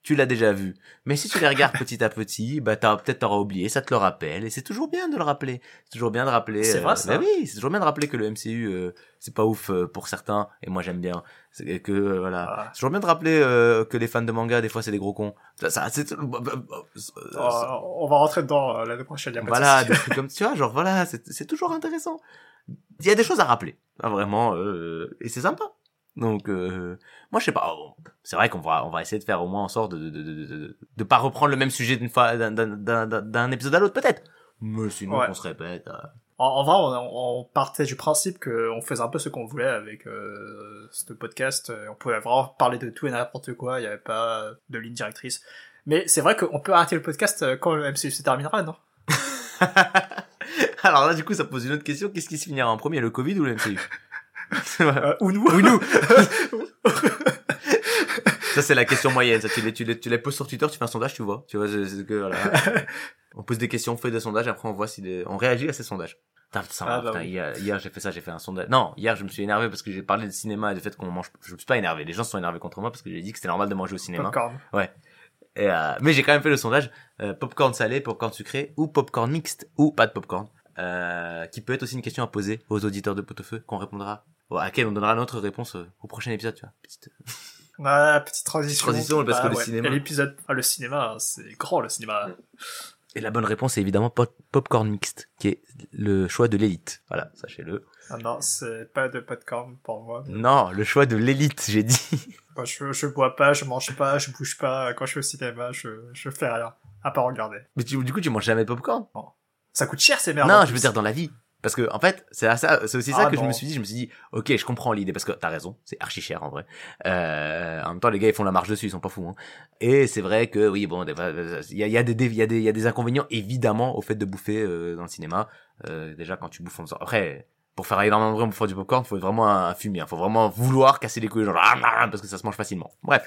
tu l'as déjà vu. Mais si tu les regardes petit à petit, bah t'as peut-être t'auras oublié, ça te le rappelle, et c'est toujours bien de le rappeler. C'est toujours bien de rappeler. C'est euh, vrai, ça. Bah oui, c'est toujours bien de rappeler que le M C U euh, c'est pas ouf euh, pour certains, et moi j'aime bien. C'est que euh, voilà, Ah. c'est toujours bien de rappeler euh, que les fans de manga des fois c'est des gros cons. Ça, ça c'est euh, Oh, on va rentrer dedans euh, l'année prochaine. Y a pas de voilà, souci. des trucs comme tu vois, genre voilà, c'est c'est toujours intéressant. Il y a des choses à rappeler, hein, vraiment, euh, et c'est sympa. Donc, euh, moi, je sais pas. Bon, c'est vrai qu'on va, on va essayer de faire au moins en sorte de, de, de, de, de, de pas reprendre le même sujet d'une fois, d'un, d'un, d'un, d'un épisode à l'autre, peut-être. Mais sinon, Ouais. on se répète. Euh... En, en vrai, on, on partait du principe qu'on faisait un peu ce qu'on voulait avec euh, ce podcast. On pouvait vraiment parler de tout et n'importe quoi. Il n'y avait pas de ligne directrice. Mais c'est vrai qu'on peut arrêter le podcast quand le M C U se terminera, non? Alors là, du coup, ça pose une autre question. Qu'est-ce qui se finira en premier, le Covid ou le M C U? euh, Ou nous. Ou nous. Ça, c'est la question moyenne. Ça, tu les, tu les, tu les poses sur Twitter, tu fais un sondage, tu vois. Tu vois, c'est, c'est que, voilà. On pose des questions, on fait des sondages, après on voit si les... on réagit à ces sondages. Putain, ça, Ah, putain, bah oui. hier, hier, j'ai fait ça, j'ai fait un sondage. Non, hier, je me suis énervé parce que j'ai parlé de cinéma et du fait qu'on mange, je me suis pas énervé. Les gens se sont énervés contre moi parce que j'ai dit que c'était normal de manger au cinéma. Popcorn. Et euh, mais j'ai quand même fait le sondage, euh, popcorn salé, popcorn sucré, ou popcorn mixte, ou pas de popcorn. Euh, qui peut être aussi une question à poser aux auditeurs de Pot-au-Feu, qu'on répondra, à laquelle on donnera notre réponse euh, au prochain épisode, tu vois. Petite... Ah, petite transition. Petite transition, parce que le ouais. cinéma- Et l'épisode, ah, le cinéma, c'est grand, le cinéma. Et la bonne réponse est évidemment pop- popcorn mixte, qui est le choix de l'élite. Voilà, sachez-le. Ah non, c'est pas de popcorn pour moi. Non, le choix de l'élite, j'ai dit. Moi, je, je bois pas, je mange pas, je bouge pas. Quand je suis au cinéma, je, je fais rien. À part regarder. Mais tu, du coup, tu manges jamais de popcorn? Ça coûte cher, ces merdes. Non, en je plus. veux dire dans la vie. Parce que, en fait, c'est à ça, c'est aussi ça Ah, que je non. me suis dit. Je me suis dit, ok, je comprends l'idée parce que t'as raison, c'est archi cher en vrai. Euh, en même temps, les gars, ils font la marche dessus, ils sont pas fous. Hein. Et c'est vrai que, oui, bon, il y a, il y a des, il y a des, il y a des inconvénients évidemment au fait de bouffer euh, dans le cinéma. Euh, déjà, quand tu bouffes, en... après, pour faire énormément de bruit en bouffant du popcorn, faut vraiment un, un fumier. Hein. Faut vraiment vouloir casser les couilles, genre parce que ça se mange facilement. Bref.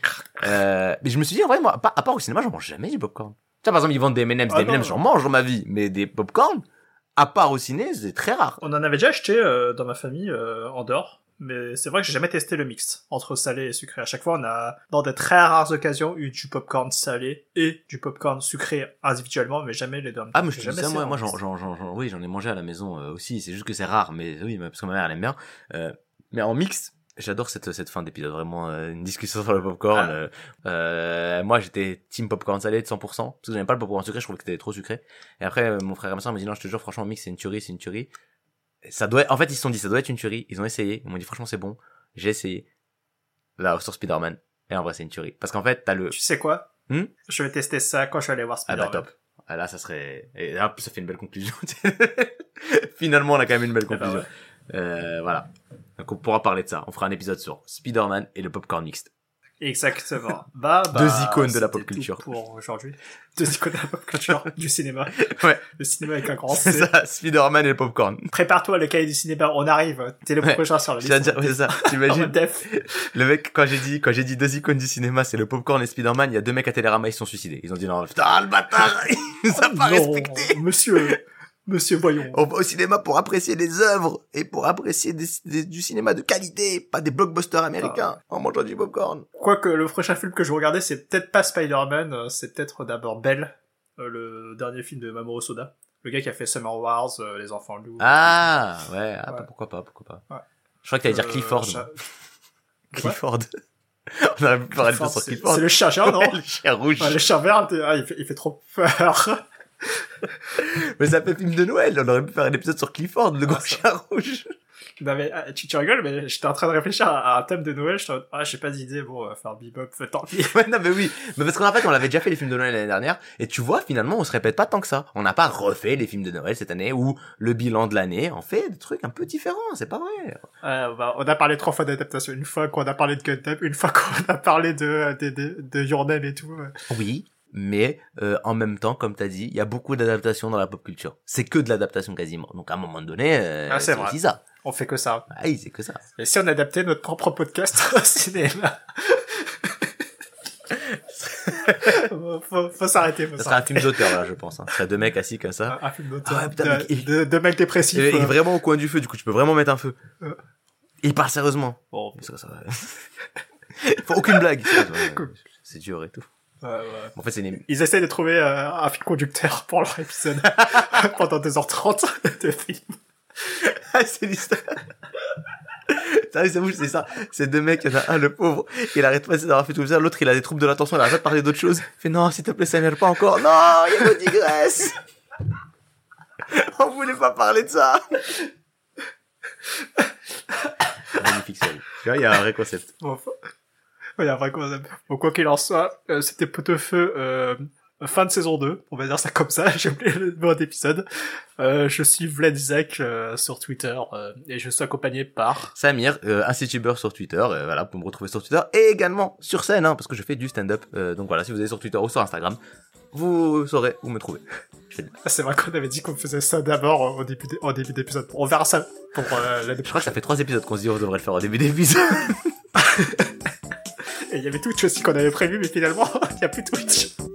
Euh, mais je me suis dit, en vrai, moi, à part au cinéma, j'en mange jamais du popcorn. Tu vois, par exemple, ils vendent des M and M's, Ah des M and M's, non. j'en mange dans ma vie, mais des popcorn, à part au ciné, c'est très rare. On en avait déjà acheté euh, dans ma famille, euh, en dehors. Mais c'est vrai que j'ai jamais testé le mixte entre salé et sucré. À chaque fois, on a, dans des très rares occasions, eu du popcorn salé et du popcorn sucré individuellement, mais jamais les deux. en même Ah, temps. mais je J'ai te dis jamais ça, moi, essayé moi, en j'en, mixte. j'en, j'en, j'en- oui, j'en ai mangé à la maison euh, aussi. C'est juste que c'est rare, mais oui, mais- parce que ma mère elle aime bien. Euh, mais en mix, j'adore cette cette fin d'épisode, vraiment euh, une discussion sur le popcorn. Ah. Euh, euh, moi, j'étais team popcorn salé de cent pour cent parce que j'aimais pas le popcorn sucré, je trouvais que c'était trop sucré. Et après, euh, mon frère et ma soeur me dit non, je te jure, franchement, mix c'est une tuerie, c'est une tuerie. Ça doit, en fait, ils se sont dit ça doit être une tuerie. Ils ont essayé, ils m'ont dit franchement c'est bon. J'ai essayé. Là, sur Spider-Man. Et en vrai, c'est une tuerie. Parce qu'en fait, t'as le... Tu sais quoi? Hmm Je vais tester ça quand je vais aller voir Ah bah Spider-Man. top. Ah, là, ça serait... Et là, ça fait une belle conclusion. Finalement, on a quand même une belle Eh ben conclusion. Euh, voilà. Donc, on pourra parler de ça. On fera un épisode sur Spider-Man et le popcorn mixte. Exactement. Bah, bah, Deux icônes de la c'était pop culture. tout pour aujourd'hui. Deux icônes de la pop culture, du cinéma. Ouais. Le cinéma avec un grand C'est C. ça, Spider-Man et le popcorn. Prépare-toi, le cahier du cinéma, on arrive. T'es le Ouais. prochain sur la Je veux liste. dire, ouais, c'est ça. En T'imagines? mode def. Le mec, quand j'ai dit, quand j'ai dit deux icônes du cinéma, c'est le popcorn et Spider-Man, il y a deux mecs à Télérama, ils se sont suicidés. Ils ont dit non, putain, le bâtard, il nous a pas Non, respecté. monsieur, monsieur, voyons. On va au cinéma pour apprécier les œuvres et pour apprécier des, des- du cinéma de qualité, pas des blockbusters américains en mangeant du popcorn. Quoique, le prochain film que je vais regarder, c'est peut-être pas Spider-Man, euh, c'est peut-être d'abord Belle, euh, le dernier film de Mamoru Soda. Le gauque qui a fait Summer Wars, euh, Les Enfants Loups. Ah, ouais, ah, Ouais. pourquoi pas, pourquoi pas. Ouais. Je crois que t'allais dire Euh, Clifford. cha- moi. Clifford. On aurait pu faire un épisode sur c'est Clifford. c'est le chien géant, non? Ouais, le chien rouge. Ouais, le chien vert, ah, il fait, il fait trop peur. Mais ça fait film de Noël. On aurait pu faire un épisode sur Clifford, le gros Ah, ça- chien rouge. Non mais ah, tu, tu rigoles, mais j'étais en train de réfléchir à, à un thème de Noël, je t'en- ah j'ai pas d'idée, bon, on va faire Bebop, tant pis. Ouais, non, mais oui. Mais parce qu'en fait, on avait déjà fait les films de Noël l'année dernière. Et tu vois, finalement, on se répète pas tant que ça. On n'a pas refait les films de Noël cette année ou le bilan de l'année. On fait des trucs un peu différents. C'est pas vrai. Euh, bah, on a parlé trois fois d'adaptation, une fois qu'on a parlé de Gundam, une fois qu'on a parlé de, de, de, de Your Name et tout. ouais. Oui. Mais euh, en même temps, comme t'as dit, il y a beaucoup d'adaptations dans la pop culture. C'est que de l'adaptation quasiment. Donc à un moment donné, euh, Ah, c'est c'est vrai. aussi ça. On fait que ça. Ah oui, c'est que ça. Et si on adaptait notre propre podcast au cinéma? faut, faut s'arrêter, faut Ça sera un s'arrêter. film d'auteur là, je pense. Hein. Ce serait deux mecs assis comme ça. Un, un film d'auteur. Ah ouais, putain, de, mais- de, de mecs dépressifs. Et, et euh. vraiment au coin du feu, du coup, tu peux vraiment mettre un feu. Euh. Et il parle sérieusement. Bon, Ça, ça... Faut aucune blague. C'est c'est dur et tout. Ouais, ouais. En fait, c'est une... Ils essaient de trouver euh, un fil conducteur pour leur épisode pendant deux heures trente de film. Ah, c'est l'histoire. Ça, c'est vous, c'est ça. C'est deux mecs, il y en a un, le pauvre, il arrête pas d'avoir fait tout ça, l'autre, il a des troubles de l'attention, il arrête pas de parler d'autre chose. Il fait, non, s'il te plaît, ça m'énerve pas encore. Non, il y a une digresse. On voulait pas parler de ça. Magnifique série. Tu vois, il y a un vrai concept. Bon, enfin, il y a un vrai concept. Bon, quoi qu'il en soit, euh, c'était Pot-au-feu, euh, fin de saison deux. On va dire ça comme ça. J'ai oublié le numéro d'épisode. Euh, je suis Vlad Isaac, euh, sur Twitter, euh, et je suis accompagné par... Samir, euh, un YouTuber sur Twitter, euh, voilà, vous pouvez me retrouver sur Twitter, et également sur scène, hein, parce que je fais du stand-up, euh, donc voilà, si vous allez sur Twitter ou sur Instagram, vous saurez où me trouver. C'est vrai qu'on avait dit qu'on faisait ça d'abord au début, d- au début d'épisode. On verra ça pour euh, l'année Je crois que ça fait trois épisodes qu'on se dit on devrait le faire au début d'épisode. Et il y avait Twitch aussi qu'on avait prévu, mais finalement, il n'y a plus Twitch.